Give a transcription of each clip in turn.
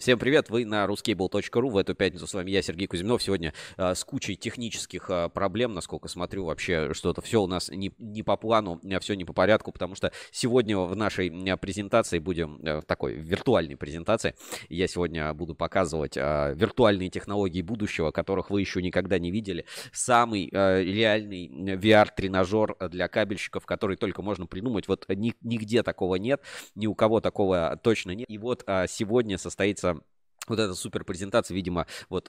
Всем привет, вы на ruscable.ru. В эту пятницу с вами я, Сергей Кузьминов. Сегодня с кучей технических проблем, насколько смотрю, вообще что-то все у нас не по плану, все не по порядку, потому что сегодня в нашей презентации будем, в такой виртуальной презентации, я сегодня буду показывать виртуальные технологии будущего, которых вы еще никогда не видели. Самый реальный VR-тренажер для кабельщиков, который только можно придумать. Вот нигде такого нет, ни у кого такого точно нет. И вот сегодня состоится вот эта супер презентация, видимо, вот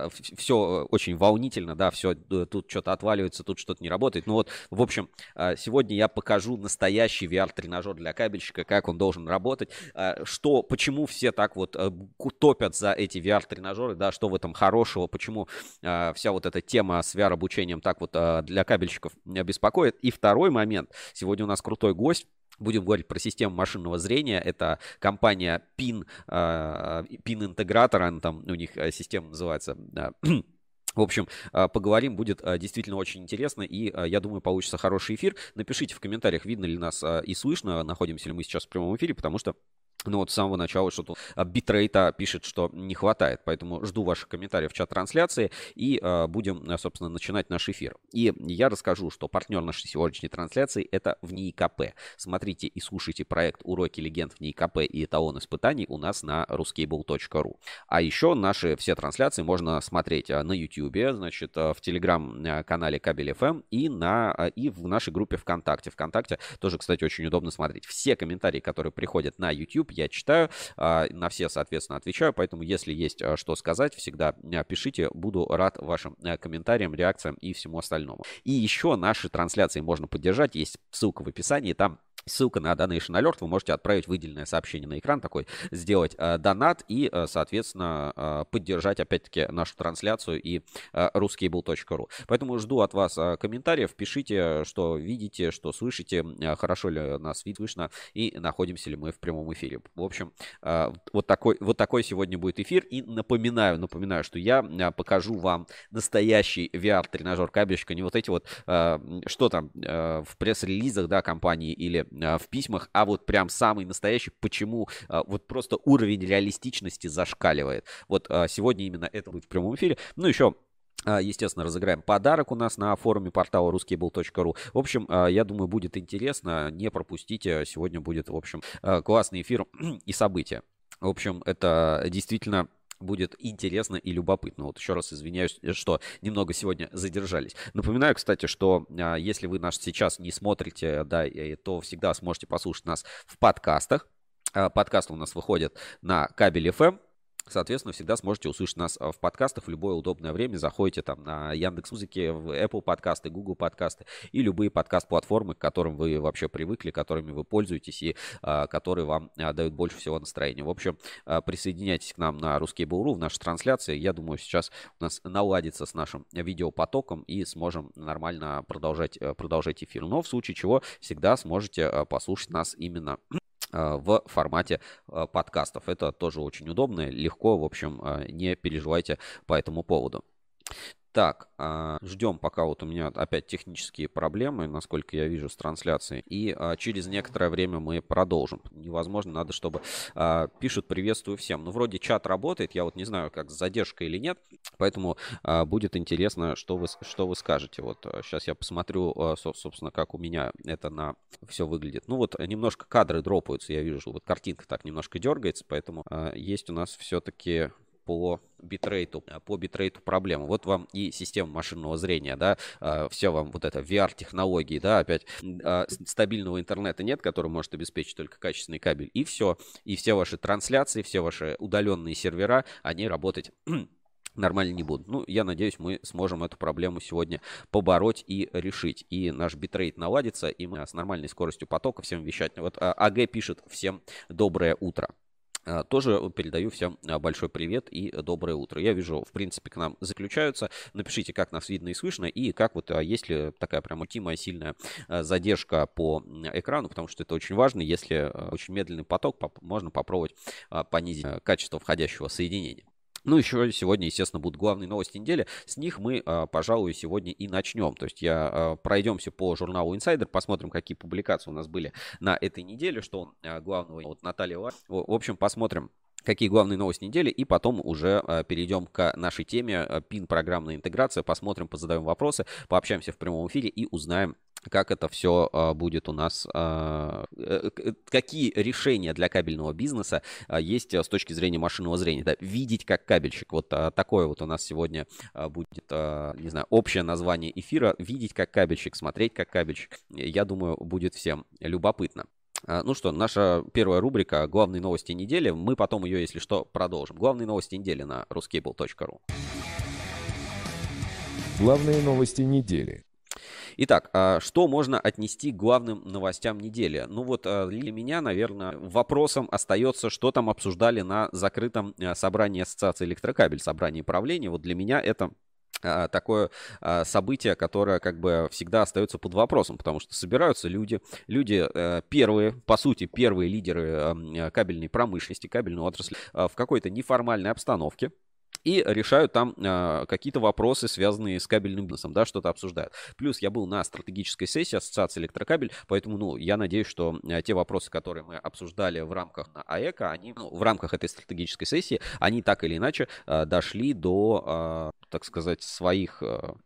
все очень волнительно, да, все тут что-то отваливается, тут что-то не работает. Ну вот, в общем, сегодня я покажу настоящий VR-тренажер для кабельщика, как он должен работать, почему все так вот топят за эти VR-тренажеры, да, что в этом хорошего, почему вся вот эта тема с VR-обучением так вот для кабельщиков беспокоит. И второй момент, сегодня у нас крутой гость. Будем говорить про систему машинного зрения. Это компания PIN интегратор, она там, у них система называется. В общем, поговорим, будет действительно очень интересно, и я думаю, получится хороший эфир. Напишите в комментариях, видно ли нас и слышно, находимся ли мы сейчас в прямом эфире, потому что ну вот с самого начала что-то битрейта пишет, что не хватает. Поэтому жду ваших комментариев в чат-трансляции и будем, собственно, начинать наш эфир. И я расскажу, что партнер нашей сегодняшней трансляции — это в НИИ-КП. Смотрите и слушайте проект «Уроки легенд в НИИ-КП» и эталон испытаний у нас на ruscable.ru. А еще наши все трансляции можно смотреть на YouTube, значит, в телеграм-канале Кабель ФМ и в нашей группе ВКонтакте. ВКонтакте тоже, кстати, очень удобно смотреть. Все комментарии, которые приходят на YouTube, я читаю, на все, соответственно, отвечаю, поэтому если есть что сказать, всегда пишите, буду рад вашим комментариям, реакциям и всему остальному. И еще наши трансляции можно поддержать, есть ссылка в описании, там ссылка на Donation Alert, вы можете отправить выделенное сообщение на экран, такой сделать донат и, соответственно, поддержать, опять-таки, нашу трансляцию и ruscable.ru. Поэтому жду от вас комментариев, пишите, что видите, что слышите, хорошо ли нас видно, слышно и находимся ли мы в прямом эфире. В общем, вот такой сегодня будет эфир. И напоминаю, что я покажу вам настоящий VR-тренажер кабельщика, не вот эти вот, что там в пресс-релизах, да, компании или в письмах, а вот прям самый настоящий, почему вот просто уровень реалистичности зашкаливает. Вот сегодня именно это будет в прямом эфире. Ну, еще естественно, разыграем подарок у нас на форуме портала ruscable.ru. В общем, я думаю, будет интересно. Не пропустите. Сегодня будет, в общем, классный эфир и события. В общем, это действительно будет интересно и любопытно. Вот еще раз извиняюсь, что немного сегодня задержались. Напоминаю, кстати, что если вы нас сейчас не смотрите, да, то всегда сможете послушать нас в подкастах. Подкасты у нас выходят на Кабель ФМ. Соответственно, всегда сможете услышать нас в подкастах в любое удобное время. Заходите там на Яндекс.Музыки, в Apple подкасты, Google подкасты и любые подкаст-платформы, к которым вы вообще привыкли, которыми вы пользуетесь и которые вам дают больше всего настроения. В общем, присоединяйтесь к нам на ruscable.ru в нашей трансляции. Я думаю, сейчас у нас наладится с нашим видеопотоком и сможем нормально продолжать эфир. Но в случае чего всегда сможете послушать нас именно в формате подкастов. Это тоже очень удобно, легко, в общем, не переживайте по этому поводу. Так, ждем, пока вот у меня опять технические проблемы, насколько я вижу, с трансляцией. И через некоторое время мы продолжим. Невозможно, надо, чтобы пишут «приветствую всем». Ну, вроде чат работает, я вот не знаю, как с задержкой или нет. Поэтому будет интересно, что вы скажете. Вот сейчас я посмотрю, собственно, как у меня это все выглядит. Ну, вот немножко кадры дропаются, я вижу, вот картинка так немножко дергается, поэтому есть у нас все-таки по битрейту проблема. Вот вам и система машинного зрения, да, все вам вот это VR-технологии, да, опять стабильного интернета нет, который может обеспечить только качественный кабель, и все. И все ваши трансляции, все ваши удаленные сервера, они работать нормально не будут. Ну, я надеюсь, мы сможем эту проблему сегодня побороть и решить. И наш битрейт наладится, и мы с нормальной скоростью потока всем вещать. Вот АГ пишет: всем доброе утро. Тоже передаю всем большой привет и доброе утро. Я вижу, в принципе, к нам заключаются. Напишите, как нас видно и слышно, и как вот, есть ли такая прям ультимая сильная задержка по экрану, потому что это очень важно. Если очень медленный поток, можно попробовать понизить качество входящего соединения. Ну, еще сегодня, естественно, будут главные новости недели. С них мы, пожалуй, сегодня и начнем. То есть пройдемся по журналу Insider, посмотрим, какие публикации у нас были на этой неделе, что главного. Вот Наталья, в общем, посмотрим, какие главные новости недели, и потом уже перейдем к нашей теме PIN программная интеграция, посмотрим, позадаем вопросы, пообщаемся в прямом эфире и узнаем, как это все будет у нас, какие решения для кабельного бизнеса есть с точки зрения машинного зрения. Да, видеть как кабельщик. Вот такое вот у нас сегодня будет, не знаю, общее название эфира. Видеть как кабельщик, смотреть как кабельщик. Я думаю, будет всем любопытно. Ну что, наша первая рубрика «Главные новости недели». Мы потом ее, если что, продолжим. Главные новости недели на ruscable.ru. Главные новости недели. Итак, что можно отнести к главным новостям недели? Ну вот для меня, наверное, вопросом остается, что там обсуждали на закрытом собрании Ассоциации электрокабель, собрании правления. Вот для меня это такое событие, которое как бы всегда остается под вопросом, потому что собираются люди первые, по сути, первые лидеры кабельной промышленности, кабельной отрасли в какой-то неформальной обстановке. И решают там какие-то вопросы, связанные с кабельным бизнесом, да, что-то обсуждают. Плюс я был на стратегической сессии Ассоциации электрокабель, поэтому, ну, я надеюсь, что те вопросы, которые мы обсуждали в рамках АЭКа, они, ну, в рамках этой стратегической сессии, они так или иначе дошли до, так сказать, своих...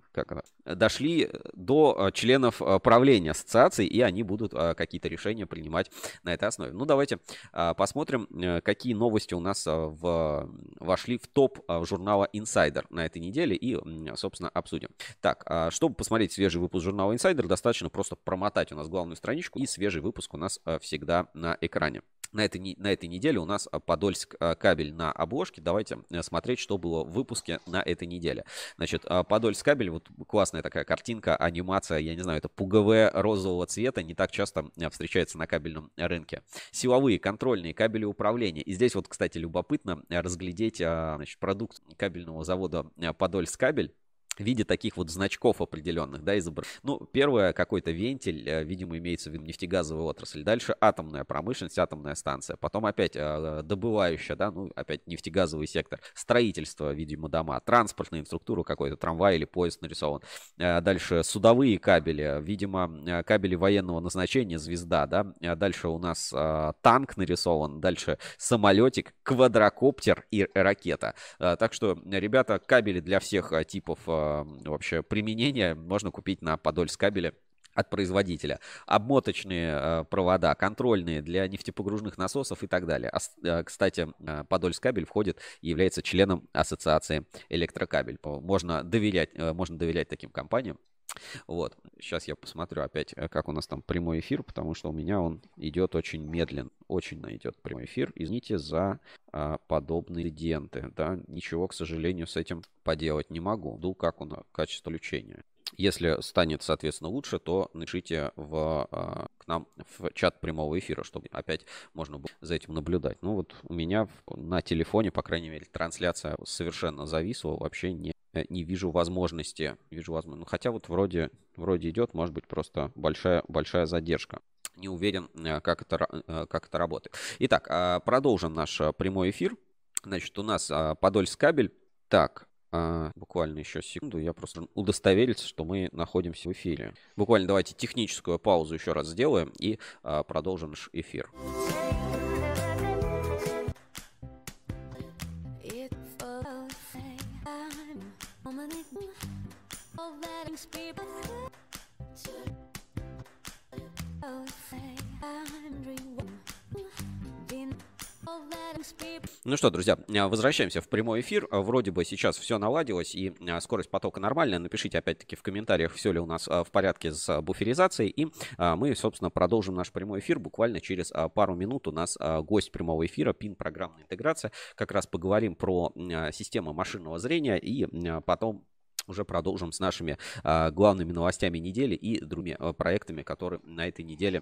дошли до членов правления ассоциации, и они будут какие-то решения принимать на этой основе. Ну, давайте посмотрим, какие новости у нас вошли в топ журнала Insider на этой неделе и, собственно, обсудим. Так, чтобы посмотреть свежий выпуск журнала Insider, достаточно просто промотать у нас главную страничку, и свежий выпуск у нас всегда на экране. На этой неделе у нас Подольск кабель на обложке. Давайте смотреть, что было в выпуске на этой неделе. Значит, Подольск кабель, вот классная такая картинка, анимация, я не знаю, это пугове розового цвета, не так часто встречается на кабельном рынке. Силовые, контрольные, кабели управления. И здесь вот, кстати, любопытно разглядеть, значит, продукт кабельного завода Подольск кабель в виде таких вот значков определенных, да, Ну, первое, какой-то вентиль, видимо, имеется в виду нефтегазовая отрасль. Дальше атомная промышленность, атомная станция. Потом опять добывающая, да, ну, опять нефтегазовый сектор. Строительство, видимо, дома. Транспортная инфраструктура, какой-то трамвай или поезд нарисован. Дальше судовые кабели, видимо, кабели военного назначения, звезда, да. Дальше у нас танк нарисован. Дальше самолетик, квадрокоптер и ракета. Так что, ребята, кабели для всех типов вообще применения можно купить на Подольск кабеле от производителя. Обмоточные провода, контрольные для нефтепогружных насосов и так далее. Кстати, Подольск кабель входит и является членом Ассоциации электрокабель. Можно доверять таким компаниям. Вот, сейчас я посмотрю опять, как у нас там прямой эфир, потому что у меня он идет очень медленно, очень идет прямой эфир. Извините за подобные инциденты, да, ничего, к сожалению, с этим поделать не могу. Жду, как у нас качество включения. Если станет, соответственно, лучше, то напишите к нам в чат прямого эфира, чтобы опять можно было за этим наблюдать. Ну вот у меня на телефоне, по крайней мере, трансляция совершенно зависла, вообще не вижу возможности. Ну, хотя вот вроде идет, может быть, просто большая задержка. Не уверен, как это работает. Итак, продолжим наш прямой эфир. Значит, у нас Подольск кабель. Так, буквально еще секунду, я просто удостоверился, что мы находимся в эфире. Буквально давайте техническую паузу еще раз сделаем и продолжим наш эфир. Ну что, друзья, возвращаемся в прямой эфир. Вроде бы сейчас все наладилось и скорость потока нормальная. Напишите опять-таки в комментариях, все ли у нас в порядке с буферизацией. И мы, собственно, продолжим наш прямой эфир. Буквально через пару минут у нас гость прямого эфира, PIN программная интеграция. Как раз поговорим про систему машинного зрения и потом уже продолжим с нашими главными новостями недели и другими проектами, которые на этой неделе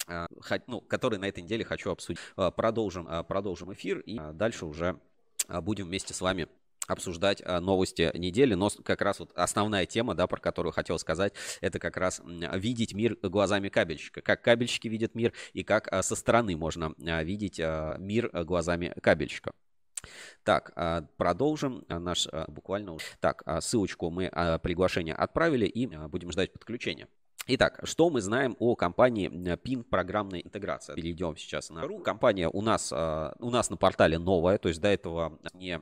хочу обсудить. Продолжим эфир и дальше уже будем вместе с вами обсуждать новости недели. Но как раз вот основная тема, да, про которую хотел сказать, это как раз видеть мир глазами кабельщика. Как кабельщики видят мир и как со стороны можно видеть мир глазами кабельщика. Так, продолжим наш буквально... Так, ссылочку мы приглашение отправили и будем ждать подключения. Итак, что мы знаем о компании PIN программная интеграция? Перейдем сейчас на ру. Компания у нас на портале новая, то есть до этого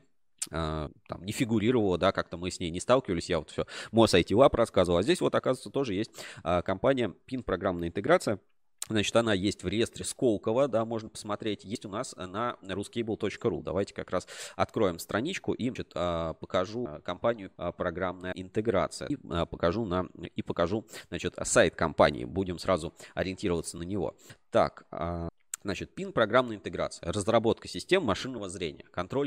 там не фигурировала, да, как-то мы с ней не сталкивались, я вот все Moz IT Lab рассказывал, а здесь вот, оказывается, тоже есть компания PIN программная интеграция. Значит, она есть в реестре Сколково, да, можно посмотреть. Есть у нас на ruscable.ru. Давайте как раз откроем страничку и, значит, покажу компанию программная интеграция. И покажу, значит, сайт компании. Будем сразу ориентироваться на него. Так, значит, PIN программная интеграция, разработка систем машинного зрения, контроль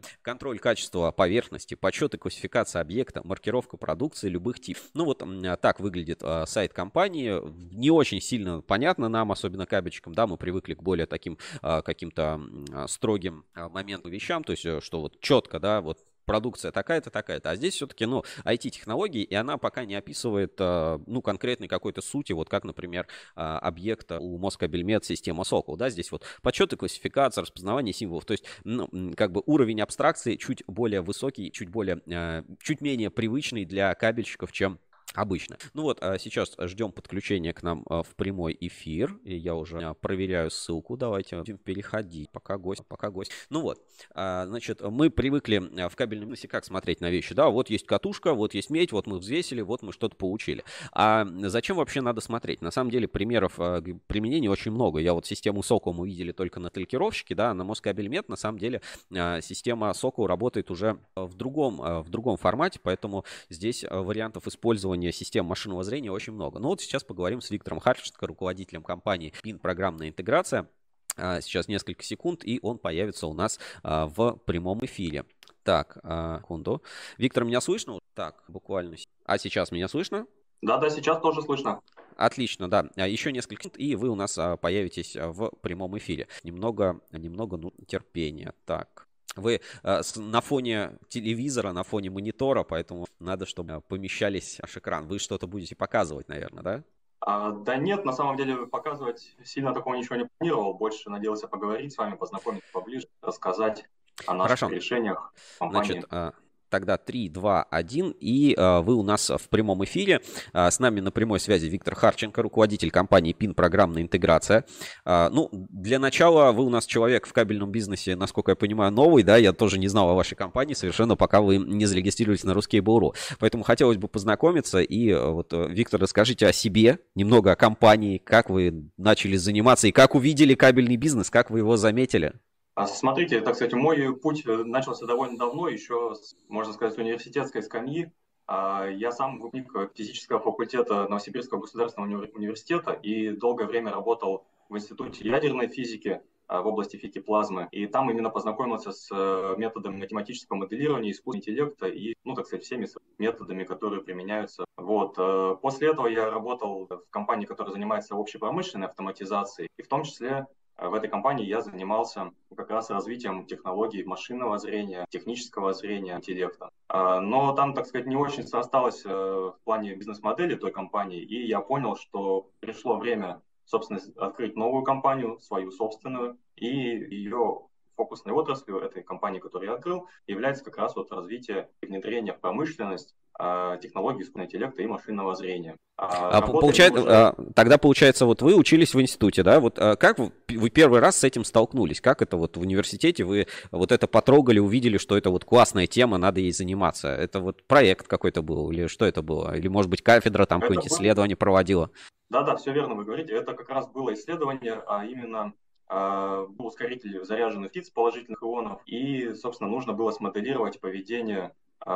качества поверхности, подсчет и классификация объекта, маркировка продукции любых типов. Ну вот так выглядит сайт компании. Не очень сильно понятно нам, особенно кабельщикам, да, мы привыкли к более таким каким-то строгим моментам, вещам, то есть что вот четко, да, вот продукция такая-то, такая-то. А здесь все-таки, ну, IT-технологии, и она пока не описывает, ну, конкретной какой-то сути, вот как, например, объекта у Москабельмет система Сокол, да, здесь вот подсчеты, классификация, распознавание символов, то есть, ну, как бы уровень абстракции чуть более высокий, чуть менее привычный для кабельщиков, чем обычно. Ну вот, сейчас ждем подключения к нам в прямой эфир. И я уже проверяю ссылку. Давайте будем переходить, пока гость. Ну вот, значит, мы привыкли в кабельном бизнесе как смотреть на вещи, да, вот есть катушка, вот есть медь, вот мы взвесили, вот мы что-то получили. А зачем вообще надо смотреть? На самом деле примеров применения очень много. Я вот систему Sokol мы видели только на талькировщике, да, на Москабельмет на самом деле система Sokol работает уже в другом формате, поэтому здесь вариантов использования систем машинного зрения очень много. Но вот сейчас поговорим с Виктором Харченко, руководителем компании PIN программная интеграция. Сейчас несколько секунд, и он появится у нас в прямом эфире. Так, секунду. Виктор, меня слышно? Так, буквально. А сейчас меня слышно? Да, сейчас тоже слышно. Отлично, да. Еще несколько секунд, и вы у нас появитесь в прямом эфире. Немного терпения. Так. Вы на фоне телевизора, на фоне монитора, поэтому надо, чтобы помещались ваш экран. Вы что-то будете показывать, наверное, да? Да нет, на самом деле показывать сильно такого ничего не планировал. Больше надеялся поговорить с вами, познакомиться поближе, рассказать о наших Хорошо. решениях Значит, компании. тогда 3, 2, 1, и вы у нас в прямом эфире. С нами на прямой связи Виктор Харченко, руководитель компании PIN программная интеграция. Ну, для начала вы у нас человек в кабельном бизнесе, насколько я понимаю, новый, да, я тоже не знал о вашей компании совершенно, пока вы не зарегистрировались на Ruscable.ru. Поэтому хотелось бы познакомиться, и вот, Виктор, расскажите о себе, немного о компании, как вы начали заниматься, и как увидели кабельный бизнес, как вы его заметили. Смотрите, так сказать, мой путь начался довольно давно, еще, можно сказать, с университетской скамьи. Я сам выпускник физического факультета Новосибирского государственного университета и долгое время работал в Институте ядерной физики в области физики плазмы. И там именно познакомился с методами математического моделирования, искусственного интеллекта и, ну, так сказать, всеми методами, которые применяются. Вот. После этого я работал в компании, которая занимается общепромышленной автоматизацией, и в том числе в этой компании я занимался как раз развитием технологий машинного зрения, технического зрения, интеллекта. Но там, так сказать, не очень состалось в плане бизнес-модели той компании, и я понял, что пришло время, собственно, открыть новую компанию, свою собственную, и ее фокусной отраслью этой компании, которую я открыл, является как раз вот развитие и внедрение в промышленность технологий искусственного интеллекта и машинного зрения. Тогда получается, вот вы учились в институте, да? Вот как вы первый раз с этим столкнулись? Как это вот в университете вы вот это потрогали, увидели, что это вот классная тема, надо ей заниматься? Это вот проект какой-то был или что это было? Или, может быть, кафедра там какое-нибудь исследование проводила? Да, все верно вы говорите. Это как раз было исследование, а именно был ускоритель заряженных частиц положительных ионов, и, собственно, нужно было смоделировать поведение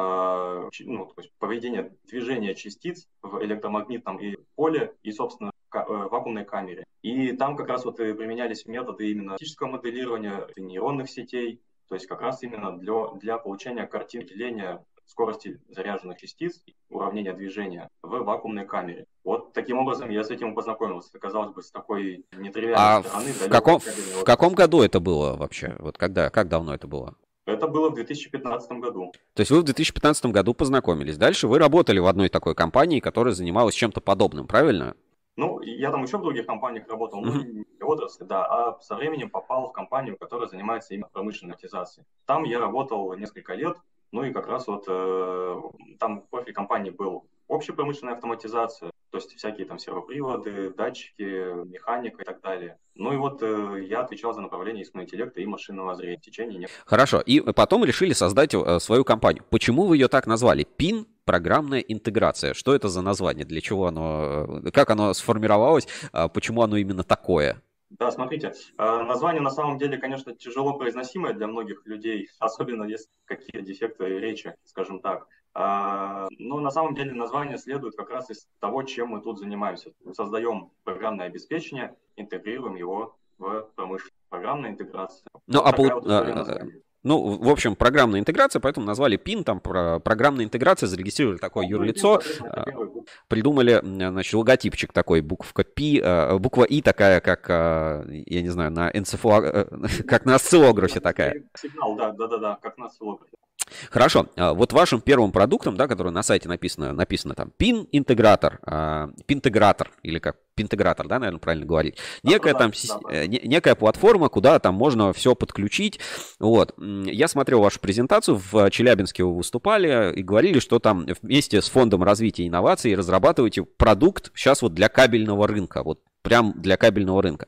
то есть поведение движения частиц в электромагнитном поле и, собственно, вакуумной камере. И там как раз вот и применялись методы именно физического моделирования нейронных сетей, то есть как раз именно для получения картин деления скорости заряженных частиц и уравнения движения в вакуумной камере. Вот таким образом я с этим познакомился. Казалось бы, с такой нетривиальной стороны. В каком году это было вообще? Вот как давно это было? Это было в 2015 году. То есть вы в 2015 году познакомились. Дальше вы работали в одной такой компании, которая занималась чем-то подобным, правильно? Ну, я там еще в других компаниях работал, ну, не отрасли, да, а со временем попал в компанию, которая занимается именно промышленной автоматизацией. Там я работал несколько лет, ну и как раз вот там профиль компании был общая промышленная автоматизация, то есть всякие там сервоприводы, датчики, механика и так далее. Ну и вот я отвечал за направление искусственного интеллекта и машинного зрения в течение некоторых. Хорошо. И потом решили создать свою компанию. Почему вы ее так назвали? PIN программная интеграция. Что это за название? Для чего оно, как оно сформировалось? Почему оно именно такое? Да, смотрите, название на самом деле, конечно, тяжело произносимое для многих людей, особенно если какие-то дефекты речи, скажем так. Но на самом деле название следует как раз из того, чем мы тут занимаемся. Мы создаем программное обеспечение, интегрируем его в промышленность. Программная интеграция. Ну, Вот такая вот история названия. ну, в общем, программная интеграция, поэтому назвали PIN, там программная интеграция, зарегистрировали такое юрлицо, придумали, значит, логотипчик такой, буква И такая, как, я не знаю, на как на осциллографе такая. Сигнал, да, как на осциллографе. Хорошо. Вот вашим первым продуктом, да, который на сайте написано там PIN-интегратор, PIN-интегратор, или как PIN-интегратор, да, наверное, правильно говорить. Некая платформа, куда там можно все подключить. Вот. Я смотрел вашу презентацию, в Челябинске вы выступали и говорили, что там вместе с Фондом развития инноваций разрабатываете продукт сейчас вот для кабельного рынка. Вот прям для кабельного рынка.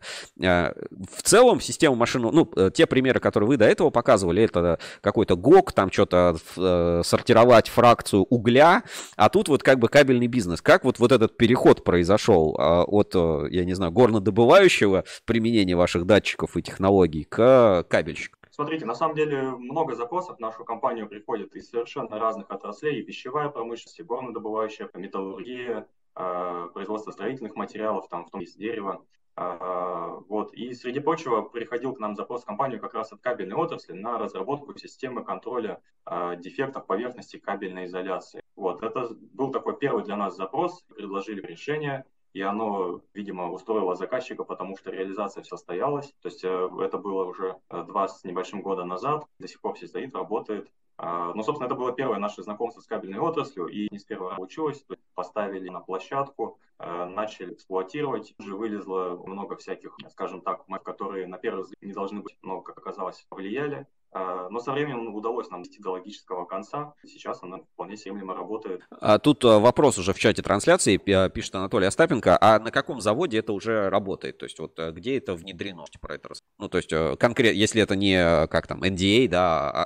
В целом система машинного, ну, те примеры, которые вы до этого показывали, это какой-то ГОК, там что-то сортировать фракцию угля, а тут вот как бы кабельный бизнес. Как вот этот переход произошел от, я не знаю, горнодобывающего применения ваших датчиков и технологий к кабельщику? Смотрите, на самом деле много запросов в нашу компанию приходит из совершенно разных отраслей, и пищевая промышленность, и горнодобывающая, металлургия, производство строительных материалов, там, в том числе дерева. Вот. И, среди прочего, приходил к нам запрос в компанию как раз от кабельной отрасли на разработку системы контроля дефектов поверхности кабельной изоляции. Вот. Это был такой первый для нас запрос, предложили решение, и оно, видимо, устроило заказчика, потому что реализация состоялась. То есть это было уже 2 с небольшим года назад, до сих пор все стоит, работает. Ну, собственно, это было первое наше знакомство с кабельной отраслью, и не с первого раза получилось. Поставили на площадку, начали эксплуатировать. Уже вылезло много всяких, скажем так, которые на первый взгляд не должны быть, но, как оказалось, повлияли. Но со временем удалось нам довести до логического конца. Сейчас она вполне приемлемо работает. Тут вопрос уже в чате трансляции, пишет Анатолий Остапенко. А на каком заводе это уже работает? То есть вот где это внедрено? Про это ну, то есть конкретно, если это не как там NDA, да,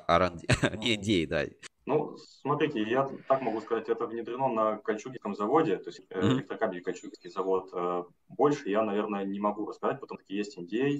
не NDA, да. Ну, смотрите, я так могу сказать, это внедрено на Кольчугинском заводе, то есть электрокабель Кольчугинский завод. Больше я, наверное, не могу рассказать, потому что есть NDA.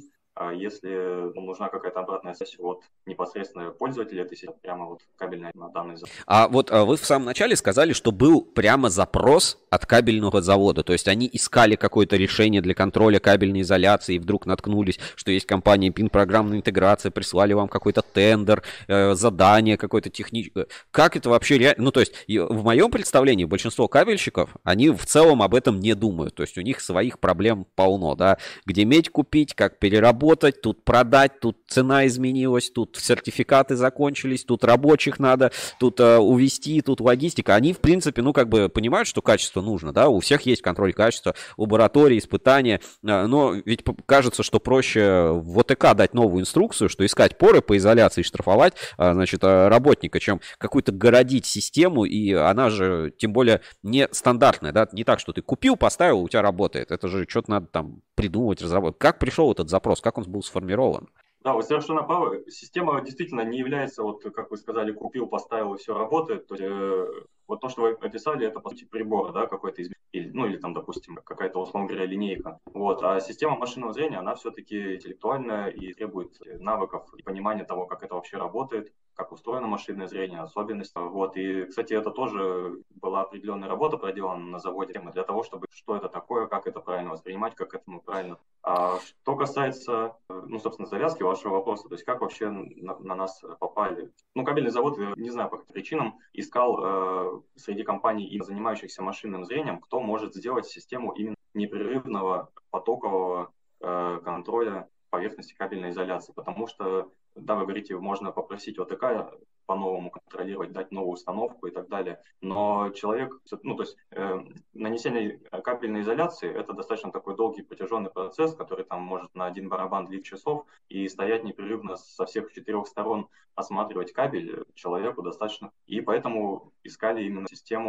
Если нужна какая-то обратная связь от непосредственно пользователя этой сети, прямо вот кабельная на данный завод. А вот вы в самом начале сказали, что был прямо запрос от кабельного завода, то есть они искали какое-то решение для контроля кабельной изоляции и вдруг наткнулись, что есть компания PIN программная интеграция, прислали вам какой-то тендер, задание какое-то техническое. Как это вообще реально? Ну, то есть в моем представлении большинство кабельщиков, они в целом об этом не думают, то есть у них своих проблем полно, да, где медь купить, как переработать, тут продать, тут цена изменилась, тут сертификаты закончились, тут рабочих надо, тут увезти, тут логистика. Они, в принципе, ну, как бы понимают, что качество нужно, да, у всех есть контроль качества, лаборатории, испытания, но ведь кажется, что проще в ОТК дать новую инструкцию, что искать поры по изоляции и штрафовать, значит, работника, чем какую-то городить систему, и она же, тем более, не стандартная, да, не так, что ты купил, поставил, у тебя работает, это же что-то надо там придумывать, разработать. Как пришел этот запрос, как он был сформирован? Да, вы совершенно правы. Система действительно не является, вот как вы сказали, купил, поставил и все работает. То есть, вот то, что вы описали, это по сути прибор, да, какой-то ну или там, допустим, какая-то, условно говоря, линейка. Вот. А система машинного зрения, она все-таки интеллектуальная и требует навыков и понимания того, как это вообще работает, как устроено машинное зрение, особенности. Вот. И, кстати, это тоже была определенная работа проделана на заводе для того, чтобы что это такое, как это правильно воспринимать, как этому правильно. А что касается, ну, собственно, завязки вашего вопроса, то есть как вообще на нас попали. Ну, кабельный завод, не знаю по каким причинам, искал среди компаний, занимающихся машинным зрением, кто может сделать систему именно непрерывного потокового контроля поверхности кабельной изоляции. Потому что, да, вы говорите, можно попросить ОТК по-новому контролировать, дать новую установку и так далее. Но человек, ну, то есть нанесение кабельной изоляции – это достаточно такой долгий протяженный процесс, который там может на один барабан длить часов и стоять непрерывно со всех 4 сторон, осматривать кабель человеку достаточно. И поэтому искали именно систему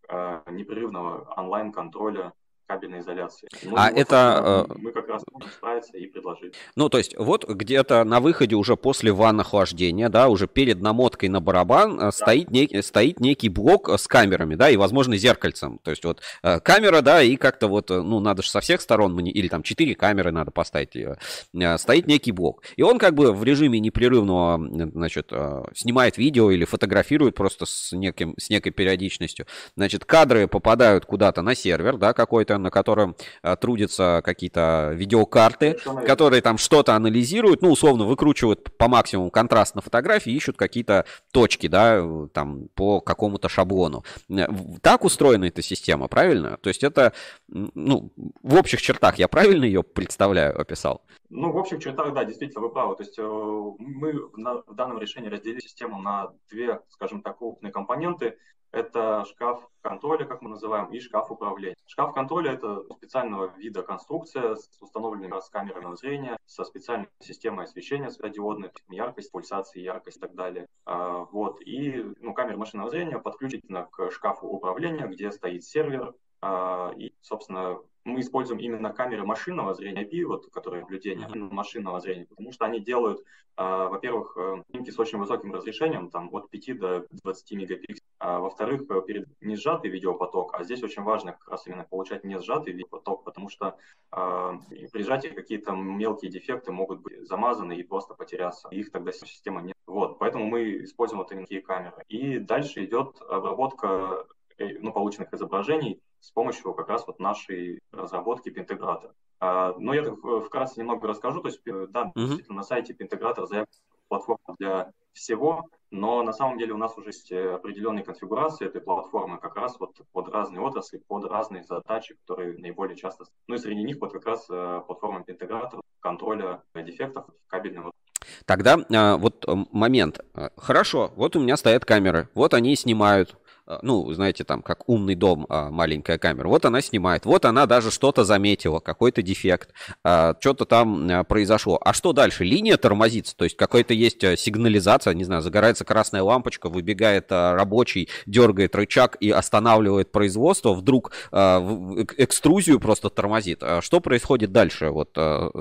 непрерывного онлайн-контроля кабельной изоляции. Ну А и вот, это, собственно, мы как раз можем справиться и предложить. ну, то есть, вот где-то на выходе уже после ванн-охлаждения, да, уже перед намоткой на барабан Да. стоит некий блок с камерами, да, и, возможно, зеркальцем. То есть, вот камера, да, и как-то вот, ну, надо же со всех сторон, или там 4 камеры надо поставить, стоит некий блок. И он как бы в режиме непрерывного, значит, снимает видео или фотографирует просто с некой периодичностью. Значит, кадры попадают куда-то на сервер, да, какой-то, на котором трудятся какие-то видеокарты, Совершенно верно. которые там что-то анализируют, ну, условно, выкручивают по максимуму контраст на фотографии, ищут какие-то точки, да, там, по какому-то шаблону. Так устроена эта система, правильно? То есть это, ну, в общих чертах я правильно ее представляю, описал? Ну, в общих чертах, да, действительно, вы правы. То есть мы в данном решении разделили систему на две, скажем так, крупные компоненты. Это шкаф контроля, как мы называем, и шкаф управления. Шкаф контроля – это специального вида конструкция с установленными с камерами зрения, со специальной системой освещения светодиодной, яркость, пульсации, яркость и так далее. Вот. И камера машинного зрения подключена к шкафу управления, где стоит сервер. И, собственно, мы используем именно камеры машинного зрения, IP, вот, которые наблюдения машинного зрения, потому что они делают, во-первых, снимки с очень высоким разрешением, там от 5 до 20 мегапикселей, а во-вторых, не сжатый видеопоток, а здесь очень важно как раз именно получать не сжатый видеопоток, потому что при сжатии какие-то мелкие дефекты могут быть замазаны и просто потеряться, их тогда система нет. Вот, поэтому мы используем вот такие камеры. И дальше идет обработка полученных изображений с помощью как раз вот нашей разработки Пинтегратор. Но я так вкратце немного расскажу. То есть, да, действительно, на сайте Пинтегратор заявлена платформа для всего, но на самом деле у нас уже есть определенные конфигурации этой платформы как раз вот под разные отрасли, под разные задачи, которые наиболее часто... Ну и среди них вот как раз платформа Пинтегратор контроля дефектов кабельного. Тогда вот момент. Хорошо, вот у меня стоят камеры, вот они снимают. Ну, знаете, там, как умный дом, маленькая камера. Вот она снимает, вот она даже что-то заметила, какой-то дефект, что-то там произошло. А что дальше? Линия тормозится, то есть какая-то есть сигнализация, не знаю, загорается красная лампочка, выбегает рабочий, дергает рычаг и останавливает производство, вдруг экструзию просто тормозит. Что происходит дальше вот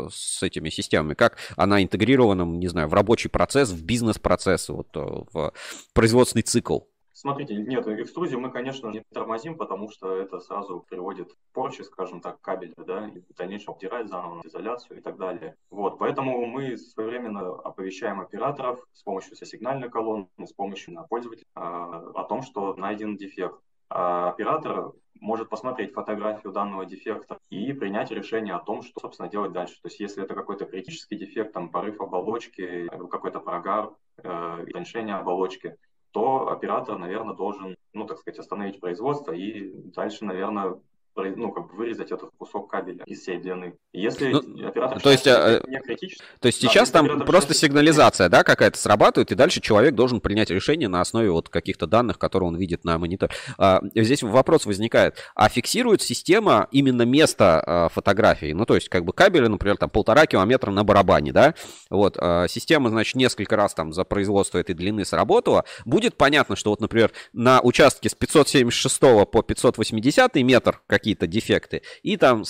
с этими системами? Как она интегрирована, не знаю, в рабочий процесс, в бизнес-процесс, вот, в производственный цикл? Смотрите, нет, экструзию мы, конечно, не тормозим, потому что это сразу приводит к порче, скажем так, кабеля, да, и в дальнейшем обдирать заново на изоляцию и так далее. Вот, поэтому мы своевременно оповещаем операторов с помощью сигнальной колонны, с помощью пользователя о том, что найден дефект. Оператор может посмотреть фотографию данного дефекта и принять решение о том, что, собственно, делать дальше. То есть, если это какой-то критический дефект, там, порыв оболочки, какой-то прогар, тоньшение оболочки, то оператор, наверное, должен, так сказать, остановить производство и дальше, наверное, вырезать этот кусок кабеля из всей длины. Если Ну, оператор то считает, есть, что дефект не критический, то есть да, сейчас если там оператор просто считает, что дефект сигнализация, да, какая-то срабатывает, и дальше человек должен принять решение на основе вот каких-то данных, которые он видит на мониторе. Здесь вопрос возникает, а фиксирует система именно место фотографии? Ну, то есть, как бы кабели, например, там 1,5 километра на барабане, да, вот, система, значит, несколько раз там за производство этой длины сработала, будет понятно, что вот, например, на участке с 576 по 580 метр какие-то дефекты, и там с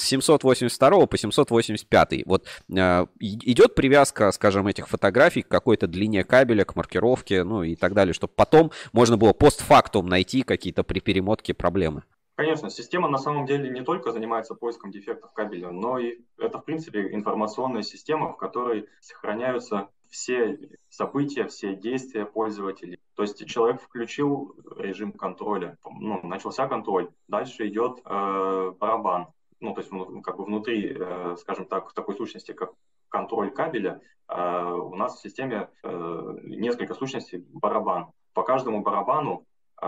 782 по 785. Вот идет привязка, скажем, этих фотографий к какой-то длине кабеля, к маркировке, ну и так далее, чтобы потом можно было постфактум найти какие-то при перемотке проблемы. Конечно, система на самом деле не только занимается поиском дефектов кабеля, но и это, в принципе, информационная система, в которой сохраняются все события, все действия пользователей. То есть человек включил режим контроля, начался контроль, дальше идет барабан. То есть как бы внутри, скажем так, в такой сущности, как контроль кабеля, у нас в системе несколько сущностей барабан. По каждому барабану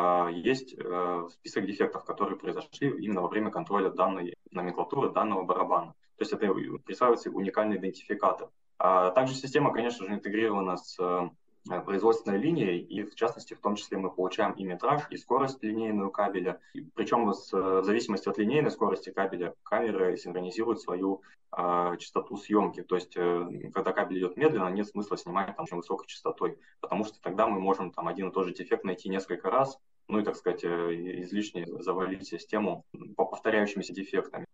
есть список дефектов, которые произошли именно во время контроля данной номенклатуры, данного барабана. То есть это присваивается уникальный идентификатор. Также система, конечно же, интегрирована с производственной линией, и в частности, в том числе мы получаем и метраж, и скорость линейную кабеля. Причем в зависимости от линейной скорости кабеля камеры синхронизируют свою частоту съемки. То есть, когда кабель идет медленно, нет смысла снимать там очень высокой частотой, потому что тогда мы можем там один и тот же дефект найти несколько раз, ну и, так сказать, излишне завалить систему по повторяющимися дефектами.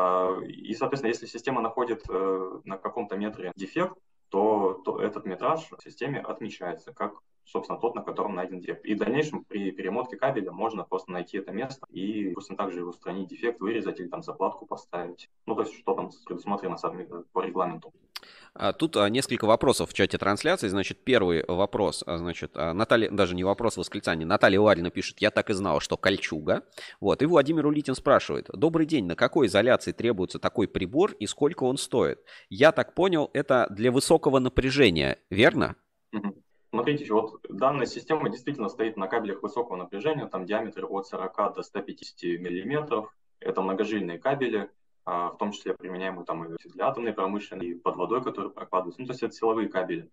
И, соответственно, если система находит на каком-то метре дефект, то этот метраж в системе отмечается как, собственно, тот, на котором найден дефект. И в дальнейшем при перемотке кабеля можно просто найти это место и точно так же устранить дефект, вырезать или там заплатку поставить. Ну, то есть, что там предусмотрено по регламенту. Тут несколько вопросов в чате трансляции. Значит, первый вопрос, значит, Наталья, даже не вопрос, восклицание. Наталья Ларина пишет: я так и знала, что кольчуга. Вот, и Владимир Улитин спрашивает: добрый день, на какой изоляции требуется такой прибор и сколько он стоит? Я так понял, это для высокого напряжения, верно? Смотрите, вот данная система действительно стоит на кабелях высокого напряжения, там диаметр от 40 до 150 миллиметров. Это многожильные кабели, в том числе применяемые там и для атомной промышленности, и под водой, которые прокладываются. Ну, то есть это силовые кабели.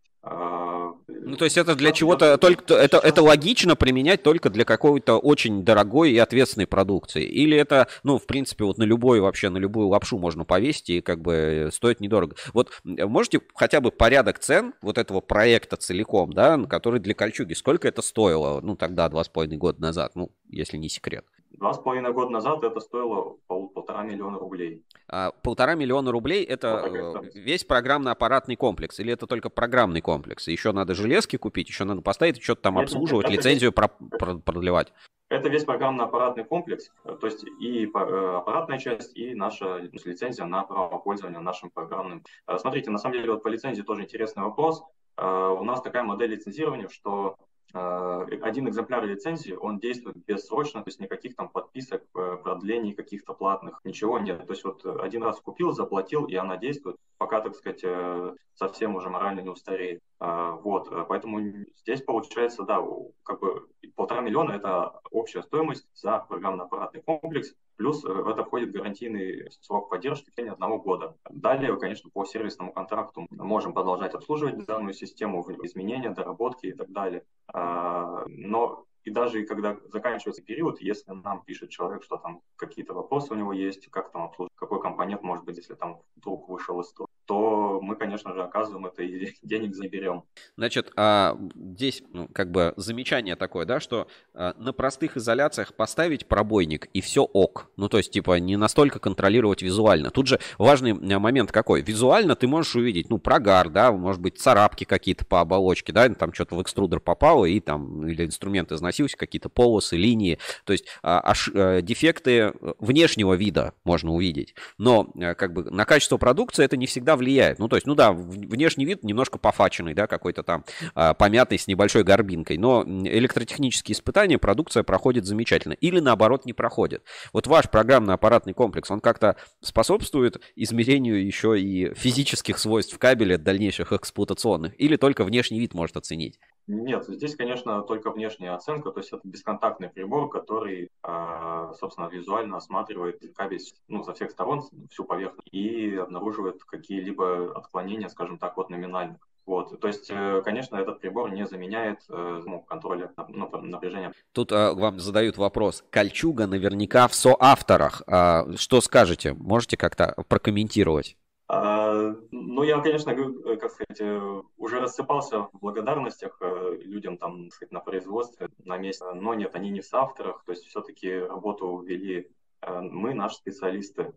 Ну, то есть это для чего-то, только это логично применять только для какой-то очень дорогой и ответственной продукции? Или это, ну, в принципе, вот на любую лапшу можно повесить и как бы стоит недорого? Вот можете хотя бы порядок цен вот этого проекта целиком, да, который для кольчуги, сколько это стоило, ну, тогда, 2,5 года назад, ну, если не секрет? 2,5 года назад это стоило 1,5 миллиона рублей. 1,5 миллиона рублей – это весь программно-аппаратный комплекс? Или это только программный комплекс? Еще надо железки купить, еще надо поставить, что-то там обслуживать, лицензию продлевать? Это весь программно-аппаратный комплекс, то есть и аппаратная часть, и наша лицензия на право пользования нашим программным. Смотрите, на самом деле вот по лицензии тоже интересный вопрос. У нас такая модель лицензирования, что один экземпляр лицензии, он действует бессрочно, то есть никаких там подписок, продлений каких-то платных, ничего нет. То есть вот один раз купил, заплатил, и она действует, пока, так сказать, совсем уже морально не устареет. Вот, поэтому здесь получается, да, как бы 1,5 миллиона – это общая стоимость за программно-аппаратный комплекс, плюс в это входит гарантийный срок поддержки в течение 1 года. Далее, конечно, по сервисному контракту мы можем продолжать обслуживать данную систему, изменения, доработки и так далее. Но и даже когда заканчивается период, если нам пишет человек, что там какие-то вопросы у него есть, как там обслуживать, какой компонент может быть, если там вдруг вышел из строя, то мы, конечно же, оказываем это и денег заберем. Значит, здесь как бы замечание такое, да, что на простых изоляциях поставить пробойник и все ок. Ну, то есть, типа, не настолько контролировать визуально. Тут же важный момент какой. Визуально ты можешь увидеть, ну, прогар, да, может быть, царапки какие-то по оболочке, да, там что-то в экструдер попало, и там, или инструмент износился, какие-то полосы, линии. То есть, дефекты внешнего вида можно увидеть. Но, как бы, на качество продукции это не всегда влияет. Ну, то есть, ну да, внешний вид немножко пофаченный, да, какой-то там помятый с небольшой горбинкой, но электротехнические испытания продукция проходит замечательно. Или, наоборот, не проходит. Вот ваш программно-аппаратный комплекс, он как-то способствует измерению еще и физических свойств кабеля, дальнейших эксплуатационных, или только внешний вид может оценить? Нет, здесь, конечно, только внешняя оценка, то есть это бесконтактный прибор, который, собственно, визуально осматривает кабель, ну, со всех сторон, всю поверхность, и обнаруживает какие-либо отклонения, скажем так, от номинальных. Вот. То есть, конечно, этот прибор не заменяет контроля напряжения. Тут вам задают вопрос. Кольчуга наверняка в соавторах. Что скажете? Можете как-то прокомментировать? Ну, я, конечно, как сказать, уже рассыпался в благодарностях людям там, так сказать, на производстве, на месте, но нет, они не в соавторах, то есть все-таки работу вели мы, наши специалисты.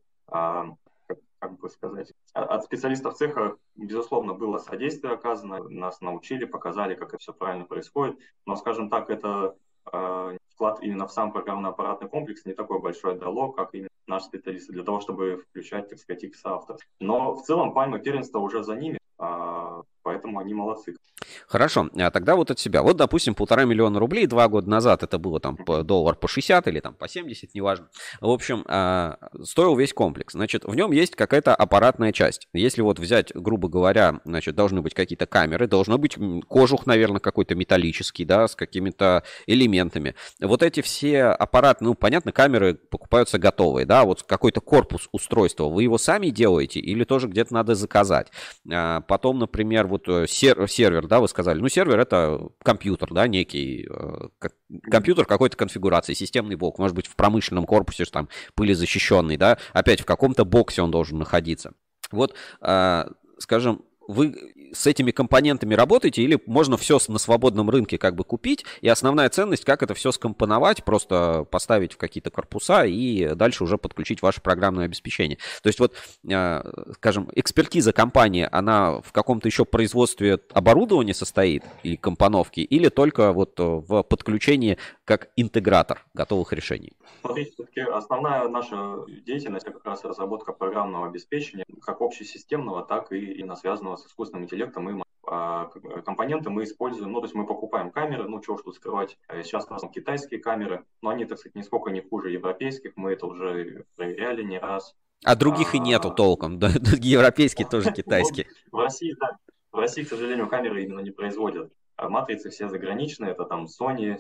Как бы сказать, от специалистов цеха, безусловно, было содействие оказано, нас научили, показали, как это все правильно происходит, но, скажем так, это вклад именно в сам программно-аппаратный комплекс не такой большой дало, как именно наши специалисты, для того, чтобы включать, так сказать, их соавторов. Но в целом пальма первенства уже за ними, поэтому они молодцы. Хорошо, а тогда вот от себя. Вот, допустим, 1,5 миллиона рублей 2 года назад, это было там доллар по 60 или там по 70, неважно. В общем, стоил весь комплекс. Значит, в нем есть какая-то аппаратная часть. Если вот взять, грубо говоря, значит, должны быть какие-то камеры, должно быть кожух, наверное, какой-то металлический, да, с какими-то элементами. Вот эти все аппараты, ну, понятно, камеры покупаются готовые, да, вот какой-то корпус устройства, вы его сами делаете или тоже где-то надо заказать? Потом, например, вот сервер, да, вы сказали. Ну, сервер — это компьютер, да, некий компьютер какой-то конфигурации, системный блок, может быть, в промышленном корпусе, там, пылезащищенный, да, опять в каком-то боксе он должен находиться. Вот, скажем, вы с этими компонентами работаете или можно все на свободном рынке как бы купить, и основная ценность, как это все скомпоновать, просто поставить в какие-то корпуса и дальше уже подключить ваше программное обеспечение. То есть вот, скажем, экспертиза компании, она в каком-то еще производстве оборудования состоит или компоновки, или только вот в подключении как интегратор готовых решений? Смотрите, все-таки основная наша деятельность — это как раз разработка программного обеспечения, как общесистемного, так и именно связанного с искусственным интеллектом и компоненты мы используем, ну, то есть мы покупаем камеры, ну, чего ж тут скрывать, сейчас у нас китайские камеры, но они, так сказать, нисколько не хуже европейских, мы это уже проверяли не раз. А других и нету толком, да? Европейские тоже китайские. В России, да, в России, к сожалению, камеры именно не производят. Матрицы все заграничные, это там Sony,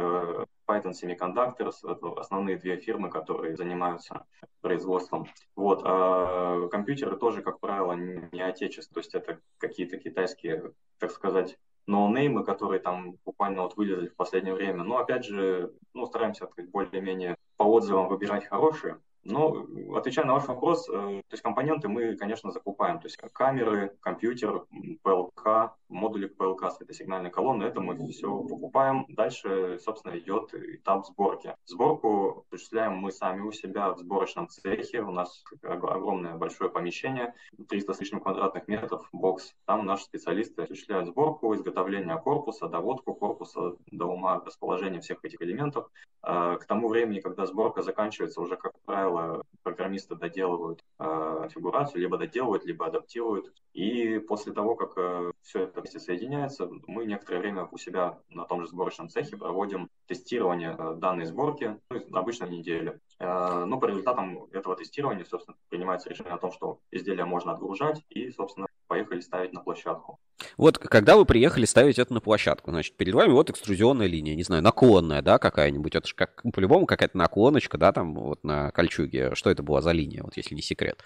Python Semiconductors, это основные две фирмы, которые занимаются производством. Вот. А компьютеры тоже, как правило, не отечественные, то есть это какие-то китайские, так сказать, ноунеймы, которые там буквально вот вылезли в последнее время. Но опять же, ну, стараемся, так сказать, более-менее по отзывам выбирать хорошие. Но, отвечая на ваш вопрос, то есть компоненты мы, конечно, закупаем. То есть камеры, компьютер, ПЛК, модули ПЛК, светосигнальной колонны, это мы все покупаем. Дальше, собственно, идет этап сборки. Сборку осуществляем мы сами у себя в сборочном цехе. У нас огромное большое помещение, 300 с лишним квадратных метров, бокс. Там наши специалисты осуществляют сборку, изготовление корпуса, доводку корпуса до ума, расположение всех этих элементов. К тому времени, когда сборка заканчивается, уже, как правило, программисты доделывают конфигурацию, либо доделывают, либо адаптируют. И после того, как все это вместе соединяется, мы некоторое время у себя на том же сборочном цехе проводим тестирование данной сборки, ну, обычно неделю. Но по результатам этого тестирования, собственно, принимается решение о том, что изделие можно отгружать, и, собственно, поехали ставить на площадку. Вот когда вы приехали ставить это на площадку, значит, перед вами вот экструзионная линия, не знаю, наклонная, да, какая-нибудь, это же как, по-любому какая-то наклоночка, да, там вот на кольчуге. Что это была за линия, вот если не секрет?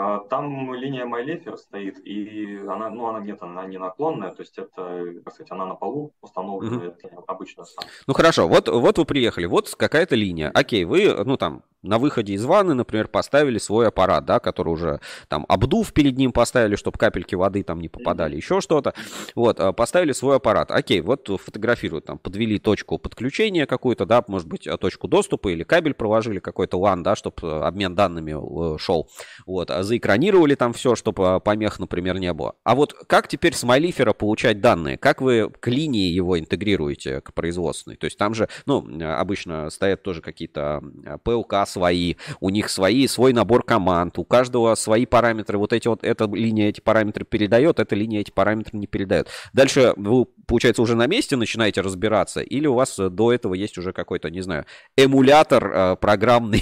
Там линия MyLefer стоит, и она, ну, она нет, она не наклонная, то есть это, так сказать, она на полу установлена, это обычно сам. Ну хорошо, вот вы приехали, вот какая-то линия. Окей, вы, ну там, на выходе из ванны, например, поставили свой аппарат, да, который уже там обдув перед ним поставили, чтобы капельки воды там не попадали, еще что-то. Вот, поставили свой аппарат. Окей, вот фотографируют, там, подвели точку подключения какую-то, да, может быть, точку доступа или кабель проложили какой-то LAN, да, чтобы обмен данными шел. Вот, заэкранировали там все, чтобы помех, например, не было. А вот как теперь с MyLefer получать данные? Как вы к линии его интегрируете, к производственной? То есть там же, ну, обычно стоят тоже какие-то ПЛК свои, у них свой набор команд, у каждого свои параметры. Вот эта линия эти параметры передает, эта линия эти параметры не передает. Дальше вы, получается, уже на месте начинаете разбираться, или у вас до этого есть уже какой-то, не знаю, эмулятор программной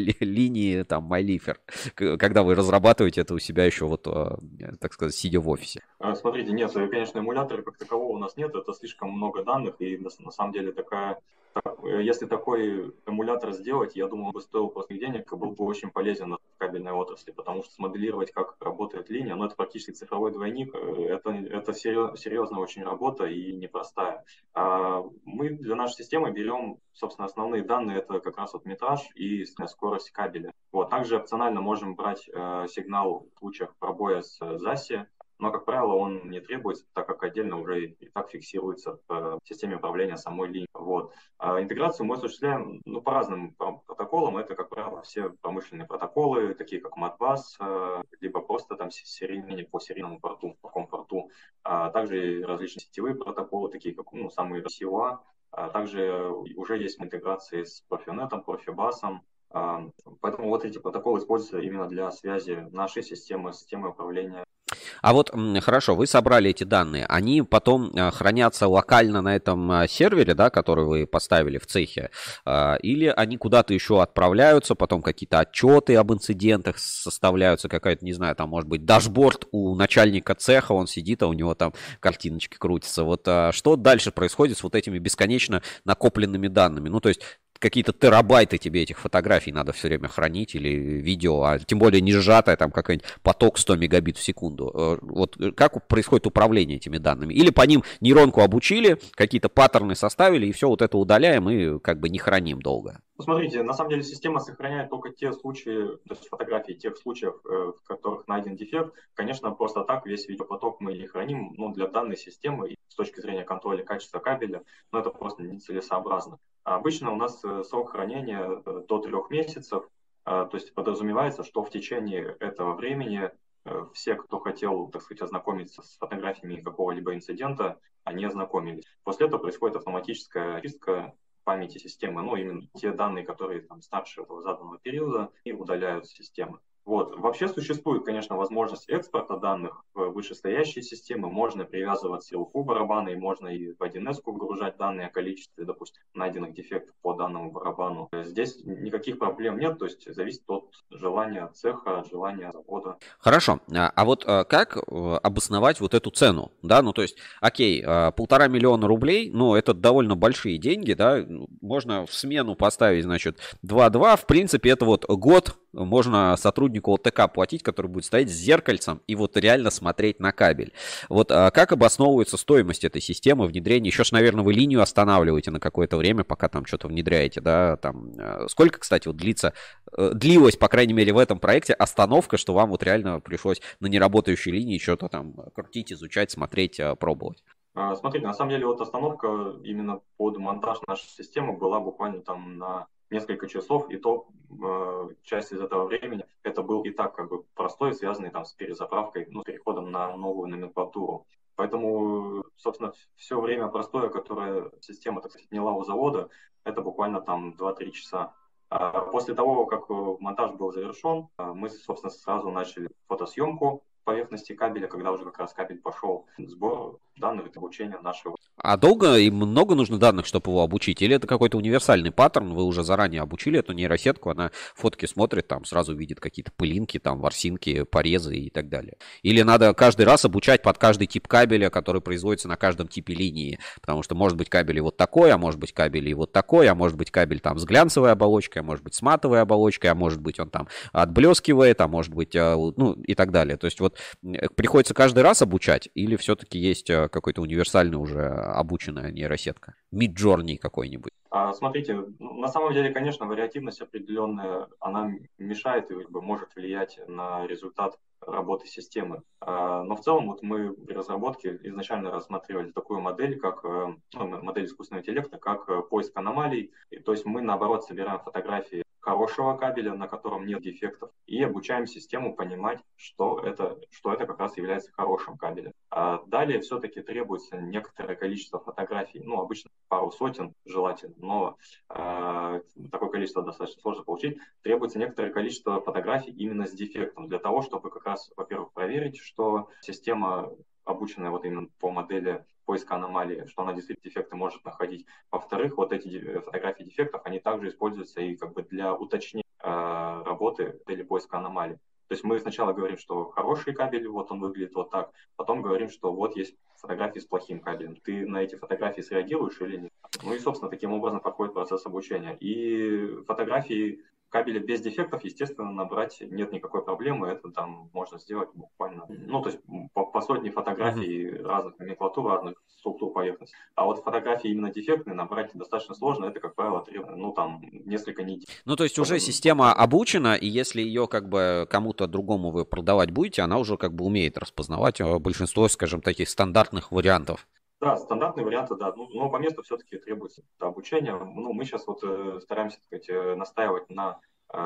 линии, там, MyLefer, когда вы разрабатываете это у себя еще вот, так сказать, сидя в офисе? Смотрите, нет, конечно, эмулятора как такового у нас нет, это слишком много данных, и на самом деле если такой эмулятор сделать, я думаю, он бы стоил просто денег и был бы очень полезен в кабельной отрасли, потому что смоделировать, как работает линия, ну, это практически цифровой двойник, это серьезная очень работа и непростая. Мы для нашей системы берем, собственно, основные данные, это как раз вот метраж и скорость кабеля. Вот. Также опционально можем брать сигнал в случаях пробоя с ЗАСи, но, как правило, он не требуется, так как отдельно уже и так фиксируется в системе управления самой линией. Вот. Интеграцию мы осуществляем по разным протоколам. Это, как правило, все промышленные протоколы, такие как Modbus, либо просто там серийные по серийному порту, по компорту. Также различные сетевые протоколы, такие как самые CUA. Также уже есть интеграции с Profinet, Profibus. Поэтому вот эти протоколы используются именно для связи нашей системы с системой управления. А вот хорошо, вы собрали эти данные, они потом хранятся локально на этом сервере, да, который вы поставили в цехе, или они куда-то еще отправляются, потом какие-то отчеты об инцидентах составляются, какая-то, не знаю, там может быть дашборд у начальника цеха, он сидит, а у него там картиночки крутятся. Вот что дальше происходит с вот этими бесконечно накопленными данными? Ну, то есть какие-то терабайты тебе этих фотографий надо все время хранить или видео, а тем более не сжатое, там какой-нибудь поток 100 мегабит в секунду. Вот как происходит управление этими данными? Или по ним нейронку обучили, какие-то паттерны составили, и все вот это удаляем и как бы не храним долго? Ну, смотрите, на самом деле система сохраняет только те случаи, то есть фотографии тех случаев, в которых найден дефект. Конечно, просто так весь видеопоток мы не храним, но для данной системы и с точки зрения контроля качества кабеля, ну, это просто нецелесообразно. А обычно у нас срок хранения до 3 месяцев, то есть подразумевается, что в течение этого времени все, кто хотел, так сказать, ознакомиться с фотографиями какого-либо инцидента, они ознакомились. После этого происходит автоматическая чистка памяти системы, ну, именно те данные, которые там старше этого заданного периода, и удаляют с системы. Вот. Вообще существует, конечно, возможность экспорта данных в вышестоящие системы. Можно привязывать стрелку барабана, и можно и в 1С выгружать данные о количестве, допустим, найденных дефектов по данному барабану. Здесь никаких проблем нет, то есть зависит от желания цеха, от желания завода. Хорошо. А вот как обосновать вот эту цену? Да, ну то есть, окей, 1,5 миллиона рублей, ну это довольно большие деньги, да, можно в смену поставить, значит, 2,2, в принципе, это вот год можно сотруднику ОТК платить, который будет стоять с зеркальцем и вот реально смотреть на кабель. Вот как обосновывается стоимость этой системы внедрения? Еще ж, наверное, вы линию останавливаете на какое-то время, пока там что-то внедряете, да, там. Сколько, кстати, вот длилась, по крайней мере, в этом проекте остановка, что вам вот реально пришлось на неработающей линии что-то там крутить, изучать, смотреть, пробовать? Смотрите, на самом деле вот остановка именно под монтаж нашей системы была буквально там на несколько часов, и то часть из этого времени это был и так как бы простой, связанный там с перезаправкой, ну, с переходом на новую номенклатуру. Поэтому, собственно, все время простое, которое система, так сказать, отняла у завода, это буквально там 2-3 часа. После того, как монтаж был завершен, мы, собственно, сразу начали фотосъемку поверхности кабеля, когда уже как раз кабель пошел, сбор данных для обучения нашего. А долго и много нужно данных, чтобы его обучить? Или это какой-то универсальный паттерн? Вы уже заранее обучили эту нейросетку, она фотки смотрит, там сразу видит какие-то пылинки, там ворсинки, порезы и так далее. Или надо каждый раз обучать под каждый тип кабеля, который производится на каждом типе линии? Потому что может быть кабель и вот такой, а может быть кабель и вот такой, а может быть кабель там с глянцевой оболочкой, а может быть с матовой оболочкой, а может быть он там отблескивает, а может быть, ну и так далее. То есть вот приходится каждый раз обучать или все-таки есть какой-то универсальный уже обученная нейросетка? Midjourney какой-нибудь. Смотрите, на самом деле, конечно, вариативность определенная, она мешает и может влиять на результат работы системы. Но в целом вот мы при разработке изначально рассматривали такую модель, как модель искусственного интеллекта, как поиск аномалий. То есть мы, наоборот, собираем фотографии хорошего кабеля, на котором нет дефектов, и обучаем систему понимать, что это как раз является хорошим кабелем. А далее все-таки требуется некоторое количество фотографий, ну, обычно пару сотен желательно, но такое количество достаточно сложно получить. Требуется некоторое количество фотографий именно с дефектом, для того, чтобы как раз, во-первых, проверить, что система, обученная вот именно по модели поиска аномалии, что она действительно дефекты может находить. Во-вторых, вот эти фотографии дефектов, они также используются и как бы для уточнения работы или поиска аномалий. То есть мы сначала говорим, что хороший кабель, вот он выглядит вот так, потом говорим, что вот есть фотографии с плохим кабелем. Ты на эти фотографии среагируешь или нет? Ну и, собственно, таким образом проходит процесс обучения. И фотографии кабеля без дефектов, естественно, набрать нет никакой проблемы. Это там можно сделать буквально, ну, то есть по сотне фотографий разных номенклатур, разных структур поверхности. А вот фотографии именно дефектные набрать достаточно сложно. Это, как правило, требует, ну, там, несколько недель. Ну, то есть уже система обучена, и если ее как бы кому-то другому вы продавать будете, она уже как бы умеет распознавать большинство, скажем, таких стандартных вариантов. Да, стандартные варианты, да. Ну, но по месту все-таки требуется обучение. Ну, мы сейчас вот стараемся, так сказать, настаивать на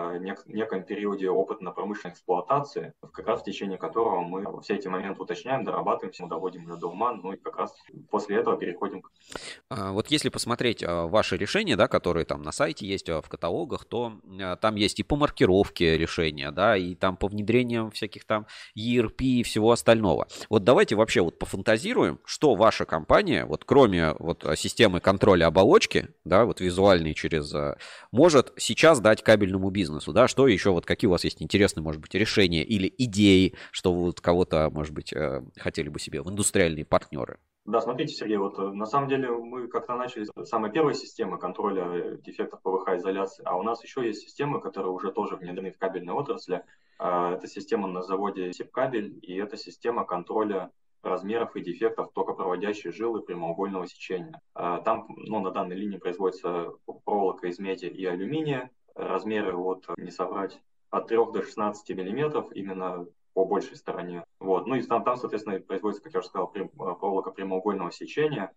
неком периоде опытно-промышленной эксплуатации, как раз в течение которого мы все эти моменты уточняем, дорабатываем, доводим ее до ума, ну и как раз после этого переходим. Вот если посмотреть ваши решения, да, которые там на сайте есть, в каталогах, то там есть и по маркировке решения, да, и там по внедрениям всяких там ERP и всего остального. Вот давайте вообще вот пофантазируем, что ваша компания, вот кроме вот системы контроля оболочки, да, вот визуальной через, может сейчас дать кабельному бизнесу, да, что еще, вот какие у вас есть интересные, может быть, решения или идеи, что вы вот кого-то, может быть, хотели бы себе в индустриальные партнеры? Да, смотрите, Сергей, вот на самом деле мы как-то начали с самой первой системы контроля дефектов ПВХ-изоляции, а у нас еще есть системы, которые уже тоже внедрены в кабельной отрасли. Это система на заводе Сибкабель, и это система контроля размеров и дефектов токопроводящей жилы прямоугольного сечения. Там, ну, на данной линии производится проволока из меди и алюминия. Размеры, вот, не соврать, от 3 до 16 миллиметров, именно по большей стороне. Вот. Ну и там, соответственно, производится, как я уже сказал, проволока прямоугольного сечения,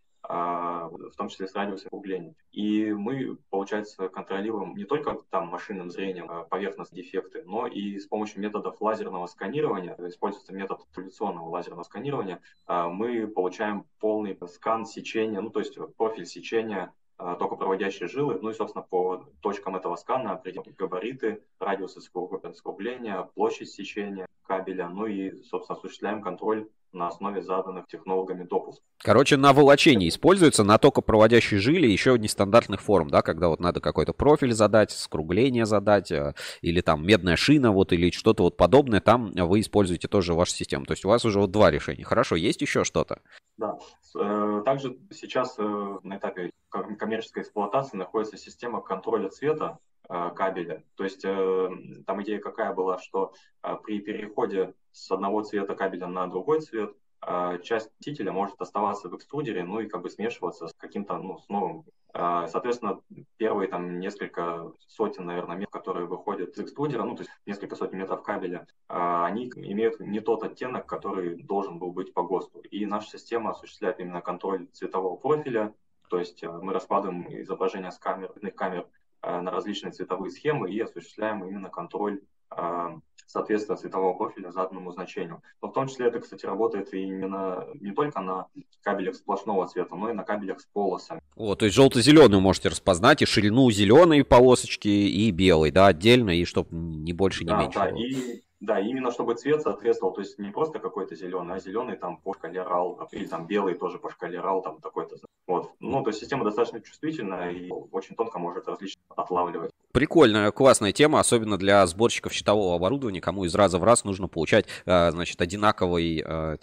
в том числе с радиусом углубления. И мы, получается, контролируем не только там машинным зрением поверхностные дефекты, но и с помощью методов лазерного сканирования, используется метод традиционного лазерного сканирования, мы получаем полный скан сечения, ну то есть профиль сечения токопроводящие жилы, ну и, собственно, по точкам этого скана определяем габариты, радиусы скругления, площадь сечения кабеля, ну и, собственно, осуществляем контроль на основе заданных технологами допусков. Короче, на волочении используется, на токопроводящей жиле еще нестандартных форм, да, когда вот надо какой-то профиль задать, скругление задать, или там медная шина, вот, или что-то вот подобное, там вы используете тоже вашу систему. То есть у вас уже вот два решения. Хорошо, есть еще что-то? Да. Также сейчас на этапе коммерческой эксплуатации находится система контроля цвета кабеля. То есть там идея какая была, что при переходе с одного цвета кабеля на другой цвет часть носителя может оставаться в экструдере, ну и как бы смешиваться с каким-то, ну, с новым. Соответственно, первые там несколько сотен, наверное, метров, которые выходят из экструдера, ну, то есть несколько сотен метров кабеля, они имеют не тот оттенок, который должен был быть по ГОСТу. И наша система осуществляет именно контроль цветового профиля, то есть мы раскладываем изображения с камер на различные цветовые схемы и осуществляем именно контроль соответствия цветового профиля заданному значению. Но в том числе это, кстати, работает и именно не только на кабелях сплошного цвета, но и на кабелях с полосами. О, то есть желто-зеленый можете распознать, и ширину зеленой полосочки, и белой, да, отдельно, и чтобы ни больше, ни меньше было. Да, именно чтобы цвет соответствовал, то есть не просто какой-то зеленый, а зеленый там по шкале RAL, или там белый тоже по шкале RAL, там такой-то. Вот. Ну, то есть система достаточно чувствительная и очень тонко может различно отлавливать. Прикольная, классная тема, особенно для сборщиков щитового оборудования, кому из раза в раз нужно получать, значит, одинаковый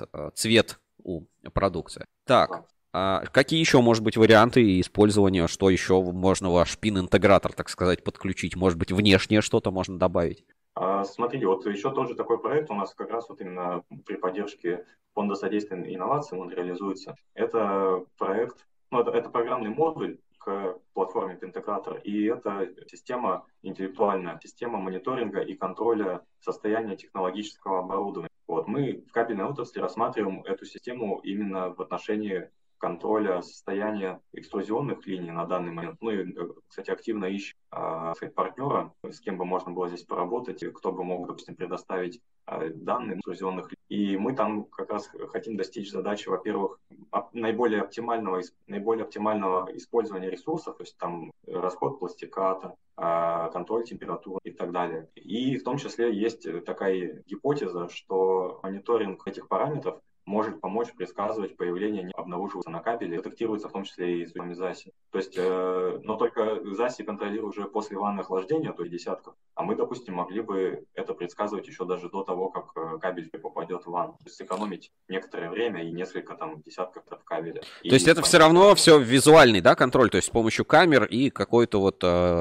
цвет у продукции. Так, какие еще, может быть, варианты использования, что еще можно ваш пин-интегратор, так сказать, подключить? Может быть, внешнее что-то можно добавить? Смотрите, вот еще тоже такой проект у нас как раз вот именно при поддержке Фонда содействия инновациям он реализуется. Это проект, ну, это программный модуль к платформе Пинтегратор, и это система интеллектуальная, система мониторинга и контроля состояния технологического оборудования. Вот, мы в кабельной отрасли рассматриваем эту систему именно в отношении контроля состояния экструзионных линий на данный момент. Ну и, кстати, активно ищем партнера, с кем бы можно было здесь поработать, кто бы мог, допустим, предоставить данные экструзионных линий. И мы там как раз хотим достичь задачи, во-первых, наиболее оптимального использования ресурсов, то есть там расход пластиката, контроль температуры и так далее. И в том числе есть такая гипотеза, что мониторинг этих параметров может помочь предсказывать появление обнаруживаться на кабеле, детектируется в том числе и с ЗАСи. То есть, но только ЗАСи контролируют уже после ванны охлаждения, то есть десятков. А мы, допустим, могли бы это предсказывать еще даже до того, как кабель попадет в ванну. То есть сэкономить некоторое время и несколько там десятков кабеля. То есть это все равно все визуальный, да, контроль, то есть с помощью камер и какой-то вот,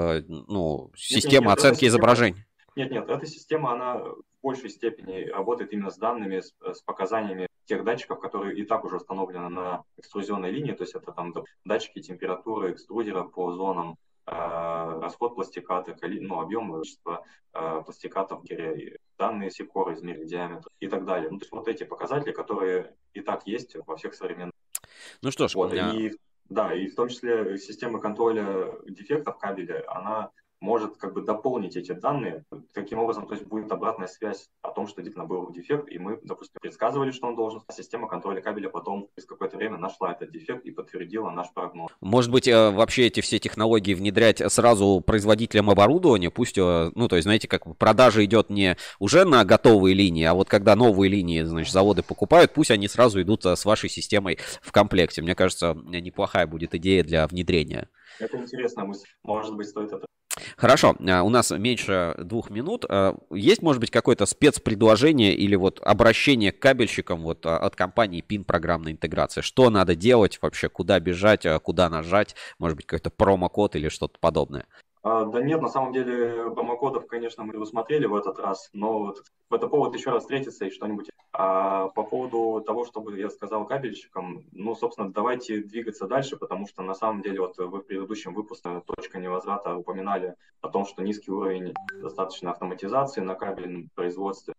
системы оценки изображений? Нет, эта система, она в большей степени работает именно с данными, с показаниями тех датчиков, которые и так уже установлены на экструзионной линии, то есть это там датчики температуры экструдера по зонам, расход пластиката, объем, количество пластикатов, данные секоры, измерить диаметр и так далее. Ну, то есть вот эти показатели, которые и так есть во всех современных. Ну что ж, вот, и в том числе система контроля дефектов кабеля, она может как бы дополнить эти данные. Таким образом, то есть будет обратная связь о том, что действительно был дефект, и мы, допустим, предсказывали, что он должен, а система контроля кабеля потом через какое-то время нашла этот дефект и подтвердила наш прогноз. Может быть, вообще эти все технологии внедрять сразу производителям оборудования, пусть, то есть, знаете, как продажа идет не уже на готовые линии, а вот когда новые линии, значит, заводы покупают, пусть они сразу идут с вашей системой в комплекте. Мне кажется, неплохая будет идея для внедрения. Это интересная мысль. Может быть, стоит это. Хорошо, у нас меньше 2 минут. Есть, может быть, какое-то спецпредложение или вот обращение к кабельщикам вот от компании PIN программной интеграции? Что надо делать вообще, куда бежать, куда нажать? Может быть, какой-то промокод или что-то подобное? Да нет, на самом деле промокодов, конечно, мы усмотрели в этот раз, но вот это повод еще раз встретиться и что-нибудь. А по поводу того, чтобы я сказал кабельщикам, ну, собственно, давайте двигаться дальше, потому что на самом деле вот вы в предыдущем выпуске «Точка невозврата» упоминали о том, что низкий уровень достаточно автоматизации на кабельном производстве.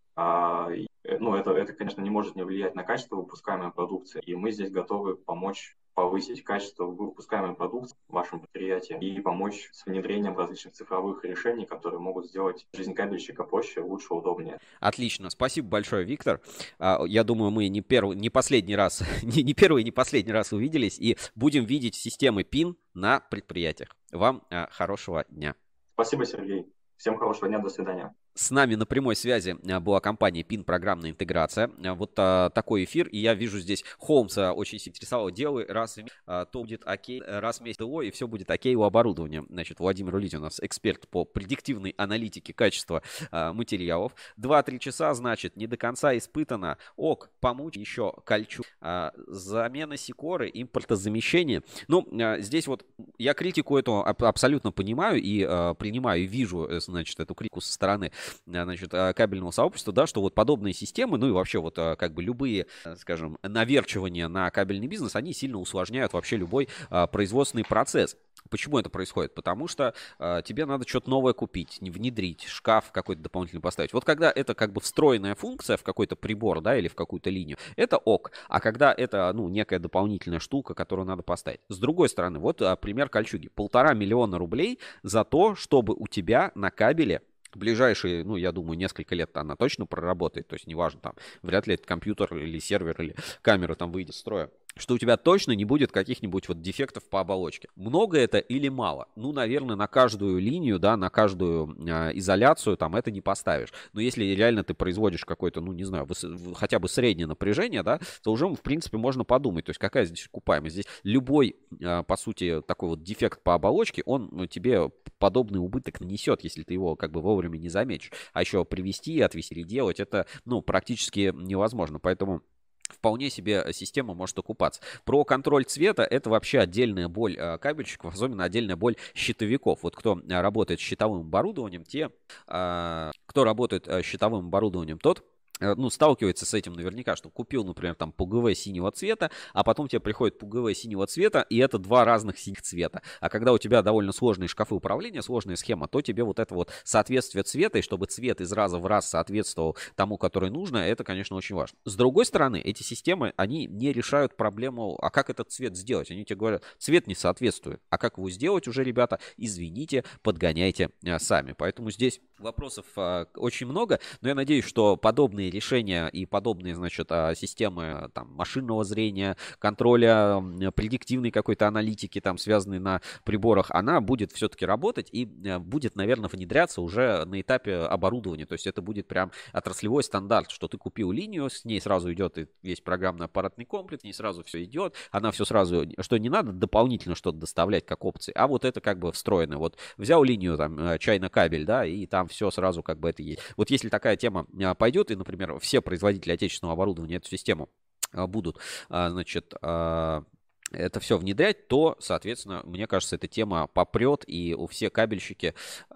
Ну, это, конечно, не может не влиять на качество выпускаемой продукции, и мы здесь готовы помочь повысить качество выпускаемой продукции в вашем предприятии и помочь с внедрением различных цифровых решений, которые могут сделать жизнь кабельщика проще, лучше, удобнее. Отлично, спасибо большое, Виктор. Я думаю, мы не первый, не последний раз, не первый, не последний раз увиделись и будем видеть системы PIN на предприятиях. Вам хорошего дня. Спасибо, Сергей. Всем хорошего дня, до свидания. С нами на прямой связи была компания PIN программная интеграция. Вот такой эфир. И я вижу здесь Холмса очень интересовало. Делай раз в месяц, то будет окей, раз в месяц ТО, и все будет окей у оборудования. Значит, Владимир Улитин у нас эксперт по предиктивной аналитике качества материалов. 2-3 часа, значит, не до конца испытано. ОК, помочь еще Кольчуг. Замена Сикоры, импортозамещение. Ну, здесь вот я критику эту абсолютно понимаю и принимаю, и вижу, значит, эту критику со стороны, значит, кабельного сообщества, да, что вот подобные системы, ну и вообще вот как бы любые, скажем, наверчивания на кабельный бизнес, они сильно усложняют вообще любой производственный процесс. Почему это происходит? Потому что тебе надо что-то новое купить, внедрить, шкаф какой-то дополнительный поставить. Вот когда это как бы встроенная функция в какой-то прибор, да, или в какую-то линию, это ок. А когда это, ну, некая дополнительная штука, которую надо поставить. С другой стороны, вот пример Кольчуги. 1,5 миллиона рублей за то, чтобы у тебя на кабеле ближайшие, ну, я думаю, несколько лет она точно проработает. То есть, неважно, там, вряд ли это компьютер или сервер или камера там выйдет из строя. Что у тебя точно не будет каких-нибудь вот дефектов по оболочке. Много это или мало? Ну, наверное, на каждую линию, да, на каждую изоляцию там это не поставишь. Но если реально ты производишь какое-то, ну, не знаю, хотя бы среднее напряжение, да, то уже, в принципе, можно подумать. То есть, какая здесь окупаемость? Здесь любой, по сути, такой вот дефект по оболочке, он тебе подобный убыток нанесет, если ты его как бы вовремя не заметишь. А еще привести, отвести или делать, это, ну, практически невозможно. Поэтому вполне себе система может окупаться. Про контроль цвета — это вообще отдельная боль кабельщиков, особенно отдельная боль щитовиков. Вот кто работает с щитовым оборудованием, кто работает с щитовым оборудованием, тот, ну, сталкивается с этим наверняка, что купил, например, там ПГВ синего цвета, а потом тебе приходит ПГВ синего цвета, и это два разных синих цвета. А когда у тебя довольно сложные шкафы управления, сложная схема, то тебе вот это вот соответствие цвета, и чтобы цвет из раза в раз соответствовал тому, который нужно, это, конечно, очень важно. С другой стороны, эти системы, они не решают проблему, а как этот цвет сделать? Они тебе говорят, цвет не соответствует. А как его сделать уже, ребята, извините, подгоняйте сами. Поэтому здесь вопросов очень много, но я надеюсь, что подобные решения и подобные, значит, системы там, машинного зрения, контроля, предиктивной какой-то аналитики, там, связанной на приборах, она будет все-таки работать и будет, наверное, внедряться уже на этапе оборудования. То есть это будет прям отраслевой стандарт, что ты купил линию, с ней сразу идет и весь программно-аппаратный комплекс, с ней сразу все идет, она все сразу, что не надо дополнительно что-то доставлять как опции, а вот это как бы встроено. Вот взял линию, там, чайно-кабель, да, и там все сразу как бы это есть. Вот если такая тема пойдет, и, например, все производители отечественного оборудования эту систему будут, значит, это все внедрять, то, соответственно, мне кажется, эта тема попрет, и у все кабельщики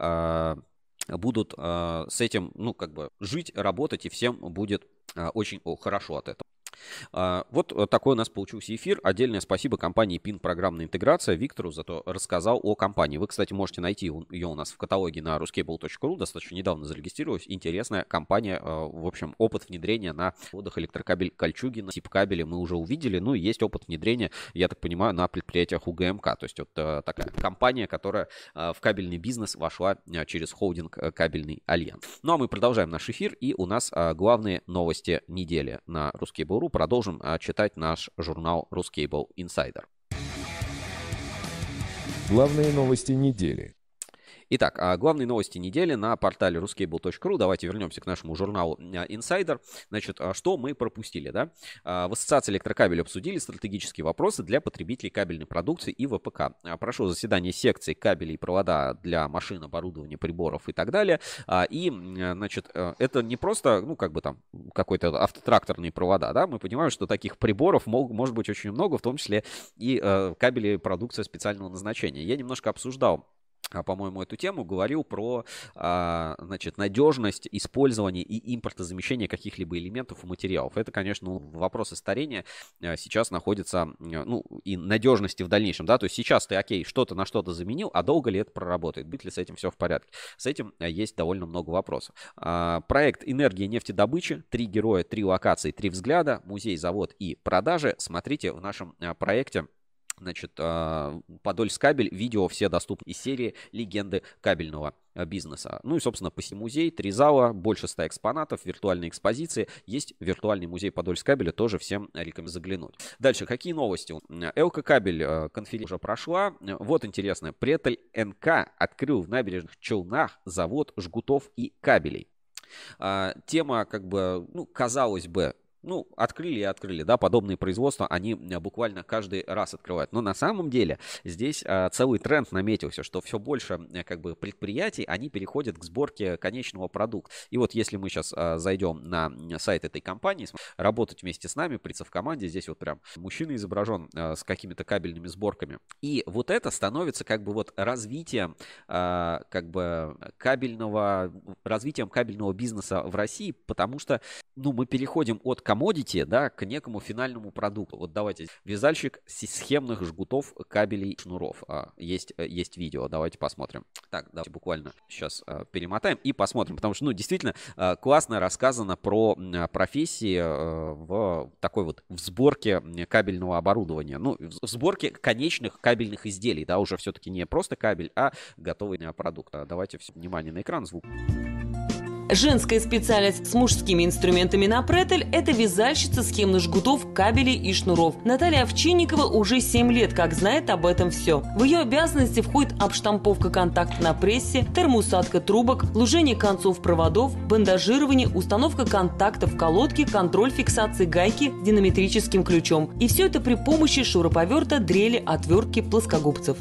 будут с этим, ну, как бы жить, работать, и всем будет очень хорошо от этого. Вот такой у нас получился эфир. Отдельное спасибо компании PIN программная интеграция, Виктору за то, рассказал о компании. Вы, кстати, можете найти ее у нас в каталоге на ruscable.ru. Достаточно недавно зарегистрировалась. Интересная компания. В общем, опыт внедрения на водах электрокабель Кольчуги, на тип кабеля мы уже увидели. Ну и есть опыт внедрения, я так понимаю, на предприятиях УГМК. То есть вот такая компания, которая в кабельный бизнес вошла через холдинг Кабельный Альянс. Ну а мы продолжаем наш эфир. И у нас главные новости недели на Ruscable.ru. Продолжим читать наш журнал Ruscable Insider. Главные новости недели. Итак, главные новости недели на портале ruscable.ru. Давайте вернемся к нашему журналу Insider. Значит, что мы пропустили, да? В Ассоциации электрокабелей обсудили стратегические вопросы для потребителей кабельной продукции и ВПК. Прошло заседание секции кабелей и провода для машин, оборудования, приборов и так далее. И, значит, это не просто, ну, как бы там, какой-то автотракторные провода, да? Мы понимаем, что таких приборов может быть очень много, в том числе и кабели продукции специального назначения. Я немножко обсуждал по-моему, эту тему, говорил про, значит, надежность использования и импортозамещения каких-либо элементов и материалов. Это, конечно, вопросы старения сейчас находятся, ну, и надежности в дальнейшем, да, то есть сейчас ты, окей, что-то на что-то заменил, а долго ли это проработает, будет ли с этим все в порядке? С этим есть довольно много вопросов. Проект «Энергия нефтедобычи», 3 героя, 3 локации, 3 взгляда, музей, завод и продажи. Смотрите в нашем проекте. Значит, Подольскабель, видео все доступны из серии «Легенды кабельного бизнеса». Ну и, собственно, музей, 3 зала, больше 100 экспонатов, виртуальные экспозиции. Есть виртуальный музей Подольскабеля, тоже всем рекомендую заглянуть. Дальше, какие новости? ЛК Кабель, конференция уже прошла. Вот интересно, Претель НК открыл в Набережных Челнах завод жгутов и кабелей. Тема, как бы, ну, казалось бы, ну, открыли и открыли, да, подобные производства, они буквально каждый раз открывают. Но на самом деле здесь целый тренд наметился, что все больше, как бы, предприятий, они переходят к сборке конечного продукта. И вот если мы сейчас зайдем на сайт этой компании, работать вместе с нами, прийти в команде, здесь вот прям мужчина изображен с какими-то кабельными сборками. И вот это становится, как бы, вот развитием, как бы, развитием кабельного бизнеса в России, потому что, ну, мы переходим от commodity, да, к некому финальному продукту. Вот давайте. Вязальщик схемных жгутов, кабелей, шнуров. Есть видео, давайте посмотрим. Так, давайте буквально сейчас перемотаем и посмотрим, потому что, ну, действительно классно рассказано про профессии в такой вот в сборке кабельного оборудования. Ну, в сборке конечных кабельных изделий, да, уже все-таки не просто кабель, а готовый продукт. Давайте внимание на экран, звук. Женская специальность с мужскими инструментами на Претель – это вязальщица схемных жгутов, кабелей и шнуров. Наталья Овчинникова уже 7 лет как знает об этом все. В ее обязанности входит обштамповка контакта на прессе, термоусадка трубок, лужение концов проводов, бандажирование, установка контактов в колодке, контроль фиксации гайки с динамометрическим ключом. И все это при помощи шуруповерта, дрели, отвертки, плоскогубцев.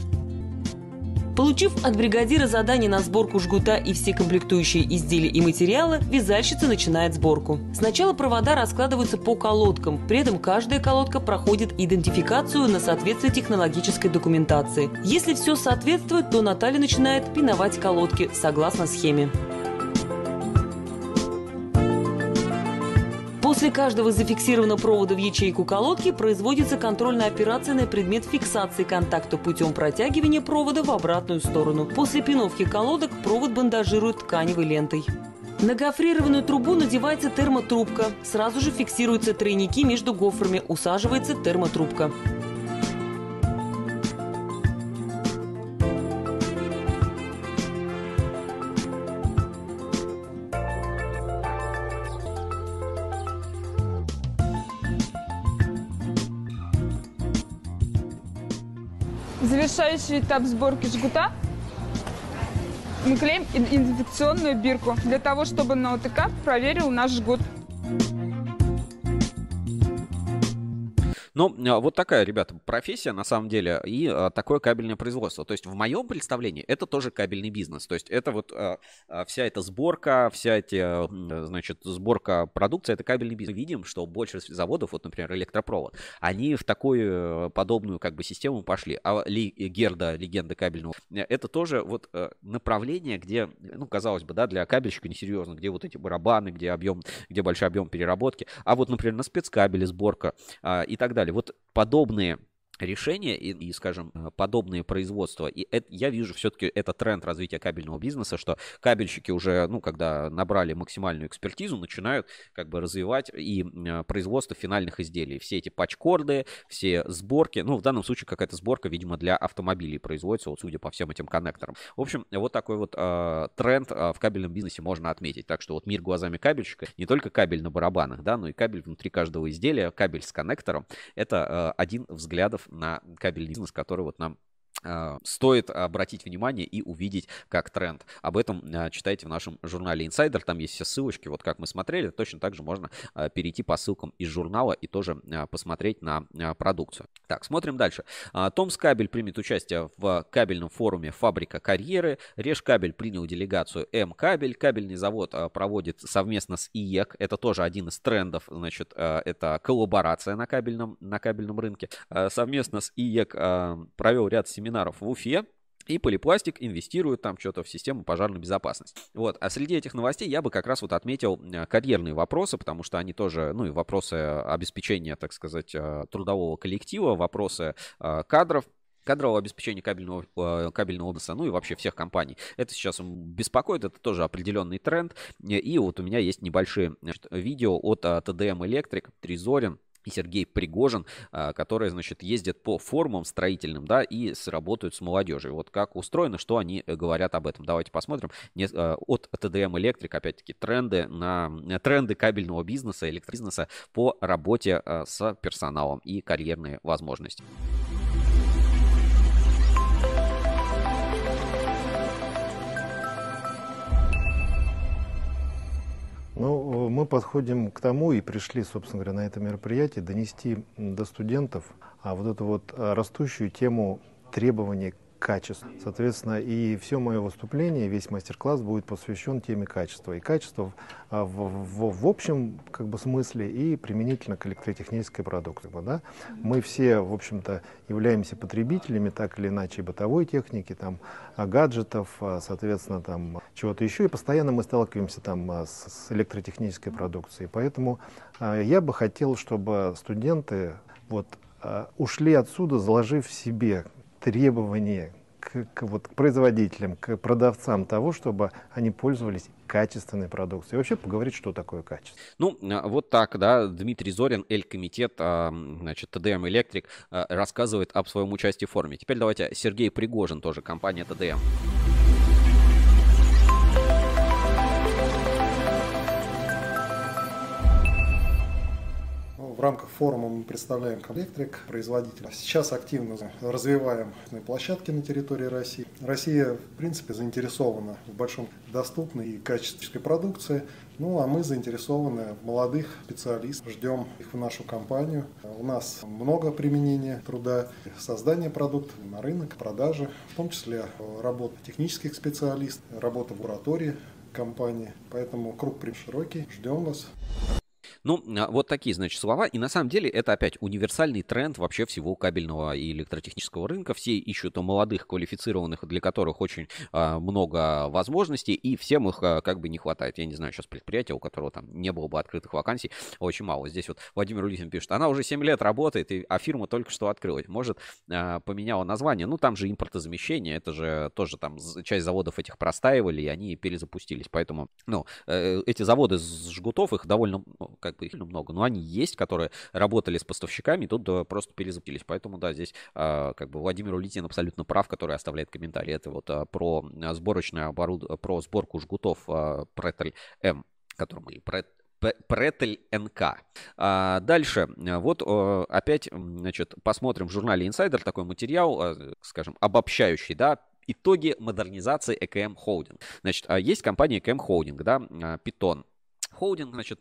Получив от бригадира задание на сборку жгута и все комплектующие изделия и материалы, вязальщица начинает сборку. Сначала провода раскладываются по колодкам, при этом каждая колодка проходит идентификацию на соответствие технологической документации. Если все соответствует, то Наталья начинает пиновать колодки согласно схеме. После каждого зафиксированного провода в ячейку колодки производится контрольная операция на предмет фиксации контакта путем протягивания провода в обратную сторону. После пиновки колодок провод бандажируют тканевой лентой. На гофрированную трубу надевается термотрубка. Сразу же фиксируются тройники между гофрами, усаживается термотрубка. Завершающий этап сборки жгута. Мы клеим идентификационную бирку для того, чтобы на ОТК проверил наш жгут. Ну, вот такая, ребята, профессия на самом деле и такое кабельное производство. То есть в моем представлении это тоже кабельный бизнес. То есть это вот вся эта сборка, значит, сборка продукции, это кабельный бизнес. Мы видим, что больше заводов, вот, например, электропровод, они в такую подобную как бы систему пошли. А Герда, легенда кабельного, это тоже вот направление, где, ну, казалось бы, да, для кабельщика несерьезно, где вот эти барабаны, где большой объем переработки. А вот, например, на спецкабеле сборка и так далее. Вот подобные решения и, скажем, подобные производства. И это, я вижу все-таки это тренд развития кабельного бизнеса, что кабельщики уже, ну, когда набрали максимальную экспертизу, начинают как бы развивать и производство финальных изделий. Все эти патчкорды, все сборки, ну, в данном случае какая-то сборка, видимо, для автомобилей производится, вот судя по всем этим коннекторам. В общем, вот такой вот тренд в кабельном бизнесе можно отметить. Так что вот мир глазами кабельщика, не только кабель на барабанах, да, но и кабель внутри каждого изделия, кабель с коннектором. Это один взглядов на кабельный бизнес, который вот нам стоит обратить внимание и увидеть как тренд. Об этом читайте в нашем журнале Insider. Там есть все ссылочки. Вот как мы смотрели, точно так же можно перейти по ссылкам из журнала и тоже посмотреть на продукцию. Так, смотрим дальше. Томскабель примет участие в кабельном форуме «Фабрика карьеры». Решкабель принял делегацию М-кабель. Кабельный завод проводит совместно с ИЕК. Это тоже один из трендов. Значит, это коллаборация на кабельном рынке. Совместно с ИЕК провел ряд семинаров в Уфе. И Полипластик инвестирует там что-то в систему пожарной безопасности. Вот. А среди этих новостей я бы как раз вот отметил карьерные вопросы, потому что они тоже, ну и вопросы обеспечения, так сказать, трудового коллектива, вопросы кадров, кадрового обеспечения кабельного бизнеса, ну и вообще всех компаний. Это сейчас беспокоит, это тоже определенный тренд. И вот у меня есть небольшие видео от ТДМ Электрик, Тризорин и Сергей Пригожин, которые, значит, ездят по форумам строительным, да, и работают с молодежью. Вот как устроено, что они говорят об этом. Давайте посмотрим. От ТДМ Электрик, опять-таки, тренды кабельного бизнеса, электробизнеса по работе с персоналом и карьерные возможности. Ну, мы подходим к тому и пришли, собственно говоря, на это мероприятие донести до студентов вот эту вот растущую тему требований к качеству. Соответственно, и все мое выступление, весь мастер-класс будет посвящен теме качества. И качество в общем как бы смысле и применительно к электротехнической продукции. Да? Мы все, в общем-то, являемся потребителями, так или иначе, бытовой техники, там, гаджетов, соответственно, там, чего-то еще. И постоянно мы сталкиваемся там с электротехнической продукцией. Поэтому я бы хотел, чтобы студенты вот, ушли отсюда, заложив в себе требования к производителям, к продавцам того, чтобы они пользовались качественной продукцией. И вообще поговорить, что такое качество. Ну, вот так, да, Дмитрий Зорин, Эль-комитет, значит, ТДМ Электрик, рассказывает об своем участии в форуме. Теперь давайте Сергей Пригожин, тоже компания ТДМ. В рамках форума мы представляем Электрик, производителя. Сейчас активно развиваем площадки на территории России. Россия, в принципе, заинтересована в большом доступной и качественной продукции. Ну, а мы заинтересованы в молодых специалистах. Ждем их в нашу компанию. У нас много применения труда, создания продуктов на рынок, продажи, в том числе работа технических специалистов, работа в лаборатории компании. Поэтому круг широкий. Ждем вас. Ну, вот такие, значит, слова. И на самом деле это опять универсальный тренд вообще всего кабельного и электротехнического рынка. Все ищут молодых, квалифицированных, для которых очень много возможностей, и всем их как бы не хватает. Я не знаю, сейчас предприятие, у которого там не было бы открытых вакансий, очень мало. Здесь вот Владимир Улитин пишет, она уже 7 лет работает, а фирма только что открылась. Может, поменяла название. Ну, там же импортозамещение, это же тоже там часть заводов этих простаивали, и они перезапустились. Поэтому, ну, эти заводы с жгутов, их довольно, как бы их много, но они есть, которые работали с поставщиками, и тут просто перезапустились. Поэтому, да, здесь как бы Владимир Улитин абсолютно прав, который оставляет комментарий. Это вот про сборочное оборудование, про сборку жгутов Претель М, который мы Претель НК. Дальше, вот опять, значит, посмотрим в журнале Insider такой материал, скажем, обобщающий, да, итоги модернизации ЭКМ Холдинг. Значит, есть компания ЭКМ Холдинг, да, Питон Холдинг, значит,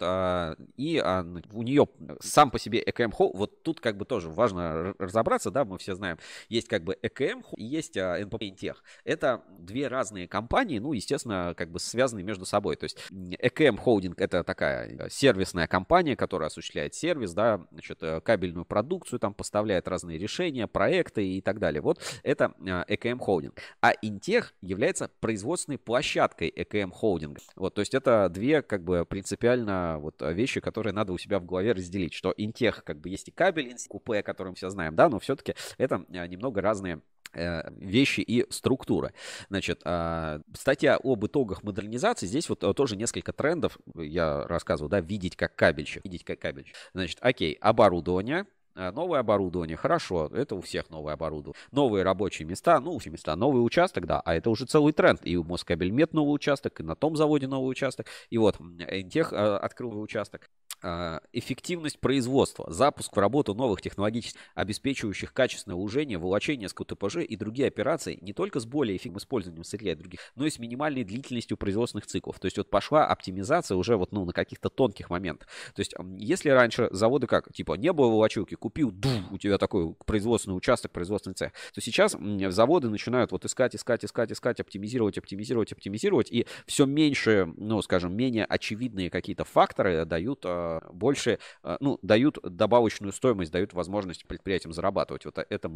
и у нее сам по себе ЭКМ Холдинг, вот тут как бы тоже важно разобраться, да, мы все знаем, есть как бы ЭКМ и есть НПП Интех. Это две разные компании, ну, естественно, как бы связанные между собой. То есть ЭКМ Холдинг — это такая сервисная компания, которая осуществляет сервис, да, значит, кабельную продукцию, там поставляет разные решения, проекты и так далее. Вот это ЭКМ Холдинг. А Интех является производственной площадкой ЭКМ Холдинга. Вот, то есть это две как бы принципиально вот вещи, которые надо у себя в голове разделить, что Интех как бы есть и кабель, купе, который мы все знаем, да, но все-таки это немного разные вещи и структуры. Значит, статья об итогах модернизации. Здесь вот тоже несколько трендов я рассказывал, да, видеть как кабельщик. Значит, окей, оборудование. Новое оборудование, хорошо, это у всех новое оборудование. Новые рабочие места, ну, все места, новый участок, да, а это уже целый тренд. И у Москабельмет новый участок, и на том заводе новый участок, и вот Интех открыл новый участок. Эффективность производства, запуск в работу новых технологически обеспечивающих качественное улучшение, волочение с КТПЖ и другие операции не только с более эффективным использованием сырья и других, но и с минимальной длительностью производственных циклов. То есть вот пошла оптимизация уже вот, ну, на каких-то тонких моментах. То есть если раньше заводы как, типа, не было волочилки, купил, у тебя такой производственный участок, производственный цех, то сейчас заводы начинают вот искать, оптимизировать, и все меньше, ну, скажем, менее очевидные какие-то факторы дают больше, ну, дают добавочную стоимость, дают возможность предприятиям зарабатывать. Вот это мы видим.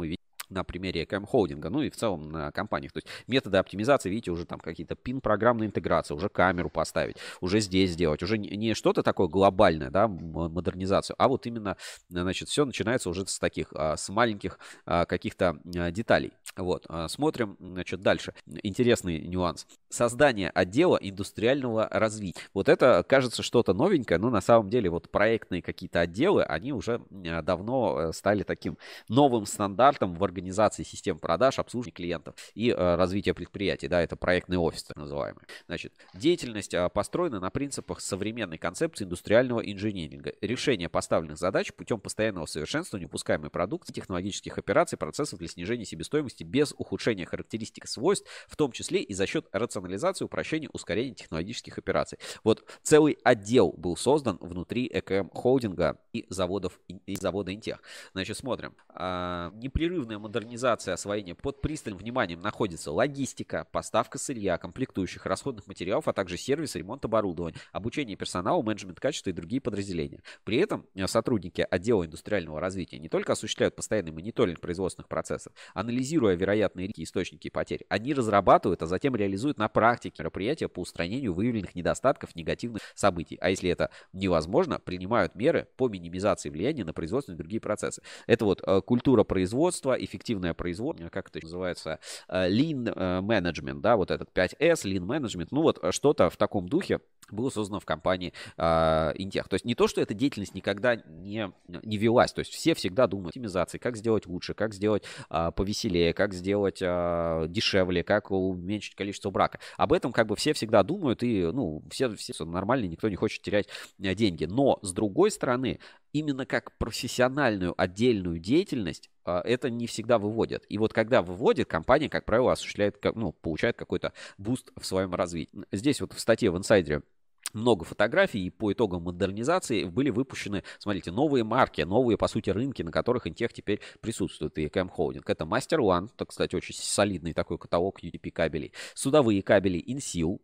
на примере EKM Холдинга, ну и в целом на компаниях. То есть методы оптимизации, видите, уже там какие-то пин-программные интеграции, уже камеру поставить, уже здесь сделать, уже не что-то такое глобальное, да, модернизацию, а вот именно, значит, все начинается уже с таких, с маленьких каких-то деталей. Вот, смотрим, значит, дальше. Интересный нюанс. Создание отдела индустриального развития. Вот это кажется что-то новенькое, но на самом деле вот проектные какие-то отделы, они уже давно стали таким новым стандартом в организации систем продаж, обслуживания клиентов и развития предприятий. Да, это проектные офисы, так называемые. Значит, деятельность построена на принципах современной концепции индустриального инжиниринга. Решение поставленных задач путем постоянного совершенствования выпускаемой продукции, технологических операций, процессов для снижения себестоимости без ухудшения характеристик и свойств, в том числе и за счет рационализации, упрощения, ускорения технологических операций. Вот целый отдел был создан внутри EKM Холдинга и завода Интех. Значит, смотрим. Непрерывная модернизация освоения под пристальным вниманием находится логистика, поставка сырья, комплектующих, расходных материалов, а также сервис, ремонт оборудования, обучение персонала, менеджмент качества и другие подразделения. При этом сотрудники отдела индустриального развития не только осуществляют постоянный мониторинг производственных процессов, анализируя вероятные риски, источники потерь, они разрабатывают, а затем реализуют на практике мероприятия по устранению выявленных недостатков, негативных событий. А если это невозможно, принимают меры по минимизации влияния на производственные и другие процессы. Это вот культура производства, эффективное производство, как это называется, lean management, да, вот этот 5S, lean management, ну вот что-то в таком духе было создано в компании Интех. То есть не то, что эта деятельность никогда не велась, то есть все всегда думают о оптимизации, как сделать лучше, как сделать повеселее, как сделать дешевле, как уменьшить количество брака. Об этом как бы все всегда думают, и ну, все нормально, никто не хочет терять деньги. Но с другой стороны, именно как профессиональную отдельную деятельность это не всегда выводят. И вот когда выводит, компания, как правило, осуществляет, ну, получает какой-то буст в своем развитии. Здесь вот в статье в инсайдере много фотографий, и по итогам модернизации были выпущены, смотрите, новые марки, новые, по сути, рынки, на которых Интех теперь присутствует, и EKM Holding. Это Master One, это, кстати, очень солидный такой каталог UDP кабелей, судовые кабели Inseal,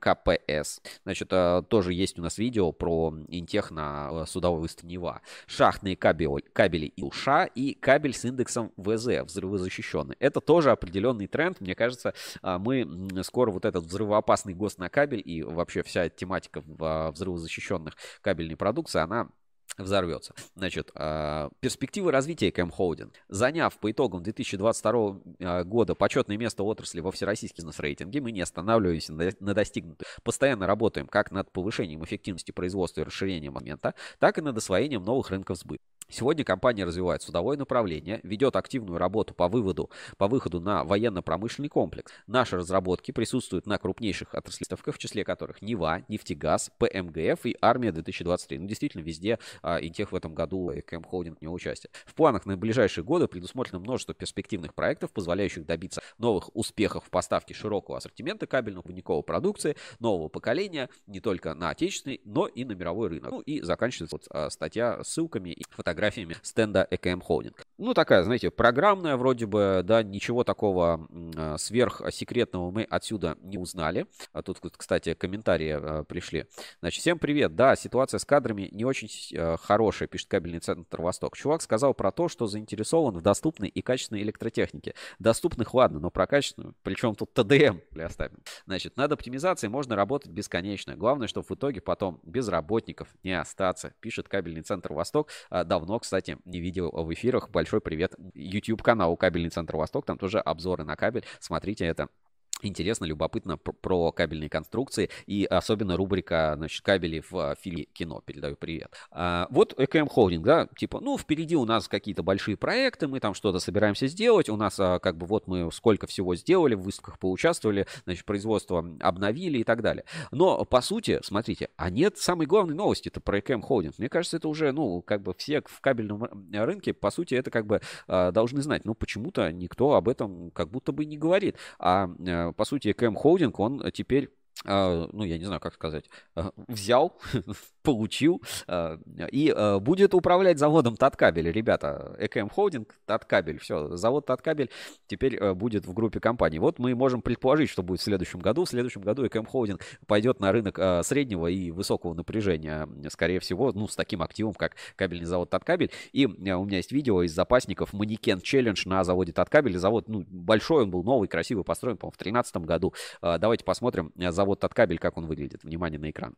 МКПС. Значит, тоже есть у нас видео про Интех на судовой выставке Нева. Шахтные кабели ИЛША и кабель с индексом ВЗ, взрывозащищенный. Это тоже определенный тренд. Мне кажется, мы скоро вот этот взрывоопасный ГОСТ на кабель и вообще вся тематика взрывозащищенных кабельной продукции, она взорвется. Значит, перспективы развития EKM Holding. Заняв по итогам 2022 года почетное место отрасли во всероссийском бизнес-рейтинге, мы не останавливаемся на достигнутом. Постоянно работаем как над повышением эффективности производства и расширением момента, так и над освоением новых рынков сбыта. Сегодня компания развивает судовое направление, ведет активную работу по выходу на военно-промышленный комплекс. Наши разработки присутствуют на крупнейших отраслях, в числе которых Нева, Нефтегаз, ПМГФ и Армия-2023. Ну, действительно, везде Интех в этом году EKM Holding принял участие. В планах на ближайшие годы предусмотрено множество перспективных проектов, позволяющих добиться новых успехов в поставке широкого ассортимента кабельного проводниковой продукции нового поколения не только на отечественный, но и на мировой рынок. Ну и заканчивается вот статья ссылками и фотографиями стенда EKM Holding. Ну, такая, знаете, программная вроде бы, да, ничего такого сверхсекретного мы отсюда не узнали. А тут, кстати, комментарии пришли. Значит, всем привет. Да, ситуация с кадрами не очень хорошая, пишет кабельный центр Восток. Чувак сказал про то, что заинтересован в доступной и качественной электротехнике. Доступных, ладно, но про качественную, причем тут ТДМ, оставим. Значит, над оптимизацией можно работать бесконечно. Главное, чтобы в итоге потом без работников не остаться, пишет кабельный центр Восток. Давно, кстати, не видел в эфирах. Большой привет YouTube-каналу Кабельный центр Восток. Там тоже обзоры на кабель. Смотрите это. Интересно, любопытно про кабельные конструкции и особенно рубрика, значит, кабели в фильме «Кино». Передаю привет. Вот EKM Holding, да, типа, ну, впереди у нас какие-то большие проекты, мы там что-то собираемся сделать, у нас как бы вот мы сколько всего сделали, в выставках поучаствовали, значит, производство обновили и так далее. Но, по сути, смотрите, а нет самой главной новости, это про EKM Holding. Мне кажется, это уже, ну, как бы все в кабельном рынке, по сути, это как бы должны знать, но почему-то никто об этом как будто бы не говорит. По сути, EKM Holding, он теперь ну, я не знаю, как сказать, взял, получил и будет управлять заводом Таткабель. Ребята, ЭКМ Холдинг, Таткабель, все, завод Таткабель теперь будет в группе компаний. Вот мы можем предположить, что будет в следующем году. В следующем году ЭКМ Холдинг пойдет на рынок среднего и высокого напряжения, скорее всего, ну, с таким активом, как кабельный завод Таткабель. И у меня есть видео из запасников манекен челлендж на заводе Таткабель. Завод, ну, большой, он был новый, красивый, построен, по-моему, в 2013 году. Давайте посмотрим завод Таткабель, как он выглядит. Внимание на экран.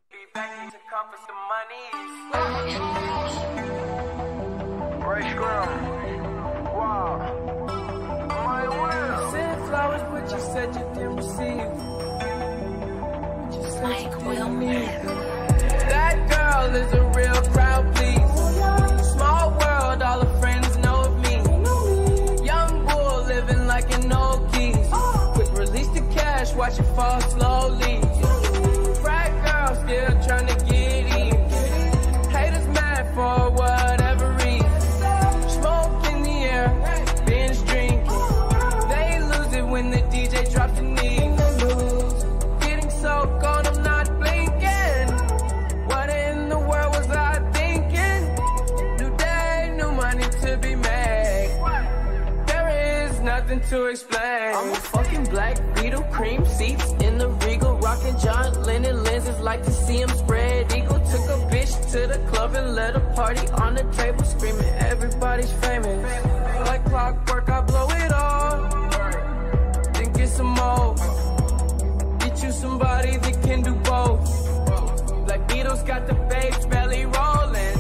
Watch it fall slowly. Frat girl still trying to get in. Haters mad for whatever reason. Smoke in the air, binge drinking. They lose it when the DJ drops the knee. Getting so cold, I'm not blinking. What in the world was I thinking? New day, new money to be made. There is nothing to explain. I'm a fucking black Beetle, cream seats in the Regal, rocking John Lennon lenses, like to see him spread eagle. Took a bitch to the club and let a party on the table, screaming everybody's famous. Like clockwork, I blow it all, then get some more. Get you somebody that can do both. Black Beatles got the babes belly rolling.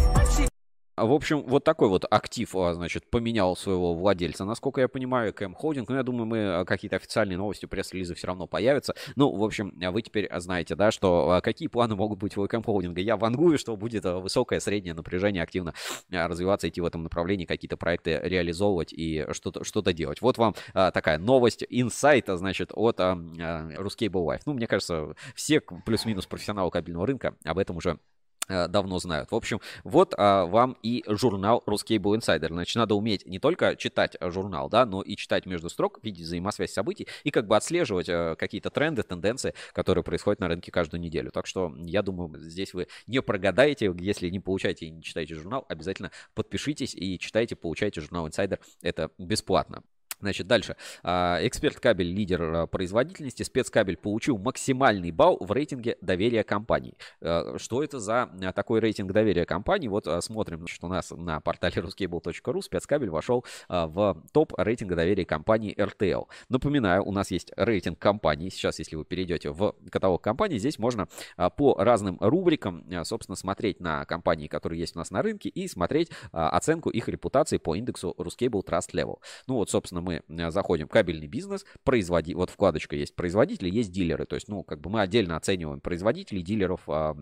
В общем, вот такой вот актив, значит, поменял своего владельца, насколько я понимаю, ЭКМ Холдинг. Ну, я думаю, мы какие-то официальные новости, пресс-релизы все равно появятся. Ну, в общем, вы теперь знаете, да, что какие планы могут быть у ЭКМ Холдинга. Я вангую, что будет высокое среднее напряжение, активно развиваться, идти в этом направлении, какие-то проекты реализовывать и что-то делать. Вот вам такая новость, инсайта, значит, от Ruscable Life. Ну, мне кажется, все плюс-минус профессионалы кабельного рынка об этом уже давно знают. В общем, вот вам и журнал Ruscable Insider. Значит, надо уметь не только читать журнал, да, но и читать между строк, видеть взаимосвязь событий и как бы отслеживать какие-то тренды, тенденции, которые происходят на рынке каждую неделю. Так что, я думаю, здесь вы не прогадаете. Если не получаете и не читаете журнал, обязательно подпишитесь и читайте, получайте журнал Insider. Это бесплатно. Значит, дальше. Эксперт кабель, лидер производительности. Спецкабель получил максимальный балл в рейтинге доверия компаний. Что это за такой рейтинг доверия компаний? Вот смотрим, значит, у нас на портале ruscable.ru спецкабель вошел в топ рейтинга доверия компании RTL. Напоминаю, у нас есть рейтинг компаний. Сейчас, если вы перейдете в каталог компаний, здесь можно по разным рубрикам, собственно, смотреть на компании, которые есть у нас на рынке, и смотреть оценку их репутации по индексу Ruscable Trust Level. Ну вот, собственно, мы заходим в кабельный бизнес, вот вкладочка есть производители, есть дилеры, то есть, ну, как бы мы отдельно оцениваем производителей, дилеров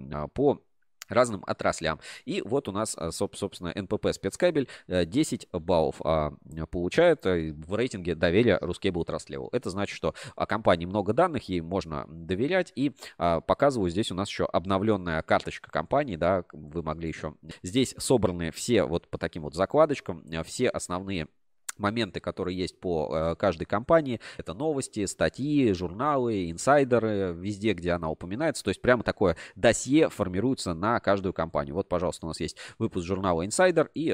по разным отраслям. И вот у нас, собственно, НПП спецкабель 10 баллов получает в рейтинге доверия Ruscable Trust Level. Это значит, что о компании много данных, ей можно доверять. И показываю здесь у нас еще обновленная карточка компании, да, вы могли еще... Здесь собраны все вот по таким вот закладочкам, все основные моменты, которые есть по каждой компании. Это новости, статьи, журналы, инсайдеры, везде, где она упоминается. То есть прямо такое досье формируется на каждую компанию. Вот, пожалуйста, у нас есть выпуск журнала Insider, и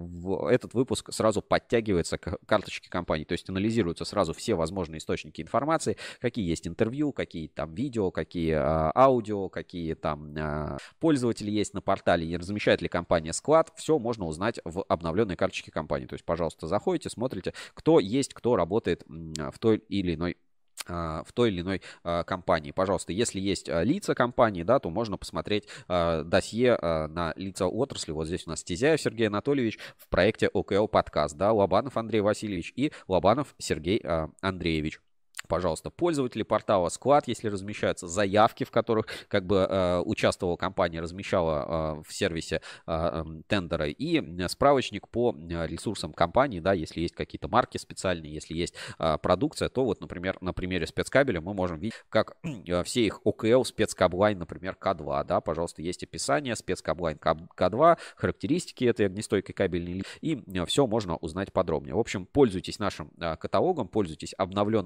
этот выпуск сразу подтягивается к карточке компании. То есть анализируются сразу все возможные источники информации, какие есть интервью, какие там видео, какие аудио, какие там пользователи есть на портале, и размещает ли компания склад. Все можно узнать в обновленной карточке компании. То есть, пожалуйста, заходите, смотрите, кто есть, кто работает в той или иной компании. Пожалуйста, если есть лица компании, да, то можно посмотреть досье на лица отрасли. Вот здесь у нас Тезяев Сергей Анатольевич в проекте ОКЛ подкаст, да, Лобанов Андрей Васильевич и Лобанов Сергей Андреевич. Пожалуйста, пользователи портала склад, если размещаются заявки, в которых как бы участвовала компания, размещала в сервисе тендера, и справочник по ресурсам компании, да, если есть какие-то марки специальные, если есть продукция, то вот, например, на примере спецкабеля мы можем видеть, как все их ОКЛ, спецкаблайн, например, К2, да, пожалуйста, есть описание, спецкаблайн К2, характеристики этой огнестойкой кабельной линии, и все можно узнать подробнее. В общем, пользуйтесь нашим каталогом, пользуйтесь обновленной версией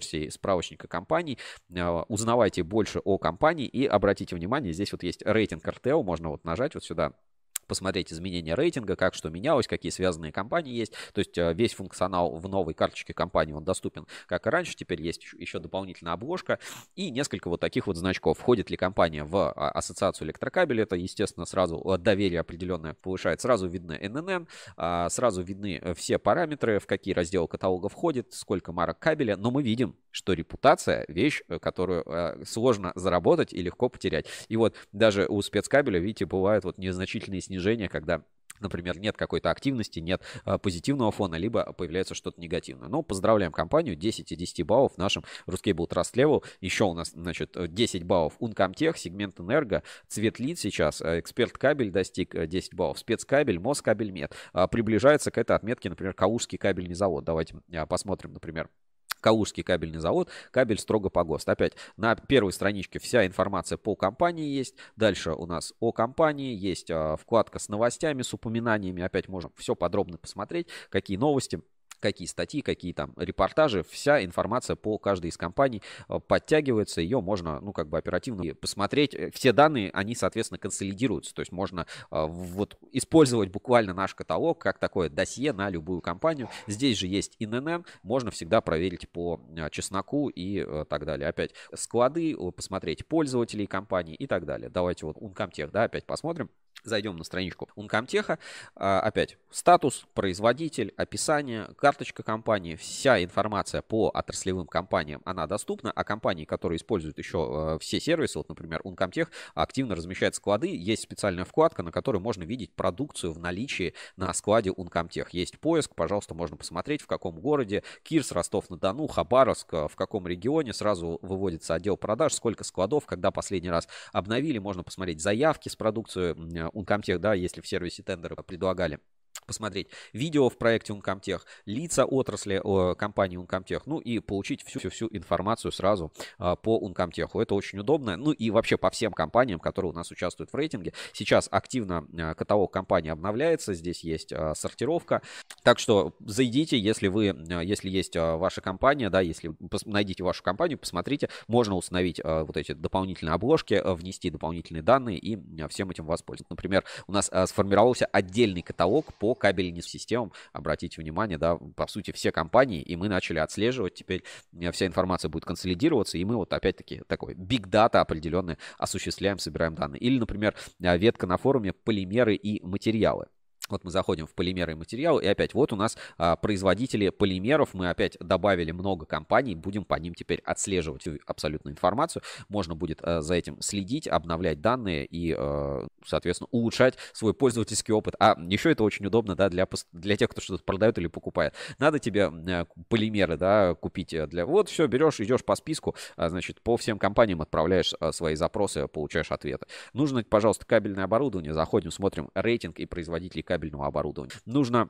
версией справочника компаний. Узнавайте больше о компании и обратите внимание, здесь вот есть рейтинг RTL, можно вот нажать вот сюда, посмотреть изменения рейтинга, как что менялось, какие связанные компании есть. То есть весь функционал в новой карточке компании, он доступен как и раньше. Теперь есть еще дополнительная обложка и несколько вот таких вот значков. Входит ли компания в ассоциацию электрокабель, это, естественно, сразу доверие определенное повышает. Сразу видно ННН, сразу видны все параметры, в какие разделы каталога входит, сколько марок кабеля. Но мы видим, что репутация — вещь, которую сложно заработать и легко потерять. И вот даже у спецкабеля, видите, бывают вот незначительные снижения, когда, например, нет какой-то активности, нет позитивного фона, либо появляется что-то негативное. Но поздравляем компанию, 10 из 10 баллов в нашем Ruscable Trust Level. Еще у нас, значит, 10 баллов Uncomtech, сегмент энерго, цвет лид сейчас, эксперт кабель достиг 10 баллов, спецкабель, Москабельмет. Приближается к этой отметке, например, Калужский кабельный завод. Давайте посмотрим, например. Калужский кабельный завод, кабель строго по ГОСТ. Опять на первой страничке вся информация по компании есть. Дальше у нас о компании есть вкладка с новостями, с упоминаниями. Опять можно все подробно посмотреть, какие новости, какие статьи, какие там репортажи. Вся информация по каждой из компаний подтягивается. Ее можно, ну, как бы оперативно посмотреть. Все данные, они, соответственно, консолидируются. То есть можно вот использовать буквально наш каталог как такое досье на любую компанию. Здесь же есть ИНН. Можно всегда проверить по чесноку и так далее. Опять склады, посмотреть пользователей компании и так далее. Давайте вот Uncomtech, да, опять посмотрим. Зайдем на страничку Uncomtech. Опять статус, производитель, описание, карточка компании. Вся информация по отраслевым компаниям, она доступна. А компании, которые используют еще все сервисы, вот, например, Uncomtech, активно размещает склады. Есть специальная вкладка, на которой можно видеть продукцию в наличии на складе Uncomtech. Есть поиск, пожалуйста, можно посмотреть, в каком городе. Кирс, Ростов-на-Дону, Хабаровск, в каком регионе. Сразу выводится отдел продаж, сколько складов, когда последний раз обновили. Можно посмотреть заявки с продукцией Uncomtech, да, если в сервисе тендеры предлагали. Посмотреть видео в проекте Uncomtech, лица отрасли компании Uncomtech, ну и получить всю информацию сразу по Uncomtech. Это очень удобно. Ну и вообще по всем компаниям, которые у нас участвуют в рейтинге. Сейчас активно каталог компаний обновляется, здесь есть сортировка. Так что зайдите, если есть ваша компания, да, если найдите вашу компанию, посмотрите, можно установить вот эти дополнительные обложки, внести дополнительные данные и всем этим воспользоваться. Например, у нас сформировался отдельный каталог по кабельным системам. Обратите внимание, да, по сути, все компании, и мы начали отслеживать. Теперь вся информация будет консолидироваться, и мы вот опять-таки такой big data определенный осуществляем, собираем данные. Или, например, ветка на форуме полимеры и материалы. Вот мы заходим в полимеры и материалы, и опять вот у нас производители полимеров. Мы опять добавили много компаний, будем по ним теперь отслеживать абсолютную информацию. Можно будет за этим следить, обновлять данные и, соответственно, улучшать свой пользовательский опыт. А еще это очень удобно, да, для тех, кто что-то продает или покупает. Надо тебе полимеры, да, купить для... Вот все, берешь, идешь по списку, значит, по всем компаниям отправляешь свои запросы, получаешь ответы. Нужно, пожалуйста, кабельное оборудование. Заходим, смотрим рейтинг и производителей кабельного оборудования. Нужно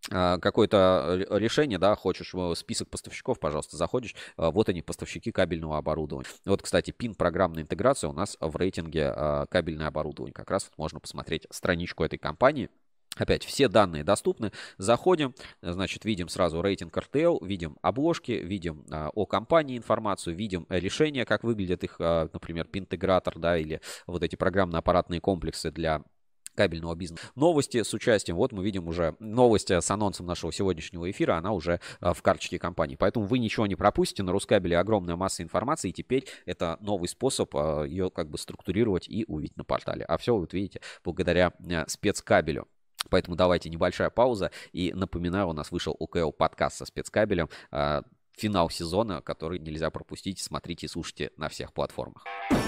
какое-то решение, да, хочешь список поставщиков, пожалуйста, заходишь, вот они, поставщики кабельного оборудования. Вот, кстати, пин программная интеграция у нас в рейтинге кабельное оборудование. Как раз вот можно посмотреть страничку этой компании. Опять все данные доступны. Заходим, значит, видим сразу рейтинг RTL, видим обложки, видим о компании информацию, видим решения, как выглядит их, например, пин-интегратор, да, или вот эти программно-аппаратные комплексы для кабельного бизнеса. Новости с участием. Вот мы видим уже новости с анонсом нашего сегодняшнего эфира. Она уже в карточке компании. Поэтому вы ничего не пропустите. На Рускабеле огромная масса информации. И теперь это новый способ ее как бы структурировать и увидеть на портале. А все, вот видите, благодаря спецкабелю. Поэтому давайте небольшая пауза. И напоминаю, у нас вышел ОКЛ подкаст со спецкабелем. Финал сезона, который нельзя пропустить. Смотрите и слушайте на всех платформах.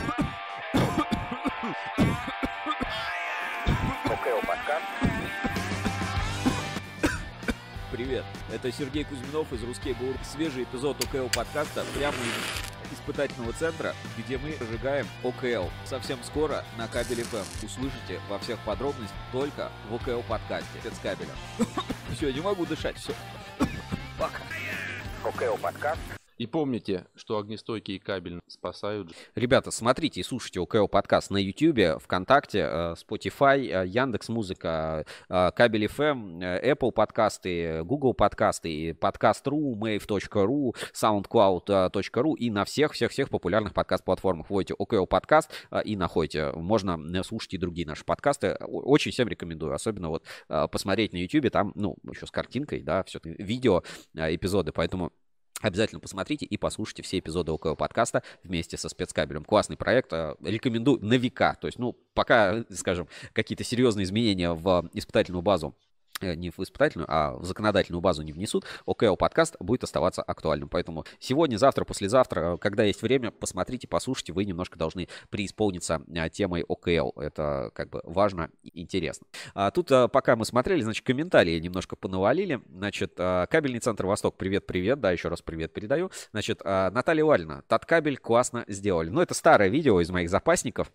Привет, это Сергей Кузьминов из Ruscable. Свежий эпизод ОКЛ подкаста прямо из испытательного центра, где мы зажигаем ОКЛ. Совсем скоро на Кабель FM. Услышите во всех подробностях только в ОКЛ подкасте спецкабеля. Все, не могу дышать, все. Пока. ОКЛ подкаст И помните, что огнестойкие кабели спасают. Ребята, смотрите и слушайте ОКО подкаст на YouTube, ВКонтакте, Spotify, Яндекс.Музыка, Кабель FM, Apple подкасты, Google подкасты, Podcast.ru, Mave.ru, SoundCloud.ru и на всех популярных подкаст-платформах. Вводите ОКО подкаст и находите. Можно слушать и другие наши подкасты. Очень всем рекомендую. Особенно вот посмотреть на YouTube, там, ну, еще с картинкой, да, все-таки видео, эпизоды, поэтому обязательно посмотрите и послушайте все эпизоды ОКО подкаста вместе со спецкабелем. Классный проект, рекомендую на века. То есть, ну, пока, скажем, какие-то серьезные изменения в испытательную базу, не в испытательную, а в законодательную базу не внесут, ОКО подкаст будет оставаться актуальным. Поэтому сегодня, завтра, послезавтра, когда есть время, посмотрите, послушайте, вы немножко должны преисполниться темой ОКО. Это как бы важно и интересно. Тут пока мы смотрели, значит, комментарии немножко понавалили. Значит, кабельный центр Восток, привет, да, еще раз привет передаю. Значит, Наталья Вальна, Таткабель классно сделали. Ну, это старое видео из моих запасников.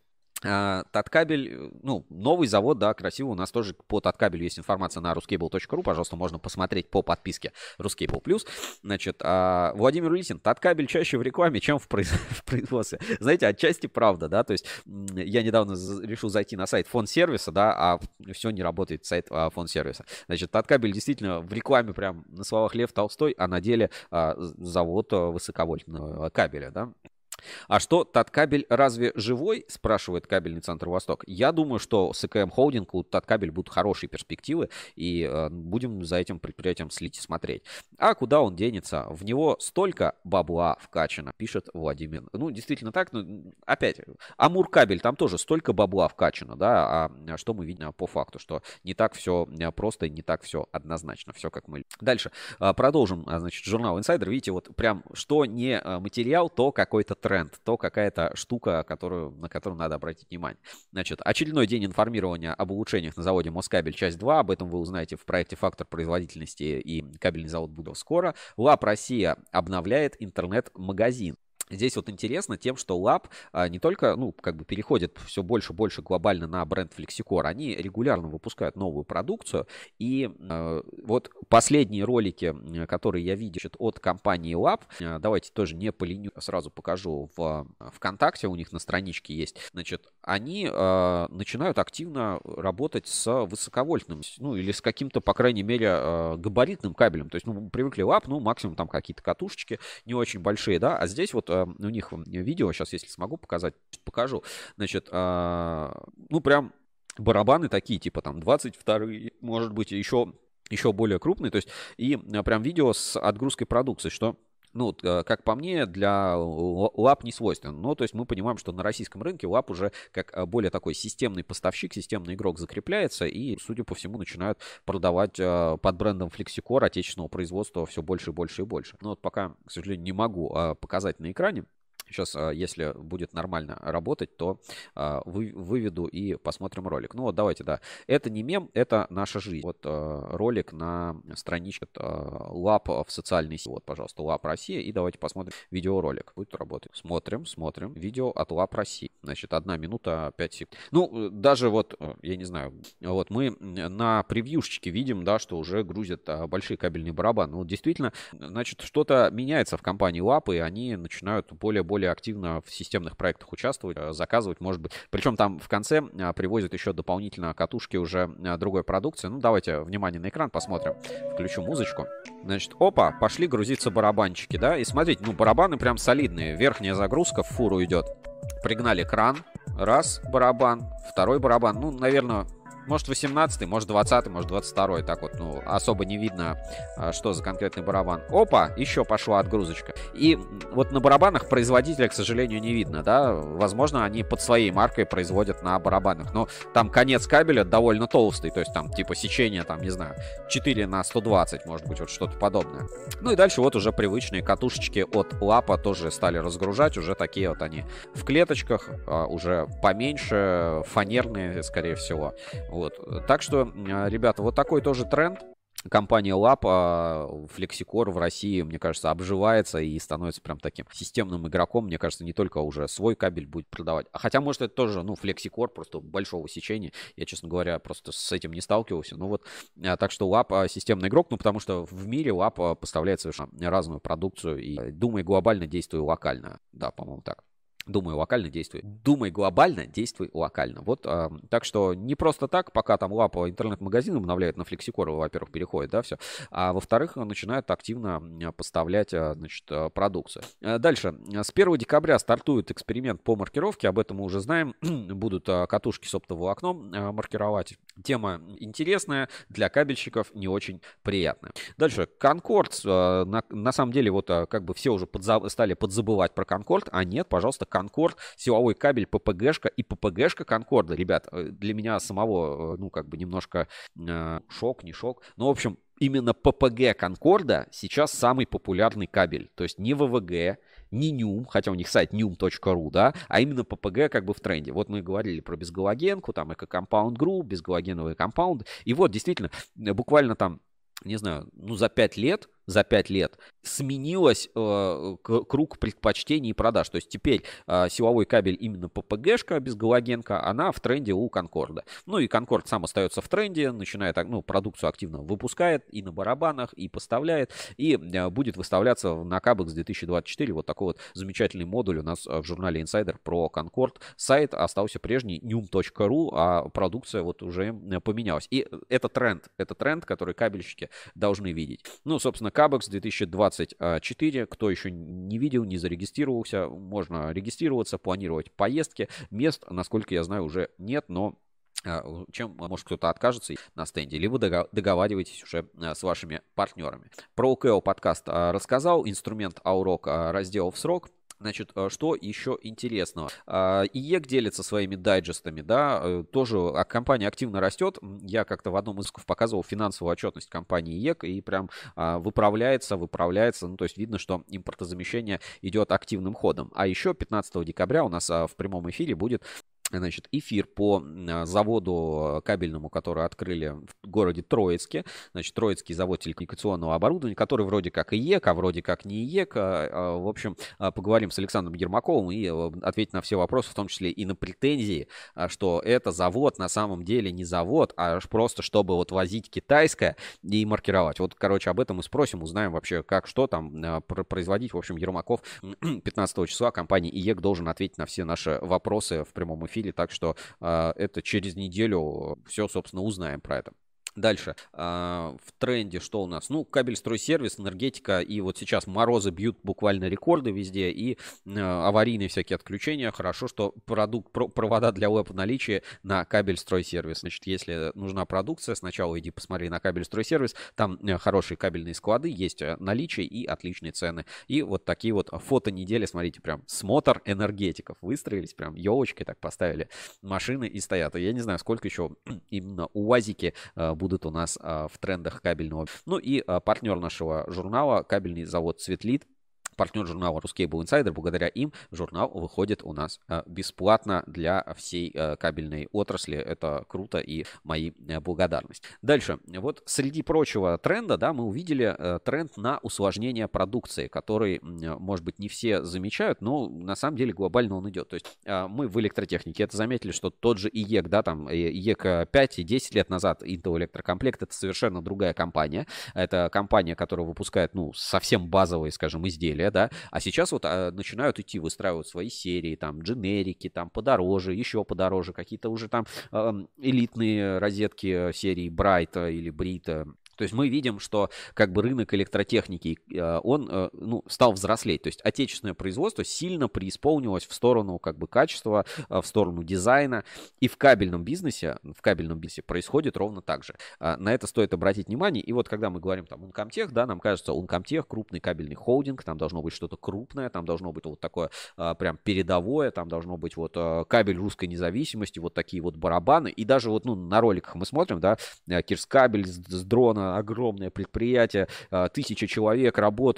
Таткабель, ну, новый завод, да, красиво. У нас тоже по Таткабелю есть информация на ruscable.ru. Пожалуйста, можно посмотреть по подписке Ruscable+. Значит, Владимир Улитин, Таткабель чаще в рекламе, чем в производстве. Знаете, отчасти правда, да, то есть я недавно решил зайти на сайт фонд-сервиса, да, а все не работает сайт фонд-сервиса. Значит, Таткабель действительно в рекламе прям на словах Лев Толстой, а на деле завод высоковольтного кабеля, да. А что, Таткабель разве живой, спрашивает Кабельный центр Восток. Я думаю, что с ЭКМ Холдинг у Таткабель будут хорошие перспективы, и будем за этим предприятием следить и смотреть. А куда он денется? В него столько бабла вкачано, пишет Владимир. Ну, действительно так, но опять, Амуркабель, там тоже столько бабла вкачано, да, а что мы видим по факту, что не так все просто и не так все однозначно, все как мы. Дальше продолжим, значит, журнал Insider. Видите, вот прям что не материал, то какой-то тренд, то какая-то штука, на которую надо обратить внимание. Значит, очередной день информирования об улучшениях на заводе Москабель, часть 2. Об этом вы узнаете в проекте «Фактор производительности» и кабельный завод Будов скоро. ЛАП Россия обновляет интернет-магазин. Здесь вот интересно тем, что ЛАП не только, ну, как бы переходит все больше и больше глобально на бренд Flexicor, они регулярно выпускают новую продукцию, и вот последние ролики, которые я видел от компании ЛАП, давайте тоже не поленю, сразу покажу в ВКонтакте, у них на страничке есть, значит, они начинают активно работать с высоковольтным, ну, или с каким-то, по крайней мере, габаритным кабелем, то есть, ну, мы привыкли ЛАП, ну, максимум там какие-то катушечки не очень большие, да, а здесь вот у них видео, сейчас, если смогу показать, покажу. Значит, ну, прям барабаны такие, типа там 22-й, может быть, еще более крупные. То есть, и прям видео с отгрузкой продукции, что, ну, как по мне, для ЛАП не свойственно. Но, то есть, мы понимаем, что на российском рынке ЛАП уже как более такой системный поставщик, системный игрок закрепляется, и, судя по всему, начинают продавать под брендом Flexicor отечественного производства все больше и больше и больше. Но вот пока, к сожалению, не могу показать на экране. Сейчас, если будет нормально работать, то выведу и посмотрим ролик. Ну вот давайте, да. Это не мем, это наша жизнь. Вот ролик на страничке ЛАП в социальной сети. Вот, пожалуйста, ЛАП Россия. И давайте посмотрим видеоролик. Будет работать. Смотрим. Видео от ЛАП России. Значит, 1 минута 5 секунд. Ну, даже вот, я не знаю, вот мы на превьюшечке видим, да, что уже грузят большие кабельные барабаны. Вот действительно, значит, что-то меняется в компании ЛАП, и они начинают более активно в системных проектах участвовать, заказывать, может быть. Причем там в конце привозят еще дополнительно катушки уже другой продукции. Ну, давайте, внимание на экран, посмотрим. Включу музычку. Значит, опа, пошли грузиться барабанчики, да. И смотрите, ну, барабаны прям солидные. Верхняя загрузка в фуру идет. Пригнали кран. Раз барабан, второй барабан. Ну, наверное, может 18-й, может 20-й, может 22-й. Так вот, ну, особо не видно, что за конкретный барабан. Опа, еще пошла отгрузочка. И вот на барабанах производителя, к сожалению, не видно, да. Возможно, они под своей маркой производят на барабанах. Но там конец кабеля довольно толстый. То есть там типа сечение, там, не знаю, 4/120, может быть, вот что-то подобное. Ну и дальше вот уже привычные катушечки от ЛАПа тоже стали разгружать. Уже такие вот они в клеточках, уже поменьше, фанерные, скорее всего. Вот. Так что, ребята, вот такой тоже тренд. компания Lab, FlexiCore в России, мне кажется, обживается и становится прям таким системным игроком. Мне кажется, не только уже свой кабель будет продавать. Хотя, может, это тоже, FlexiCore просто большого сечения. Я, честно говоря, просто с этим не сталкивался. Так что Lab системный игрок, потому что в мире Lab поставляет совершенно разную продукцию. И думай глобально, действуй локально. Да, по-моему, так. Думай локально, действуй. Думай глобально, действуй локально. Так что не просто так, пока там Лапа интернет-магазин обновляет, на FlexiCore, во-первых, переходит, да, все. А во-вторых, начинают активно поставлять, продукцию. Дальше. С 1 декабря стартует эксперимент по маркировке, об этом мы уже знаем. Будут катушки с оптоволокном маркировать. Тема интересная, для кабельщиков не очень приятная. Дальше. Конкорд. На самом деле, как бы все уже стали подзабывать про Конкорд, а нет, пожалуйста, Конкорд, силовой кабель, ППГшка и ППГшка Конкорда. Ребят, для меня самого, немножко шок, не шок. В общем, именно ППГ Конкорда сейчас самый популярный кабель. То есть не ВВГ, не Нюм, хотя у них сайт num.ru, да, а именно ППГ как бы в тренде. Мы говорили про безгалогенку, там эко-компаунд групп, безгалогеновые компаунды. И действительно, буквально там, не знаю, за 5 лет сменилось круг предпочтений и продаж. То есть теперь силовой кабель именно ППГшка безгалогенка, она в тренде у Конкорда. И Конкорд сам остается в тренде, начинает, продукцию активно выпускает и на барабанах, и поставляет, и будет выставляться на Cabex 2024. Вот такой замечательный модуль у нас в журнале Insider про Конкорд. Сайт остался прежний, num.ru, а продукция уже поменялась. И это тренд, который кабельщики должны видеть. Собственно, Cabex 2024. Кто еще не видел, не зарегистрировался, можно регистрироваться, планировать поездки. Мест, насколько я знаю, уже нет, но чем, может, кто-то откажется на стенде, либо договаривайтесь уже с вашими партнерами. Про ОКО подкаст рассказал, инструмент Aurok разделал в срок. Значит, что еще интересного? ИЕК делится своими дайджестами, да, тоже компания активно растет. Я как-то в одном из выпусков показывал финансовую отчетность компании ИЕК, и прям выправляется. То есть видно, что импортозамещение идет активным ходом. А еще 15 декабря у нас в прямом эфире будет эфир по заводу кабельному, который открыли в городе Троицке. Троицкий завод телекоммуникационного оборудования, который вроде как ИЕК, а вроде как не ИЕК. В общем, поговорим с Александром Ермаковым и ответим на все вопросы, в том числе и на претензии, что это завод на самом деле не завод, а просто чтобы возить китайское и маркировать. Об этом мы спросим, узнаем вообще, как, что там производить. В общем, Ермаков 15 числа компании ИЕК должен ответить на все наши вопросы в прямом эфире. Так что это через неделю все, собственно, узнаем про это. Дальше. В тренде что у нас? Кабель-стройсервис, энергетика. И сейчас морозы бьют буквально рекорды везде. И аварийные всякие отключения. Хорошо, что провода для ЛЭП в наличии на кабель-стройсервис. Если нужна продукция, сначала иди посмотри на кабель-стройсервис. Там хорошие кабельные склады, есть наличие и отличные цены. И такие фото недели. Смотрите, прям смотр энергетиков. Выстроились, прям елочкой так поставили машины и стоят. И я не знаю, сколько еще именно УАЗики будут у нас в трендах кабельного. И партнер нашего журнала, кабельный завод «Светлит». Партнер журнала Ruscable Insider. Благодаря им журнал выходит у нас бесплатно для всей кабельной отрасли. Это круто и мои благодарность. Дальше. Среди прочего тренда, да, мы увидели тренд на усложнение продукции, который, может быть, не все замечают, но на самом деле глобально он идет. То есть мы в электротехнике это заметили, что тот же ИЕК, да, там ИЕК 5 и 10 лет назад Intel Электрокомплект, это совершенно другая компания. Это компания, которая выпускает, совсем базовые, скажем, изделия. Да? А сейчас начинают выстраивать свои серии, там, дженерики, там, подороже, еще подороже, какие-то уже там элитные розетки серии Bright или Brit. То есть мы видим, что как бы рынок электротехники, он стал взрослеть. То есть отечественное производство сильно преисполнилось в сторону как бы качества, в сторону дизайна. И в кабельном бизнесе происходит ровно так же. На это стоит обратить внимание. И когда мы говорим там Uncomtech, да, нам кажется, Uncomtech крупный кабельный холдинг, там должно быть что-то крупное, там должно быть такое прям передовое, там должно быть кабель русской независимости, такие барабаны. И даже на роликах мы смотрим, да, Кирскабель с дрона, огромное предприятие, 1000 человек работает.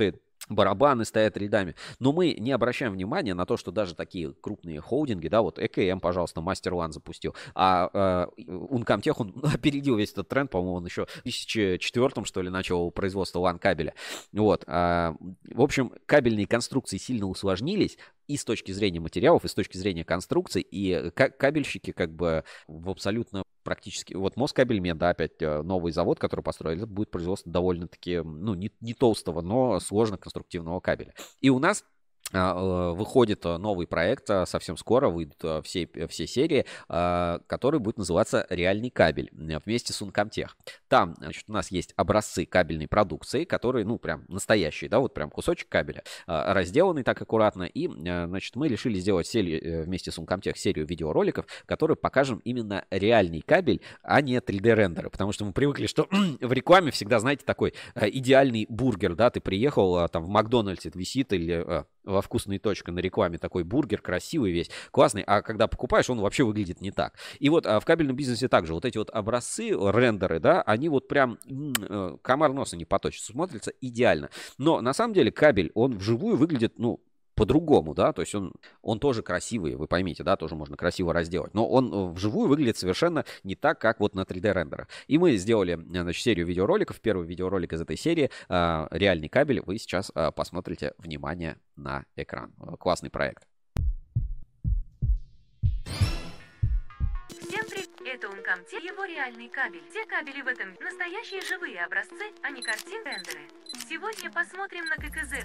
барабаны стоят рядами. Но мы не обращаем внимания на то, что даже такие крупные холдинги, да, вот ЭКМ, пожалуйста, Master One запустил, а Uncomtech, он опередил весь этот тренд, по-моему, он еще в 2004, что ли, начал производство LAN кабеля. Вот. В общем, кабельные конструкции сильно усложнились и с точки зрения материалов, и с точки зрения конструкций, и кабельщики как бы в абсолютно практически... Вот Москабельмет, да, опять новый завод, который построили, это будет производство довольно-таки, ну, не толстого, но сложно конструктивного кабеля. И у нас выходит новый проект, совсем скоро выйдут все серии, который будет называться «Реальный кабель» вместе с Uncomtech. Там, значит, у нас есть образцы кабельной продукции, которые, ну, прям настоящие, да, вот прям кусочек кабеля, разделанный так аккуратно, и, значит, мы решили сделать вместе с Uncomtech серию видеороликов, которые покажем именно реальный кабель, а не 3D-рендеры, потому что мы привыкли, что в рекламе всегда, знаете, такой идеальный бургер, да, ты приехал, там в Макдональдсе висит или... во «Вкусной точке» на рекламе такой бургер, красивый весь, классный, а когда покупаешь, он вообще выглядит не так. И вот в кабельном бизнесе также вот эти вот образцы, рендеры, да, они вот прям комар носа не поточит, смотрятся идеально. Но на самом деле кабель, он вживую выглядит, ну, по-другому, да, то есть он тоже красивый, вы поймите, да, тоже можно красиво разделать, но он вживую выглядит совершенно не так, как вот на 3D-рендерах. И мы сделали, значит, серию видеороликов. Первый видеоролик из этой серии «Реальный кабель». Вы сейчас посмотрите, внимание, на экран. Классный проект. Всем привет! Это Uncomtech, его реальный кабель. Все кабели в этом настоящие живые образцы, а не картин-рендеры. Сегодня посмотрим на ККЗ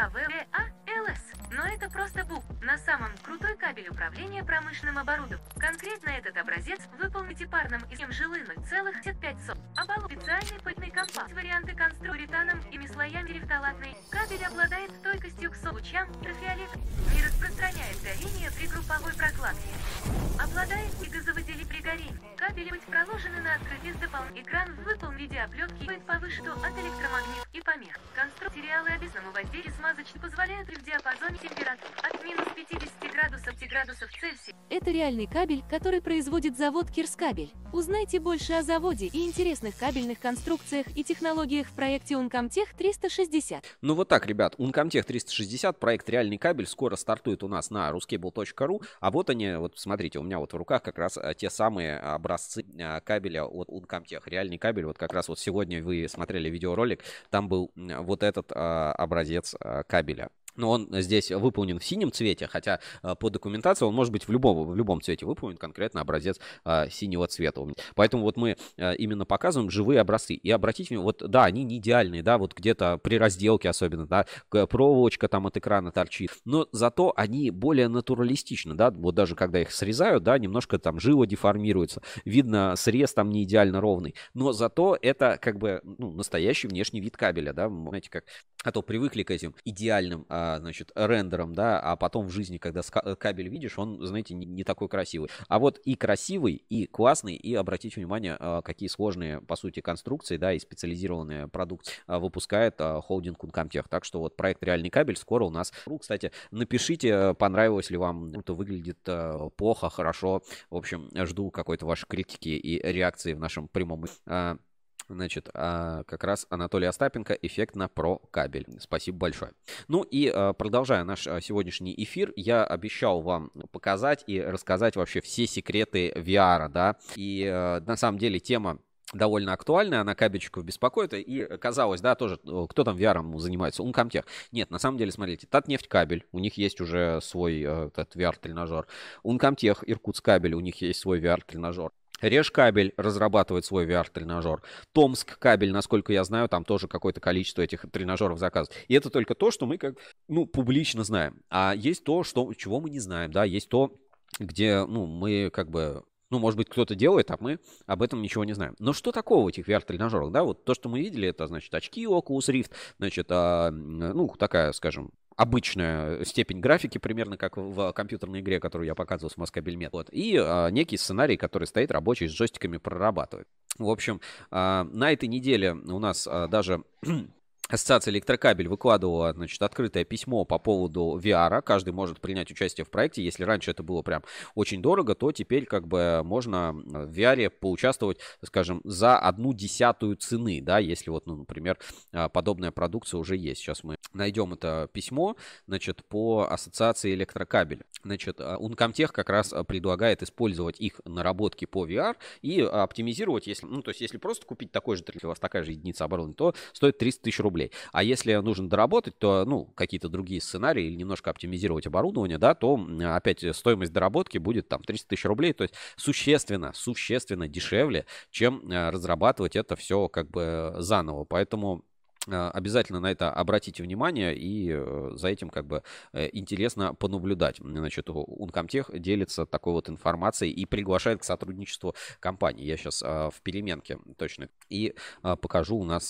МКВЭА-ЛС. Но это просто бук. На самом крутой кабель управления промышленным оборудованием. Конкретно этот образец выполнен типарным из жилы 0,75. Обал специальный пыльный компакт. Варианты конструктивным и слоями рефталатной. Кабель обладает стойкостью к лучам ультрафиолета. Не распространяет горение при групповой прокладке. Обладает и газовыделением при горении. Кабели быть проложены на открытый экран выполнен в виде оплетки будет повыше от электромагнит и помех. Конструкциялы обесному воздействия смазочно позволяют в диапазоне температур от минус 50 градусов Цельсия. Это реальный кабель, который производит завод Кирскабель. Узнайте больше о заводе и интересных кабельных конструкциях и технологиях в проекте Uncomtech 360. Ну вот так, ребят, Uncomtech 360, проект «Реальный кабель» скоро стартует у нас на ruscable.ru. А вот они, вот смотрите, у меня вот в руках как раз те самые образцы кабеля от Uncomtech. Реальный кабель, вот как раз вот сегодня вы смотрели видеоролик, там был вот этот образец кабеля. Но он здесь выполнен в синем цвете, хотя по документации он может быть в любом цвете выполнен, конкретно образец синего цвета. Поэтому вот мы именно показываем живые образцы. И обратите внимание, вот да, они не идеальные, да, вот где-то при разделке особенно, да, проволочка там от экрана торчит, но зато они более натуралистичны, да, вот даже когда их срезают, да, немножко там жила деформируется, видно срез там не идеально ровный, но зато это как бы, ну, настоящий внешний вид кабеля, да, знаете, как, а то привыкли к этим идеальным значит, рендером, да, а потом в жизни, когда кабель видишь, он, знаете, не такой красивый. А вот и красивый, и классный, и обратите внимание, какие сложные, по сути, конструкции, да, и специализированные продукты выпускает холдинг Uncomtech. Так что вот проект «Реальный кабель» скоро у нас. Кстати, напишите, понравилось ли вам, это выглядит плохо, хорошо. В общем, жду какой-то вашей критики и реакции в нашем прямом эфире. Значит, как раз Анатолий Остапенко, «Эффектно про кабель». Спасибо большое. Ну и продолжая наш сегодняшний эфир, я обещал вам показать и рассказать вообще все секреты VR, да. И на самом деле тема довольно актуальная, она кабельщиков беспокоит, и казалось, да, тоже, кто там VR занимается? Uncomtech. Нет, на самом деле, смотрите, Татнефтькабель, у них есть уже свой этот VR-тренажер. Uncomtech, Иркутскабель, у них есть свой VR-тренажер. Решкабель разрабатывает свой VR-тренажер. Томсккабель, насколько я знаю, там тоже какое-то количество этих тренажеров заказывают. И это только то, что мы как, ну, публично знаем. А есть то, чего мы не знаем, да, есть то, где, ну, мы как бы... Ну, может быть, кто-то делает, а мы об этом ничего не знаем. Но что такого в этих VR-тренажерах, да? Вот то, что мы видели, это, значит, очки Oculus Rift, значит, ну, такая, скажем, обычная степень графики, примерно как в компьютерной игре, которую я показывал с Москабельмет. Вот. И некий сценарий, который стоит рабочий, с джойстиками прорабатывает. В общем, на этой неделе у нас даже... Ассоциация Электрокабель выкладывала, значит, открытое письмо по поводу VR. Каждый может принять участие в проекте. Если раньше это было прям очень дорого, то теперь как бы можно в VR поучаствовать, скажем, за 1/10 цены, да, если вот, ну, например, подобная продукция уже есть. Сейчас мы найдем это письмо, значит, по Ассоциации Электрокабель. Значит, Uncomtech как раз предлагает использовать их наработки по VR и оптимизировать, если, ну, то есть если просто купить такой же, если у вас такая же единица оборудования, то стоит 300 тысяч рублей. А если нужно доработать, то, ну, какие-то другие сценарии или немножко оптимизировать оборудование, да, то опять стоимость доработки будет там 300 тысяч рублей, то есть существенно дешевле, чем разрабатывать это все как бы заново. Поэтому обязательно на это обратите внимание, и за этим как бы интересно понаблюдать. Значит, Uncomtech делится такой вот информацией и приглашает к сотрудничеству компании. Я сейчас в переменке точно и покажу у нас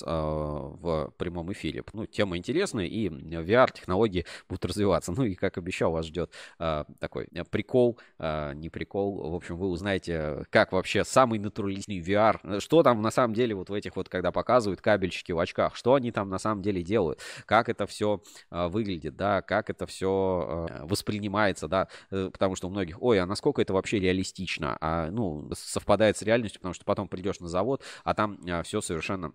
в прямом эфире. Ну, тема интересная, и VR-технологии будут развиваться. Ну и, как обещал, вас ждет такой прикол, не прикол. В общем, вы узнаете, как вообще самый натуралистичный VR, что там на самом деле вот в этих вот, когда показывают кабельщики в очках, что они там на самом деле делают, как это все выглядит, да, как это все воспринимается, да, потому что у многих, ой, а насколько это вообще реалистично, ну, совпадает с реальностью, потому что потом придешь на завод, а там все совершенно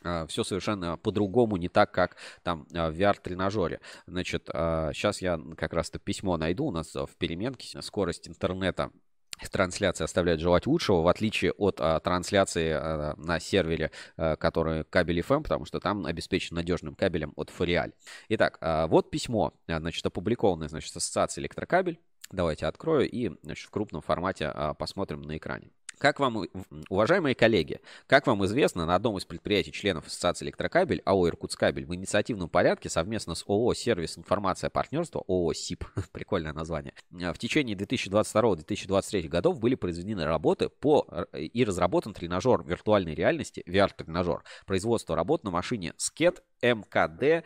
по-другому, не так, как там в VR-тренажере. Значит, сейчас я как раз-то письмо найду у нас в переменке. Скорость интернета трансляция оставляет желать лучшего, в отличие от трансляции на сервере, который кабель FM, потому что там обеспечен надежным кабелем от Фориаль. Итак, вот письмо, значит, опубликованное, значит, с Ассоциацией Электрокабель. Давайте открою и, значит, в крупном формате посмотрим на экране. Как вам, уважаемые коллеги, как вам известно, на одном из предприятий членов Ассоциации Электрокабель, АО «Иркутскабель», в инициативном порядке совместно с ООО «Сервис Информация Партнерство», ООО СИП, прикольное название, в течение 2022-2023 годов были произведены работы и разработан тренажер виртуальной реальности, VR-тренажер, производство работ на машине SCED МКД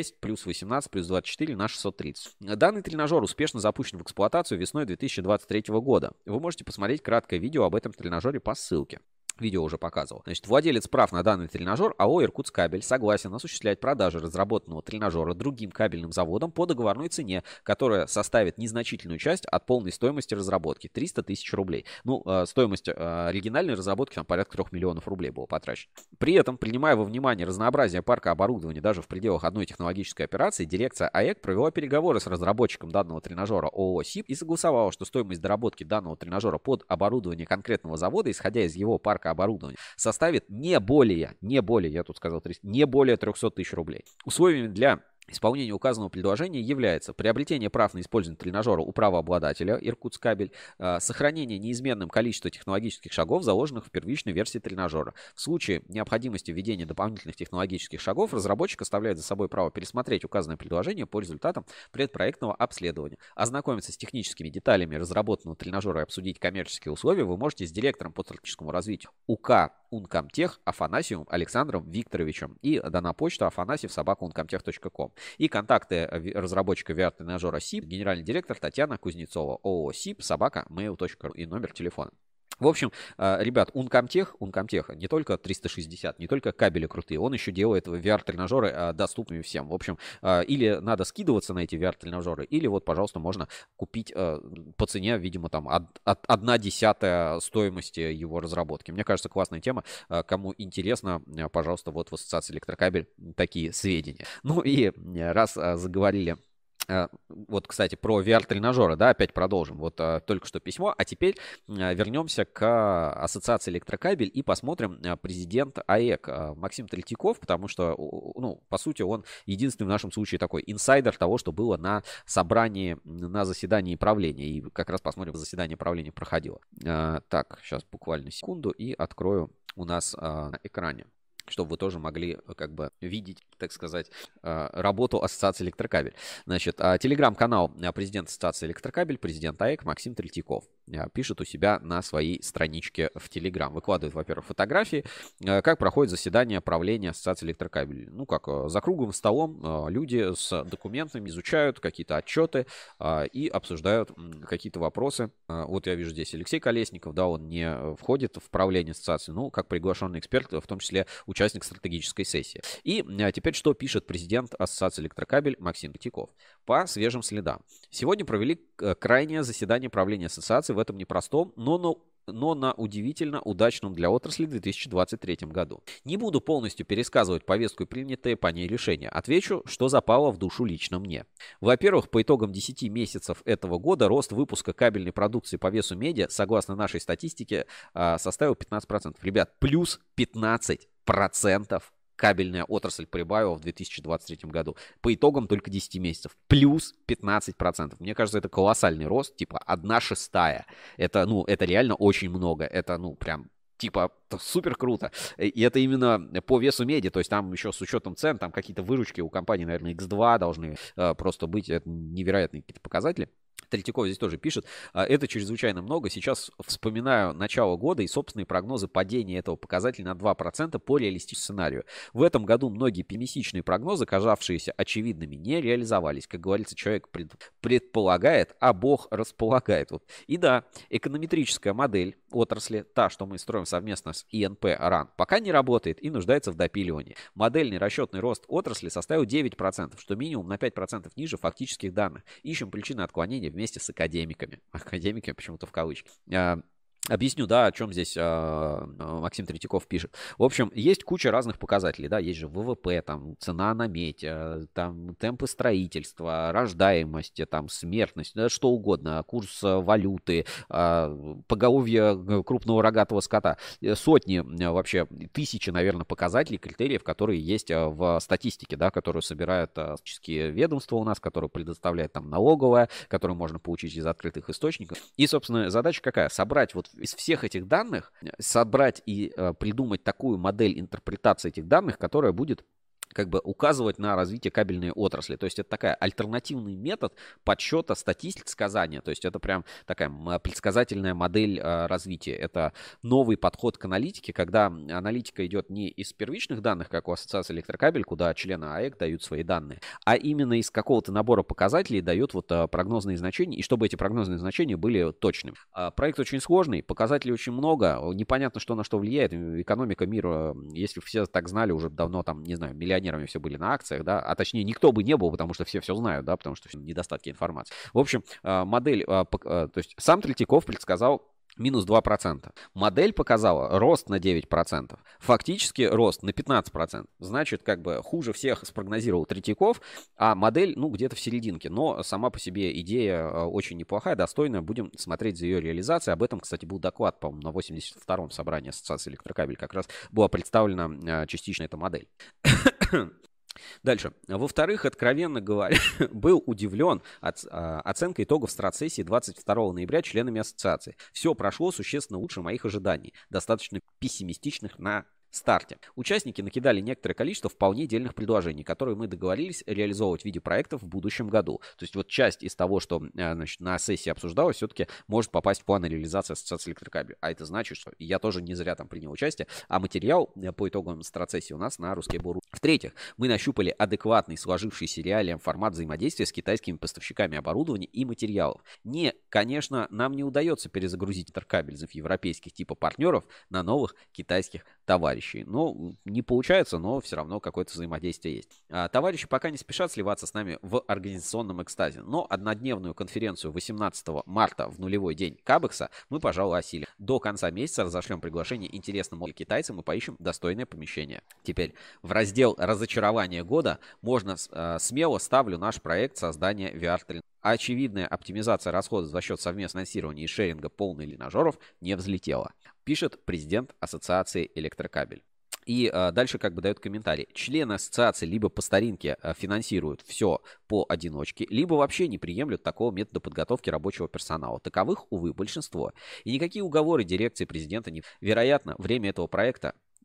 6+18+24 на 630. Данный тренажер успешно запущен в эксплуатацию весной 2023 года. Вы можете посмотреть краткое видео об этом тренажере по ссылке. Видео уже показывал. Значит, владелец прав на данный тренажер АО «Иркутскабель» согласен осуществлять продажи разработанного тренажера другим кабельным заводам по договорной цене, которая составит незначительную часть от полной стоимости разработки – 300 тысяч рублей. Ну, стоимость оригинальной разработки там порядка 3 миллионов рублей было потрачено. При этом, принимая во внимание разнообразие парка оборудования даже в пределах одной технологической операции, дирекция АЭК провела переговоры с разработчиком данного тренажера ООО СИП и согласовала, что стоимость доработки данного тренажера под оборудование конкретного завода, исходя из его парка оборудования, составит не более 300 тысяч рублей. Условиями для исполнение указанного предложения является приобретение прав на использование тренажера у правообладателя Иркутскабель, сохранение неизменным количества технологических шагов, заложенных в первичной версии тренажера. В случае необходимости введения дополнительных технологических шагов, разработчик оставляет за собой право пересмотреть указанное предложение по результатам предпроектного обследования. Ознакомиться с техническими деталями разработанного тренажера и обсудить коммерческие условия вы можете с директором по стратегическому развитию УК Uncomtech Афанасьевым Александром Викторовичем, и дана почта afanasyev@uncomtech.com. И контакты разработчика VR-тренажера СИП, генеральный директор Татьяна Кузнецова, ООО СИП, @mail.ru, и номер телефона. В общем, ребят, Uncomtech не только 360, не только кабели крутые, он еще делает VR-тренажеры доступными всем. В общем, или надо скидываться на эти VR-тренажеры, или вот, пожалуйста, можно купить по цене, видимо, там 1/10 стоимости его разработки. Мне кажется, классная тема. Кому интересно, пожалуйста, вот в Ассоциации Электрокабель такие сведения. Ну и раз заговорили... Вот, кстати, про VR-тренажеры, да, опять продолжим. Вот только что письмо, а теперь вернемся к Ассоциации Электрокабель и посмотрим президент АЭК Максим Третьяков, потому что, ну, по сути, он единственный в нашем случае такой инсайдер того, что было на собрании, на заседании правления. И как раз посмотрим, заседание правления проходило. Так, сейчас буквально секунду и открою у нас на экране, чтобы вы тоже могли как бы видеть, так сказать, работу Ассоциации Электрокабель. Значит, телеграм-канал президента Ассоциации Электрокабель, президент АЭК Максим Третьяков. пишет у себя на своей страничке в Telegram. Выкладывает, во-первых, фотографии, как проходит заседание правления Ассоциации электрокабелей. Ну, как за круглым столом люди с документами изучают какие-то отчеты и обсуждают какие-то вопросы. Вот я вижу здесь Алексей Колесников, да, он не входит в правление ассоциации, ну, как приглашенный эксперт, в том числе участник стратегической сессии. И теперь что пишет президент Ассоциации электрокабель Максим Третьяков? По свежим следам. Сегодня провели крайнее заседание правления ассоциации в этом непростом, но на удивительно удачном для отрасли 2023 году. Не буду полностью пересказывать повестку и принятые по ней решения. Отвечу, что запало в душу лично мне. Во-первых, по итогам 10 месяцев этого года рост выпуска кабельной продукции по весу меди, согласно нашей статистике, составил 15%. Ребят, плюс 15% кабельная отрасль прибавила в 2023 году. По итогам только 10 месяцев. Плюс 15%. Мне кажется, это колоссальный рост. Типа 1/6. Это, это реально очень много. Это, прям типа супер круто. И это именно по весу меди. То есть там еще с учетом цен, там какие-то выручки у компании, наверное, X2 должны просто быть. Это невероятные какие-то показатели. Третьяков здесь тоже пишет, это чрезвычайно много. Сейчас вспоминаю начало года и собственные прогнозы падения этого показателя на 2% по реалистичному сценарию. В этом году многие пессимистичные прогнозы, казавшиеся очевидными, не реализовались. Как говорится, человек предполагает, а Бог располагает. Вот. И да, эконометрическая модель отрасли, та, что мы строим совместно с ИНП РАН, пока не работает и нуждается в допиливании. Модельный расчетный рост отрасли составил 9%, что минимум на 5% ниже фактических данных. Ищем причины отклонения вместе с академиками. Академиками почему-то в кавычках. Объясню, да, о чем здесь Максим Третьяков пишет. В общем, есть куча разных показателей, да, есть же ВВП, там, цена на медь, там, темпы строительства, рождаемость, там, смертность, да, что угодно, курс валюты, поголовье крупного рогатого скота. Сотни, вообще, тысячи, наверное, показателей, критериев, которые есть в статистике, да, которую собирают статистические ведомства у нас, которые предоставляет там налоговая, которую можно получить из открытых источников. И, собственно, задача какая? Собрать вот из всех этих данных, собрать и придумать такую модель интерпретации этих данных, которая будет как бы указывать на развитие кабельной отрасли. То есть это такая альтернативный метод подсчета статистик сказания. То есть это прям такая предсказательная модель развития. Это новый подход к аналитике, когда аналитика идет не из первичных данных, как у Ассоциации электрокабель, куда члены АЭК дают свои данные, а именно из какого-то набора показателей дают вот прогнозные значения, и чтобы эти прогнозные значения были точными. Проект очень сложный, показателей очень много, непонятно, что на что влияет. Экономика мира, если все так знали, уже давно там, не знаю, миллионерами все были на акциях, да, а точнее никто бы не был, потому что все знают, да, потому что недостатки информации. В общем, модель, то есть сам Третьяков предсказал минус 2%. Модель показала рост на 9%. Фактически рост на 15%. Значит, как бы хуже всех спрогнозировал Третьяков, а модель, где-то в серединке. Но сама по себе идея очень неплохая, достойная. Будем смотреть за ее реализацией. Об этом, кстати, был доклад, по-моему, на 82-м собрании Ассоциации электрокабель. Как раз была представлена частично эта модель. Дальше. Во-вторых, откровенно говоря, был удивлен оценкой итогов стратсессии 22 ноября членами ассоциации. Все прошло существенно лучше моих ожиданий, достаточно пессимистичных на старте. Участники накидали некоторое количество вполне дельных предложений, которые мы договорились реализовывать в виде проектов в будущем году. То есть вот часть из того, что на сессии обсуждалось, все-таки может попасть в план реализации Ассоциации электрокабель. А это значит, что я тоже не зря там принял участие, а материал по итогам стратсессии у нас на Ruskable.ru. В-третьих, мы нащупали адекватный сложившийся реалиям формат взаимодействия с китайскими поставщиками оборудования и материалов. Конечно, нам не удается перезагрузить интеркабель европейских типа партнеров на новых китайских товарищей. Ну, не получается, но все равно какое-то взаимодействие есть. Товарищи пока не спешат сливаться с нами в организационном экстазе, но однодневную конференцию 18 марта в нулевой день Кабекса мы, пожалуй, осилим. До конца месяца разошлем приглашение интересным китайцам и поищем достойное помещение. Теперь в раздел «Разочарование года» можно смело ставлю наш проект создания VR-тренажеров. Очевидная оптимизация расходов за счет совместного финансирования и шеринга полных тренажеров не взлетела, пишет президент Ассоциации электрокабель. И дальше как бы дает комментарий. Члены ассоциации либо по старинке финансируют все поодиночке, либо вообще не приемлют такого метода подготовки рабочего персонала. Таковых, увы, большинство. И никакие уговоры дирекции президента не... Вероятно, время этого проекта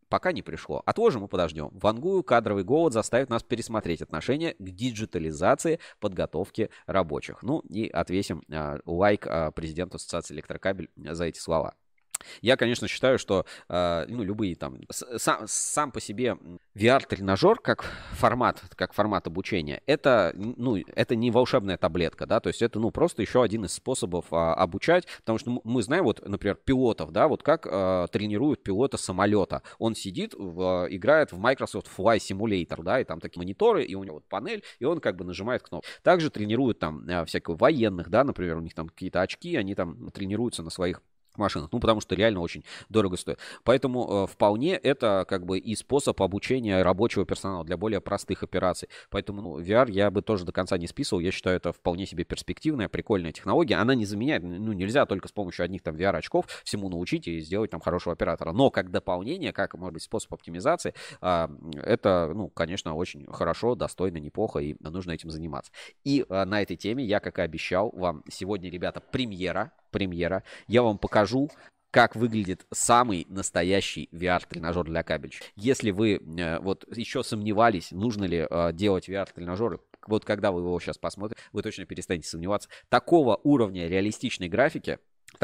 пока не пришло. Отложим и подождем. Вангую, кадровый голод заставит нас пересмотреть отношение к диджитализации подготовки рабочих. Ну и отвесим лайк президенту Ассоциации Электрокабель за эти слова. Я, конечно, считаю, что любые там сам по себе VR-тренажер как формат обучения, это не волшебная таблетка, да, то есть это просто еще один из способов обучать, потому что мы знаем, вот, например, пилотов, да, вот как тренируют пилота самолета. Он сидит, играет в Microsoft Flight Simulator, да, и там такие мониторы, и у него вот панель, и он как бы нажимает кнопку. Также тренируют там всяких военных, да, например, у них там какие-то очки, они там тренируются на своих машинах, потому что реально очень дорого стоит. Поэтому вполне это как бы и способ обучения рабочего персонала для более простых операций. Поэтому VR я бы тоже до конца не списывал. Я считаю, это вполне себе перспективная, прикольная технология. Она не заменяет, нельзя только с помощью одних там VR-очков всему научить и сделать там хорошего оператора. Но как дополнение, как, может быть, способ оптимизации, это, конечно, очень хорошо, достойно, неплохо, и нужно этим заниматься. И на этой теме я, как и обещал, вам сегодня, ребята, премьера. Я вам покажу, как выглядит самый настоящий VR-тренажер для кабельщиков. Если вы вот еще сомневались, нужно ли делать VR-тренажеры, вот когда вы его сейчас посмотрите, вы точно перестанете сомневаться. Такого уровня реалистичной графики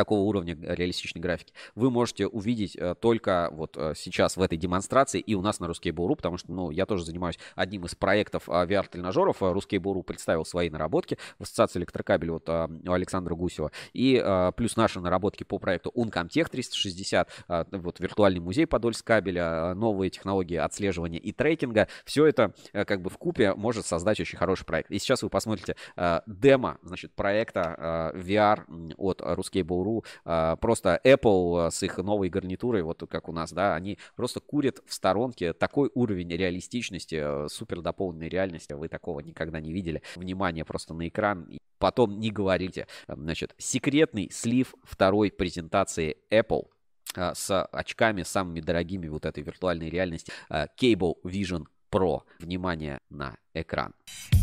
вы можете увидеть только вот сейчас в этой демонстрации и у нас на Ruskable.ru, потому что, я тоже занимаюсь одним из проектов VR-тренажеров. Ruskable.ru представил свои наработки в Ассоциации Электрокабель у Александра Гусева. И плюс наши наработки по проекту Uncomtech 360, вот виртуальный музей Подольскабеля, новые технологии отслеживания и трекинга. Все это как бы вкупе может создать очень хороший проект. И сейчас вы посмотрите демо, проекта VR от Ruskable.ru. Просто Apple с их новой гарнитурой, вот как у нас, да, они просто курят в сторонке. Такой уровень реалистичности, супер дополненной реальности вы такого никогда не видели. Внимание просто на экран. И потом не говорите. Секретный слив второй презентации Apple с очками самыми дорогими вот этой виртуальной реальности Cable Vision Pro. Внимание на экран.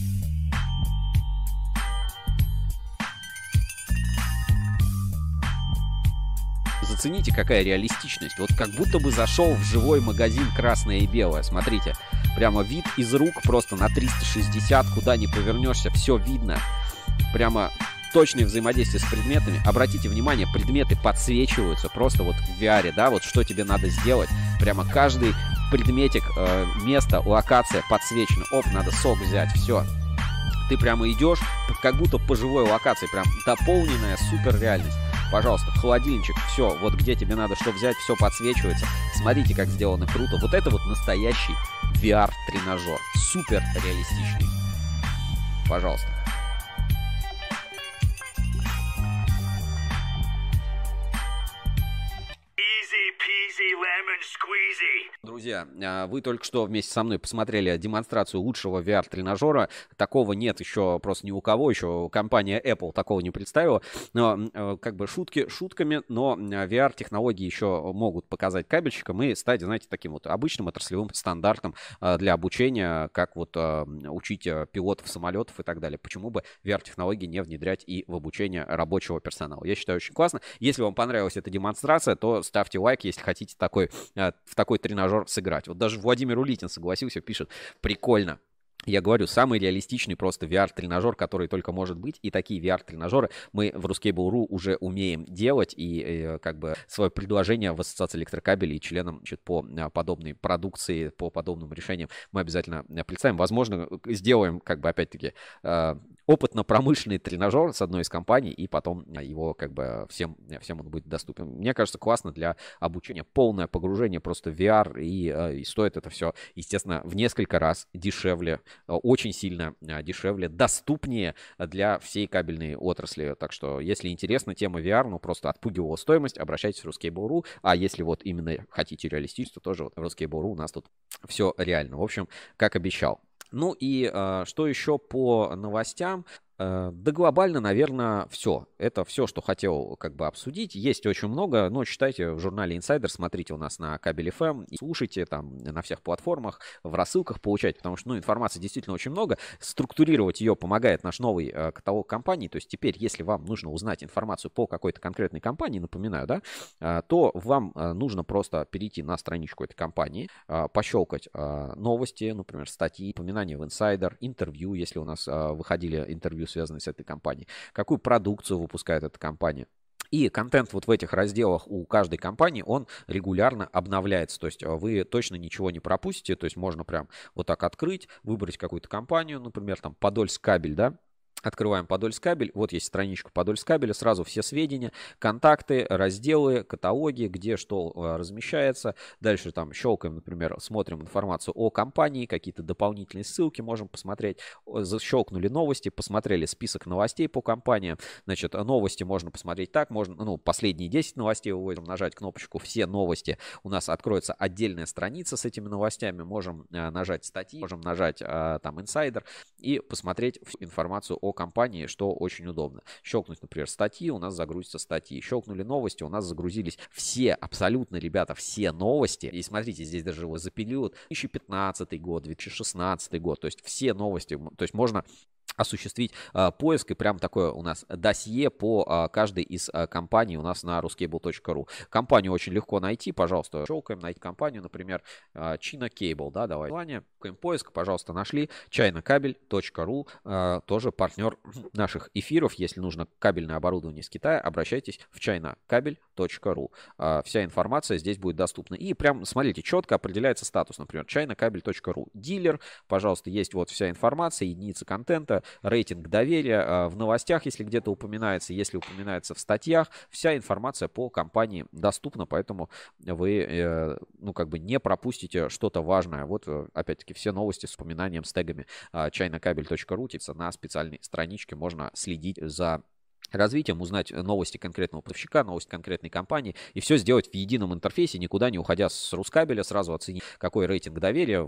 Зацените, какая реалистичность. Вот как будто бы зашел в живой магазин «Красное и белое». Смотрите, прямо вид из рук просто на 360, куда ни повернешься, все видно. Прямо точное взаимодействие с предметами. Обратите внимание, предметы подсвечиваются просто вот в VR, да, вот что тебе надо сделать. Прямо каждый предметик, место, локация подсвечена. Оп, надо сок взять, все. Ты прямо идешь, как будто по живой локации, прям дополненная суперреальность. Пожалуйста, холодильничек, все, вот где тебе надо что взять, все подсвечивается. Смотрите, как сделано круто. Вот это вот настоящий VR-тренажер. Супер реалистичный. Пожалуйста. Друзья, вы только что вместе со мной посмотрели демонстрацию лучшего VR-тренажера. Такого нет еще просто ни у кого. Еще компания Apple такого не представила. Но как бы шутки шутками, но VR-технологии еще могут показать кабельщикам и стать, знаете, таким вот обычным отраслевым стандартом для обучения, как вот учить пилотов самолетов и так далее. Почему бы VR-технологии не внедрять и в обучение рабочего персонала? Я считаю, очень классно. Если вам понравилась эта демонстрация, то ставьте лайк, если хотите в такой тренажер сыграть. Вот даже Владимир Улитин согласился, пишет: прикольно. Я говорю, самый реалистичный просто VR-тренажер, который только может быть. И такие VR-тренажеры мы в Ruskable.ru уже умеем делать. И как бы свое предложение в Ассоциации Электрокабелей и членам по подобной продукции, по подобным решениям мы обязательно представим. Возможно, сделаем, как бы, опять-таки, опытно-промышленный тренажер с одной из компаний, и потом его как бы всем он будет доступен. Мне кажется, классно для обучения. Полное погружение просто в VR, и стоит это все, естественно, в несколько раз дешевле, очень сильно дешевле, доступнее для всей кабельной отрасли. Так что, если интересна тема VR, просто отпугивала стоимость, обращайтесь в Ruskable.ru. А если вот именно хотите реалистичность, то тоже вот в Ruskable.ru у нас тут все реально. В общем, как обещал. Ну и что еще по новостям? Да глобально, наверное, все. Это все, что хотел как бы обсудить. Есть очень много, но читайте в журнале Insider, смотрите у нас на Кабель FM, и слушайте там на всех платформах, в рассылках получайте, потому что, информации действительно очень много. Структурировать ее помогает наш новый каталог компаний. То есть теперь, если вам нужно узнать информацию по какой-то конкретной компании, напоминаю, да, то вам нужно просто перейти на страничку этой компании, пощелкать новости, например, статьи, упоминания в Insider, интервью, если у нас выходили интервью, связанные с этой компанией, какую продукцию выпускает эта компания. И контент вот в этих разделах у каждой компании, он регулярно обновляется. То есть вы точно ничего не пропустите. То есть можно прям вот так открыть, выбрать какую-то компанию, например, там Подольскабель, да. Открываем Подольскабель, вот есть страничка Подольскабеля, сразу все сведения, контакты, разделы, каталоги, где что размещается. Дальше там щелкаем, например, смотрим информацию о компании, какие-то дополнительные ссылки можем посмотреть. Защелкнули новости, посмотрели список новостей по компании. Значит, новости можно посмотреть так, можно, последние 10 новостей выводим, нажать кнопочку «Все новости». У нас откроется отдельная страница с этими новостями. Можем нажать статьи, можем нажать там Insider и посмотреть информацию о компании, что очень удобно. Щелкнуть, например, статьи, у нас загрузятся статьи. Щелкнули новости, у нас загрузились все, абсолютно, ребята, все новости. И смотрите, здесь даже его запилил 2015 год, 2016 год. То есть все новости. То есть можно осуществить поиск, и прям такое у нас досье по каждой из компаний у нас на ruscable.ru. Компанию очень легко найти, пожалуйста, щелкаем, найти компанию, например, China Cable, да, давай. Поиск, пожалуйста, нашли, chinacable.ru, тоже партнер наших эфиров. Если нужно кабельное оборудование из Китая, обращайтесь в chinacable.ru. Вся информация здесь будет доступна. И прям, смотрите, четко определяется статус, например, chinacable.ru. Дилер, пожалуйста, есть вот вся информация, единицы контента, рейтинг доверия в новостях, если где-то упоминается, если упоминается в статьях, вся информация по компании доступна, поэтому вы, не пропустите что-то важное. Вот, опять-таки, все новости с упоминанием, с тегами chinacable.ru, на специальной страничке можно следить за развитием, узнать новости конкретного поставщика, новости конкретной компании, и все сделать в едином интерфейсе, никуда не уходя с Рускабеля, сразу оценить, какой рейтинг доверия.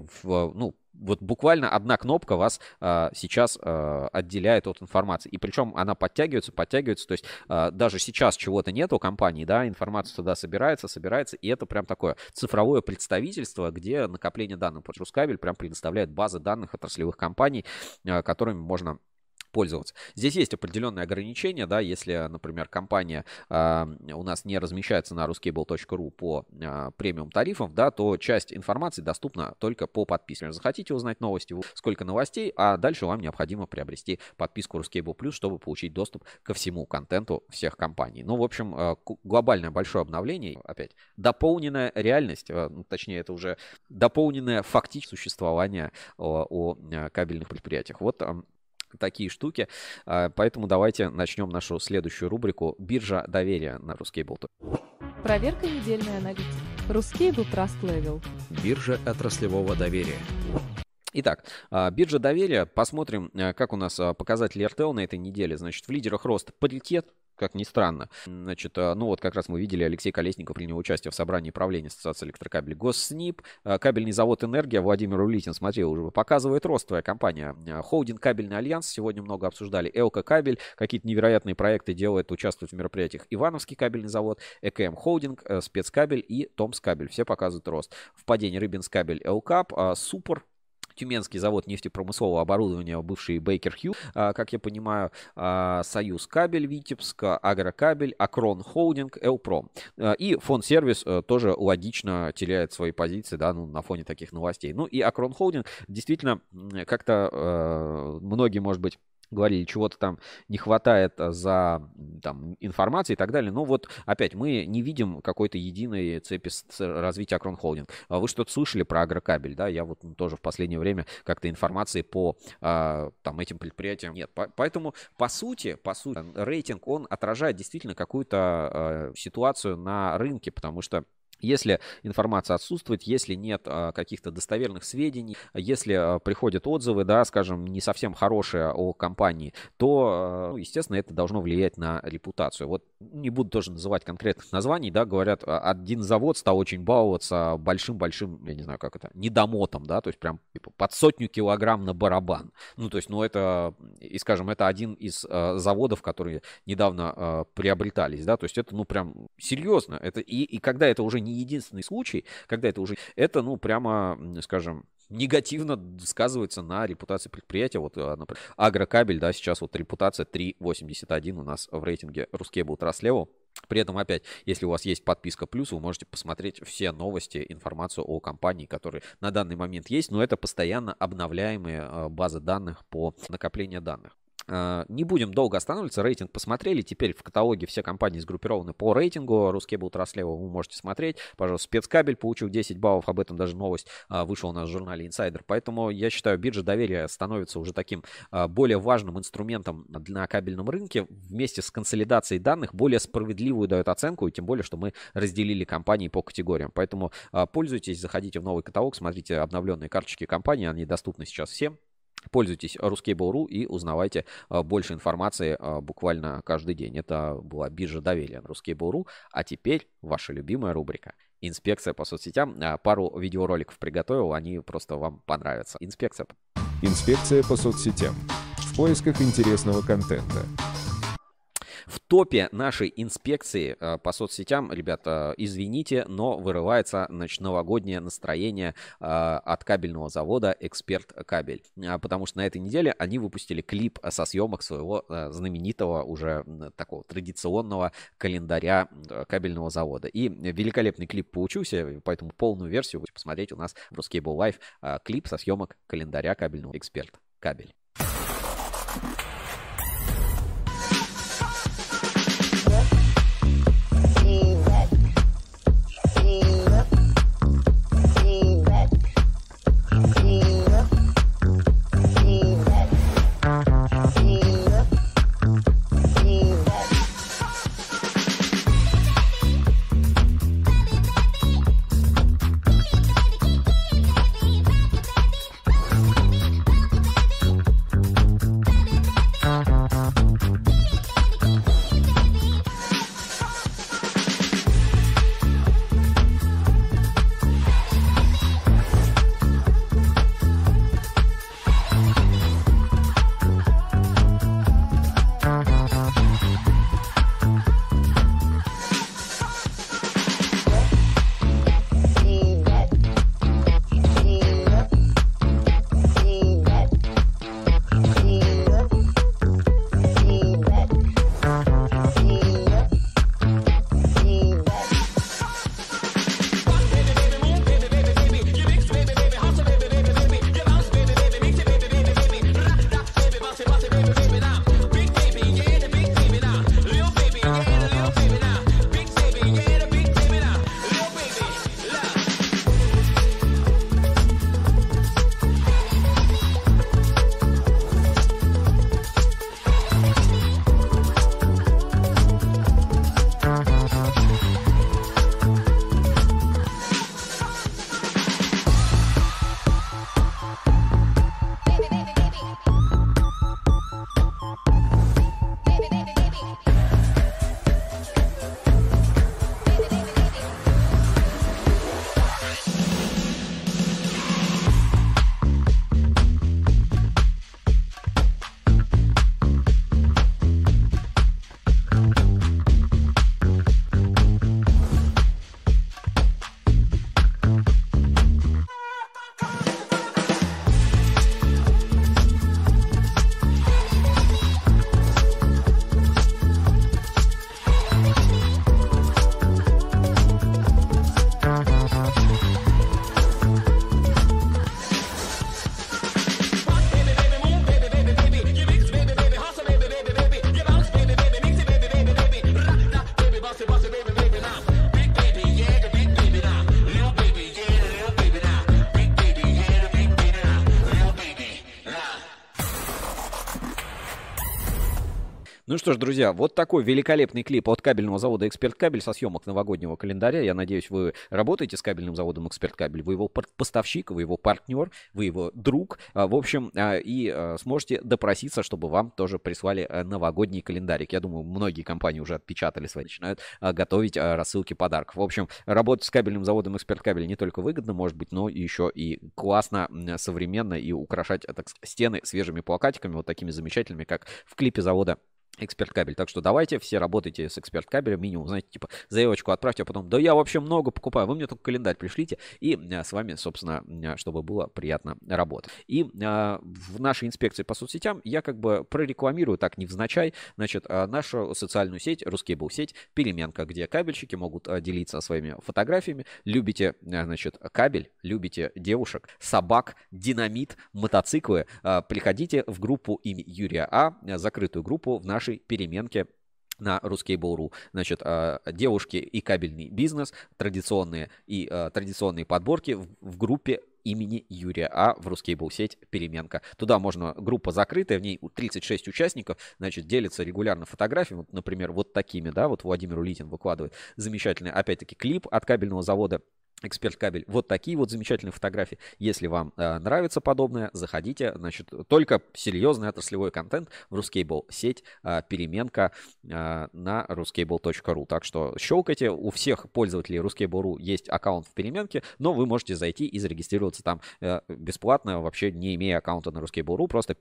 Вот буквально одна кнопка вас сейчас отделяет от информации. И причем она подтягивается. То есть даже сейчас чего-то нет у компании, да, информация туда собирается, и это прям такое цифровое представительство, где накопление данных. Рускабель прям предоставляет базы данных отраслевых компаний, которыми можно пользоваться. Здесь есть определенные ограничения, да, если, например, компания у нас не размещается на ruscable.ru по премиум тарифам, да, то часть информации доступна только по подписке. Если захотите узнать новости, сколько новостей, а дальше вам необходимо приобрести подписку Ruscable Plus, чтобы получить доступ ко всему контенту всех компаний. В общем, глобальное большое обновление, опять, дополненная реальность, точнее, это уже дополненное фактическое существование о кабельных предприятиях. Вот такие штуки. Поэтому давайте начнем нашу следующую рубрику «Биржа доверия» на Ruscable. Проверка недельной аналитики. Ruscable Trust Level. Биржа отраслевого доверия. Итак, биржа доверия. Посмотрим, как у нас показатели РТЛ на этой неделе. Значит, в лидерах рост паритет. Как ни странно. Значит, как раз мы видели, Алексей Колесников принял участие в собрании правления Ассоциации электрокабелей. Госснип, кабельный завод «Энергия», Владимир Улитин, смотрел, уже показывает рост твоя компания. Холдинг «Кабельный альянс», сегодня много обсуждали. ЭЛКО Кабель, какие-то невероятные проекты делает, участвует в мероприятиях. Ивановский кабельный завод, ЭКМ Холдинг, Спецкабель и Томскабель. Все показывают рост. В падении Рыбинскабель, ЭЛКАП, Супер, Тюменский завод нефтепромыслового оборудования, бывший Бейкер Хью, как я понимаю, Союз Кабель, Витебск, Агрокабель, Акрон Холдинг, Элпром. И Фонд Сервис тоже логично теряет свои позиции, да, на фоне таких новостей. И Акрон Холдинг действительно как-то многие, может быть, говорили, чего-то там не хватает за информации и так далее. Но вот опять мы не видим какой-то единой цепи развития Акрон Холдинг. Вы что-то слышали про Агрокабель, да? Я вот тоже в последнее время как-то информации по этим предприятиям нет. Поэтому, по сути, рейтинг, он отражает действительно какую-то ситуацию на рынке, потому что Если информация отсутствует, если нет каких-то достоверных сведений, если приходят отзывы, да, скажем, не совсем хорошие о компании, то, естественно, это должно влиять на репутацию. Вот не буду тоже называть конкретных названий, да, говорят, один завод стал очень баловаться большим-большим, я не знаю, как это, недомотом, да, то есть прям типа, под 100 килограмм на барабан. Ну, то есть, это, и скажем, это один из заводов, которые недавно приобретались, да, то есть это, прям серьезно. Это, и когда это уже не единственный случай, когда это прямо, скажем, негативно сказывается на репутации предприятия. Вот, например, Агрокабель, да, сейчас вот репутация 3.81 у нас в рейтинге Ruscable Trust Level. При этом, опять, если у вас есть подписка плюс, вы можете посмотреть все новости, информацию о компании, которые на данный момент есть, но это постоянно обновляемые базы данных по накоплению данных. Не будем долго останавливаться, рейтинг посмотрели, теперь в каталоге все компании сгруппированы по рейтингу, Ruscable Trust Level вы можете смотреть, пожалуйста, спецкабель получил 10 баллов, об этом даже новость вышла у нас в журнале Insider, поэтому я считаю, биржа доверия становится уже таким более важным инструментом на кабельном рынке, вместе с консолидацией данных более справедливую дает оценку, и тем более, что мы разделили компании по категориям, поэтому пользуйтесь, заходите в новый каталог, смотрите обновленные карточки компаний, они доступны сейчас всем. Пользуйтесь Ruscable.ru и узнавайте больше информации буквально каждый день. Это была биржа доверия Ruscable.ru. А теперь ваша любимая рубрика «Инспекция по соцсетям». Пару видеороликов приготовил, они просто вам понравятся. Инспекция. Инспекция по соцсетям. В поисках интересного контента. В топе нашей инспекции по соцсетям, ребята, извините, но вырывается новогоднее настроение от кабельного завода «Эксперт Кабель». Потому что на этой неделе они выпустили клип со съемок своего знаменитого, уже такого традиционного календаря кабельного завода. И великолепный клип получился, поэтому полную версию вы посмотреть у нас в Ruscable Live. Клип со съемок календаря кабельного «Эксперт Кабель». Ну что ж, друзья, вот такой великолепный клип от кабельного завода «Эксперт Кабель» со съемок новогоднего календаря. Я надеюсь, вы работаете с кабельным заводом «Эксперт Кабель». Вы его поставщик, вы его партнер, вы его друг. В общем, и сможете допроситься, чтобы вам тоже прислали новогодний календарик. Я думаю, многие компании уже отпечатали свои, начинают готовить рассылки подарков. В общем, работать с кабельным заводом «Эксперт Кабель» не только выгодно, может быть, но еще и классно, современно, и украшать стены свежими плакатиками, вот такими замечательными, как в клипе завода «Эксперт Кабель». Так что давайте все работайте с «Эксперт Кабелем», минимум, знаете, типа заявочку отправьте, а потом, да я вообще много покупаю, вы мне только календарь пришлите, и с вами, собственно, чтобы было приятно работать. И в нашей инспекции по соцсетям я как бы прорекламирую, так невзначай, значит, нашу социальную сеть, Ruscable сеть, Переменка, где кабельщики могут делиться своими фотографиями. Любите, значит, кабель, любите девушек, собак, динамит, мотоциклы, приходите в группу имени Юрия А, закрытую группу в нашей Переменке на Ruscable.ru. Значит, девушки и кабельный бизнес, традиционные подборки в группе имени Юрия А в Ruscable сеть Переменка. Туда можно, группа закрытая, в ней 36 участников, значит, делятся регулярно фотографиями, вот, например, вот такими, да, вот Владимир Улитин выкладывает замечательный, опять-таки, клип от кабельного завода «Эксперт Кабель». Вот такие вот замечательные фотографии. Если вам нравится подобное, заходите. Значит, только серьезный отраслевой контент в Ruscable сеть Переменка на ruscable.ru. Так что щелкайте. У всех пользователей Ruscable.ru есть аккаунт в Переменке, но вы можете зайти и зарегистрироваться там бесплатно, вообще не имея аккаунта на Ruscable.ru. Просто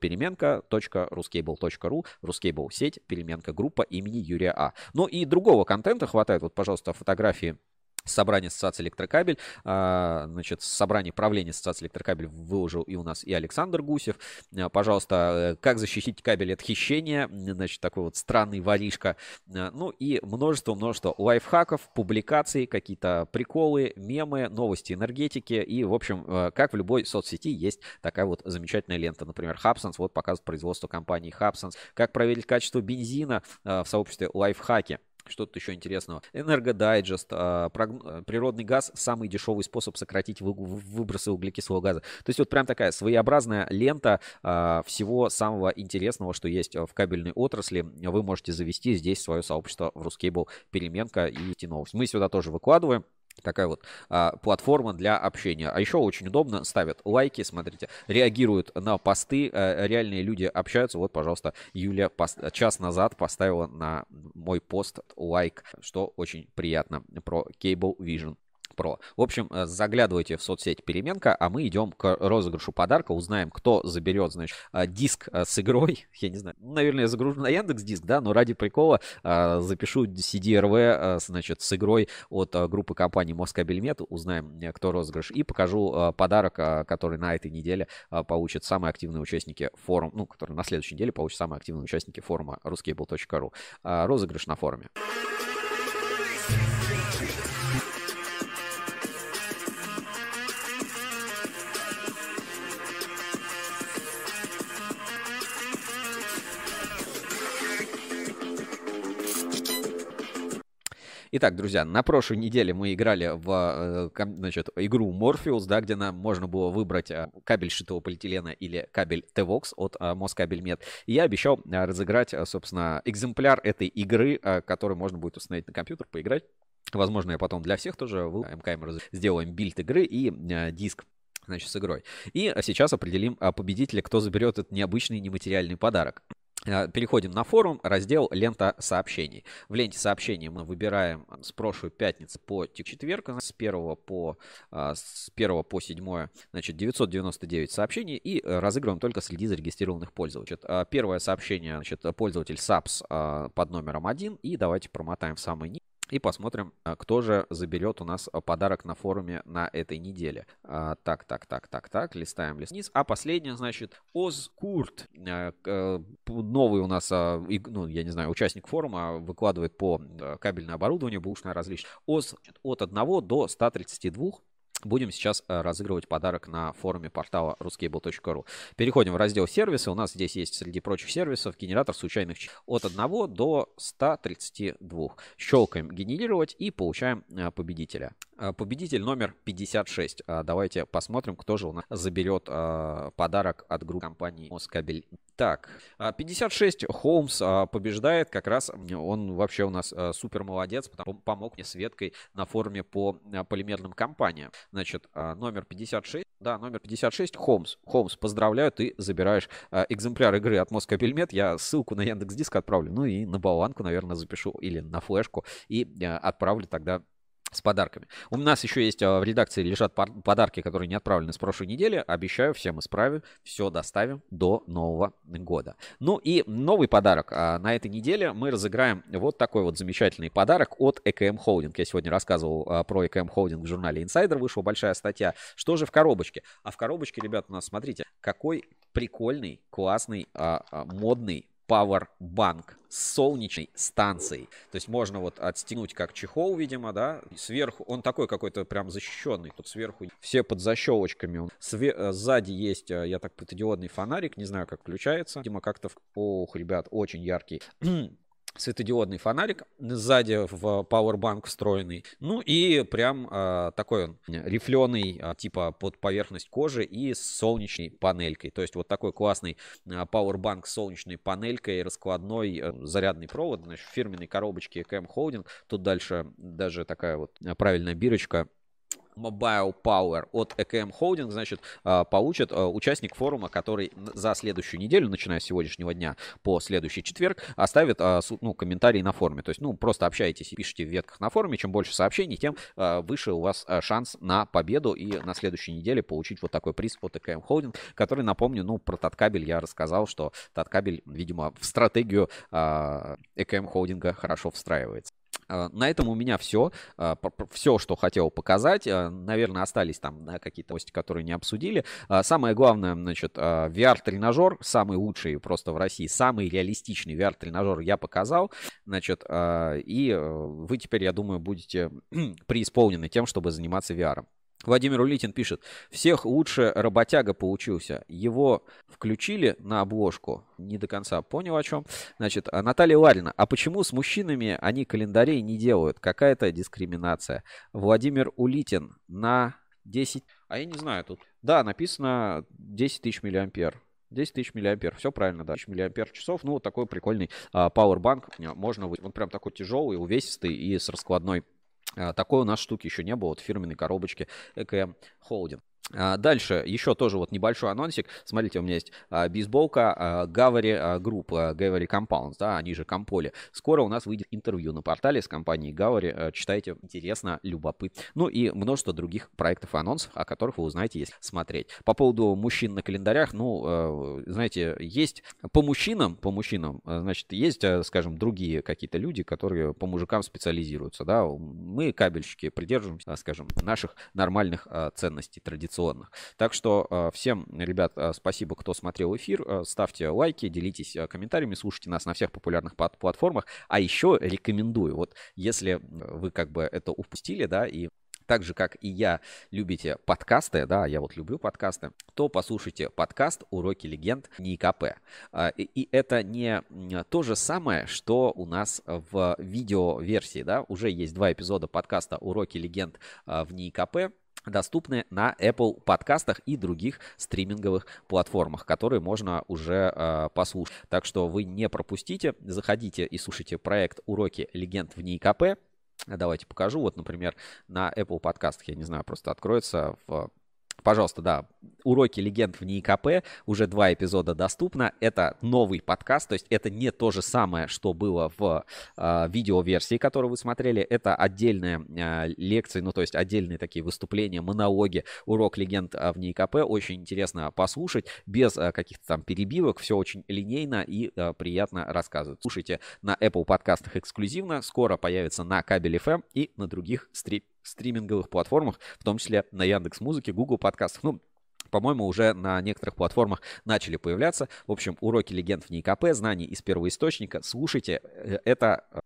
переменка.ruscable.ru, Ruscable сеть, Переменка, группа имени Юрия А. Ну и другого контента хватает. Вот, пожалуйста, фотографии собрание Ассоциации Электрокабель, значит, собрание правления Ассоциации Электрокабель выложил и у нас и Александр Гусев. Пожалуйста, как защитить кабель от хищения, значит, такой вот странный воришка. Ну и множество лайфхаков, публикаций, какие-то приколы, мемы, новости энергетики. И, в общем, как в любой соцсети есть такая вот замечательная лента. Например, Hubsense, вот показывает производство компании Hubsense. Как проверить качество бензина в сообществе лайфхаки. Что-то еще интересного. Энергодайджест, природный газ – самый дешевый способ сократить выбросы углекислого газа. То есть вот прям такая своеобразная лента всего самого интересного, что есть в кабельной отрасли. Вы можете завести здесь свое сообщество в Ruscable Переменка и новость. Мы сюда тоже выкладываем. Такая вот платформа для общения. А еще очень удобно, ставят лайки, смотрите, реагируют на посты, реальные люди общаются. Вот, пожалуйста, Юля час назад поставила на мой пост лайк, что очень приятно, про Cable Vision Pro. В общем, заглядывайте в соцсеть Переменка, а мы идем к розыгрышу подарка, узнаем, кто заберет, значит, диск с игрой. Я не знаю, наверное, я загружу на Яндекс.Диск, да, но ради прикола запишу CD-RV, значит, с игрой от группы компании Москабельмет, узнаем, кто розыгрыш, и покажу подарок, который на этой неделе получат самые активные участники форума, ну, который на следующей неделе получат самые активные участники форума ruscable.ru. Розыгрыш на форуме. Итак, друзья, на прошлой неделе мы играли в, значит, игру Morpheus, да, где нам можно было выбрать кабель сшитого полиэтилена или кабель T-Vox от Москабельмет. И я обещал разыграть, собственно, экземпляр этой игры, который можно будет установить на компьютер, поиграть. Возможно, я потом для всех тоже в МКМ сделаем бильд игры и диск, значит, с игрой. И сейчас определим победителя, кто заберет этот необычный нематериальный подарок. Переходим на форум, раздел «Лента сообщений». В ленте сообщений мы выбираем с прошлой пятницы по четверг, с 1 по 7, значит, 999 сообщений, и разыгрываем только среди зарегистрированных пользователей. Первое сообщение, значит, пользователь SAPS под номером 1, и давайте промотаем в самый низ. И посмотрим, кто же заберет у нас подарок на форуме на этой неделе. Так, листаем вниз. А последнее, значит, Озкурт. Новый у нас, ну, я не знаю, участник форума, выкладывает по кабельное оборудование, бэушное различие. От 1 до 132 будем сейчас разыгрывать подарок на форуме портала ruscable.ru. Переходим в раздел сервисы. У нас здесь есть среди прочих сервисов генератор случайных чисел от 1 до 132. Щелкаем «Генерировать» и получаем победителя. Победитель номер 56. Давайте посмотрим, кто же у нас заберет подарок от группы компании Москабель. Так, 56 Холмс побеждает. Как раз он вообще у нас супер молодец, потому что помог мне с веткой на форуме по полимерным компаниям. Значит, номер 56. Да, номер 56 Холмс. Холмс, поздравляю, ты забираешь экземпляр игры от Москабельмет. Я ссылку на Яндекс.Диск отправлю. Ну и на болванку, наверное, запишу или на флешку и отправлю тогда с подарками. У нас еще есть в редакции лежат подарки, которые не отправлены с прошлой недели. Обещаю, всем исправим, все доставим до Нового года. Ну и новый подарок. На этой неделе мы разыграем вот такой вот замечательный подарок от ЭКМ Холдинг. Я сегодня рассказывал про ЭКМ Холдинг в журнале Insider. Вышла большая статья. Что же в коробочке? А в коробочке, ребята, у нас, смотрите, какой прикольный, классный, модный пауэрбанк с солнечной станцией. То есть можно вот отстегнуть как чехол, видимо, да. Сверху он такой какой-то прям защищенный. Тут сверху все под защелочками. Сзади есть, я так, светодиодный фонарик. Не знаю, как включается. Видимо, как-то... Ох, ребят, очень яркий. Светодиодный фонарик сзади в пауэрбанк встроенный. Ну и прям такой он рифленый, типа под поверхность кожи и с солнечной панелькой. То есть вот такой классный пауэрбанк с солнечной панелькой, раскладной зарядный провод. Значит, в фирменной коробочке ЭКМ Холдинг. Тут дальше даже такая вот правильная бирочка. Mobile Power от ЭКМ Holding, значит, получит участник форума, который за следующую неделю, начиная с сегодняшнего дня по следующий четверг, оставит комментарий на форуме. То есть, просто общайтесь и пишите в ветках на форуме. Чем больше сообщений, тем выше у вас шанс на победу и на следующей неделе получить вот такой приз от ЭКМ Holding, который, напомню, про Таткабель я рассказал, что Таткабель, видимо, в стратегию ЭКМ Холдинга хорошо встраивается. На этом у меня все. Все, что хотел показать. Наверное, остались там какие-то гости, которые не обсудили. Самое главное, значит, VR-тренажер, самый лучший просто в России, самый реалистичный VR-тренажер я показал. Значит, и вы теперь, я думаю, будете преисполнены тем, чтобы заниматься VR. Владимир Улитин пишет: всех лучше работяга получился. Его включили на обложку. Не до конца понял, о чем. Значит, Наталья Ларина: а почему с мужчинами они календарей не делают? Какая-то дискриминация. Владимир Улитин: на 10... А я не знаю тут. Да, написано 10 тысяч миллиампер. 10 тысяч миллиампер. Все правильно, да. 10 миллиампер часов. Ну, вот такой прикольный пауэрбанк. Можно быть. Он прям такой тяжелый, увесистый и с раскладной. Такой у нас штуки еще не было, вот в фирменной коробочке ЭКМ Холдинг. Дальше еще тоже вот небольшой анонсик. Смотрите, у меня есть бейсболка Gavary Group, Gavary Compounds, да, они же Комполи. Скоро у нас выйдет интервью на портале с компанией Gavary. Читайте, интересно, любопытно. Ну и множество других проектов и анонсов, о которых вы узнаете, если смотреть. По поводу мужчин на календарях, знаете, есть по мужчинам, значит, есть, скажем, другие какие-то люди, которые по мужикам специализируются, да. Мы, кабельщики, придерживаемся, скажем, наших нормальных ценностей традиционных. Так что всем, ребят, спасибо, кто смотрел эфир. Ставьте лайки, делитесь комментариями, слушайте нас на всех популярных платформах. А еще рекомендую, вот если вы как бы это упустили, да, и так же, как и я, любите подкасты, да, я вот люблю подкасты, то послушайте подкаст «Уроки легенд» НИИКП. И это не то же самое, что у нас в видеоверсии, да, уже есть 2 эпизода подкаста «Уроки легенд» в НИИКП, доступны на Apple подкастах и других стриминговых платформах, которые можно уже послушать. Так что вы не пропустите, заходите и слушайте проект «Уроки легенд» в НИИКП. Давайте покажу. Вот, например, на Apple подкастах, я не знаю, просто откроется Пожалуйста, да, «Уроки легенд» в НИИКП, уже 2 эпизода доступно. Это новый подкаст, то есть это не то же самое, что было в видеоверсии, которую вы смотрели. Это отдельные лекции, то есть отдельные такие выступления, монологи «Урок легенд» в НИИКП. Очень интересно послушать, без каких-то там перебивок, все очень линейно и приятно рассказывают. Слушайте на Apple подкастах эксклюзивно, скоро появится на Кабель.FM и на других стриминговых платформах, в том числе на Яндекс.Музыке, Google подкастах. По-моему, уже на некоторых платформах начали появляться. В общем, «Уроки легенд» в НИИКП, знания из первоисточника. Слушайте, это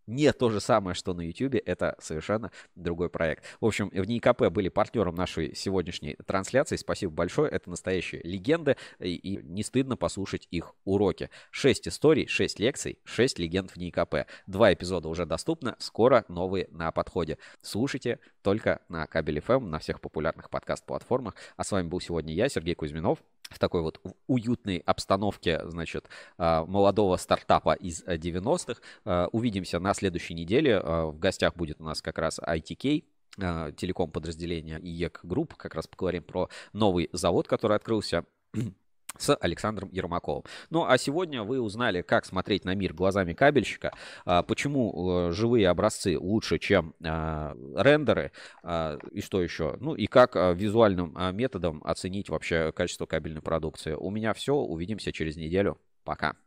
не то же самое, что на YouTube, это совершенно другой проект. В общем, в НИИКП были партнером нашей сегодняшней трансляции. Спасибо большое, это настоящие легенды, и не стыдно послушать их уроки. 6 историй, 6 лекций, 6 легенд в НИИКП. 2 эпизода уже доступны, скоро новые на подходе. Слушайте только на Кабель ФМ, на всех популярных подкаст-платформах. А с вами был сегодня я, Сергей Кузьминов. В такой вот уютной обстановке, значит, молодого стартапа из 90-х. Увидимся на следующей неделе. В гостях будет у нас как раз ITK, телеком подразделения ИЕК Групп. Как раз поговорим про новый завод, который открылся, с Александром Ермаковым. Ну, а сегодня вы узнали, как смотреть на мир глазами кабельщика, почему живые образцы лучше, чем рендеры, и что еще, ну, и как визуальным методом оценить вообще качество кабельной продукции. У меня все, увидимся через неделю. Пока.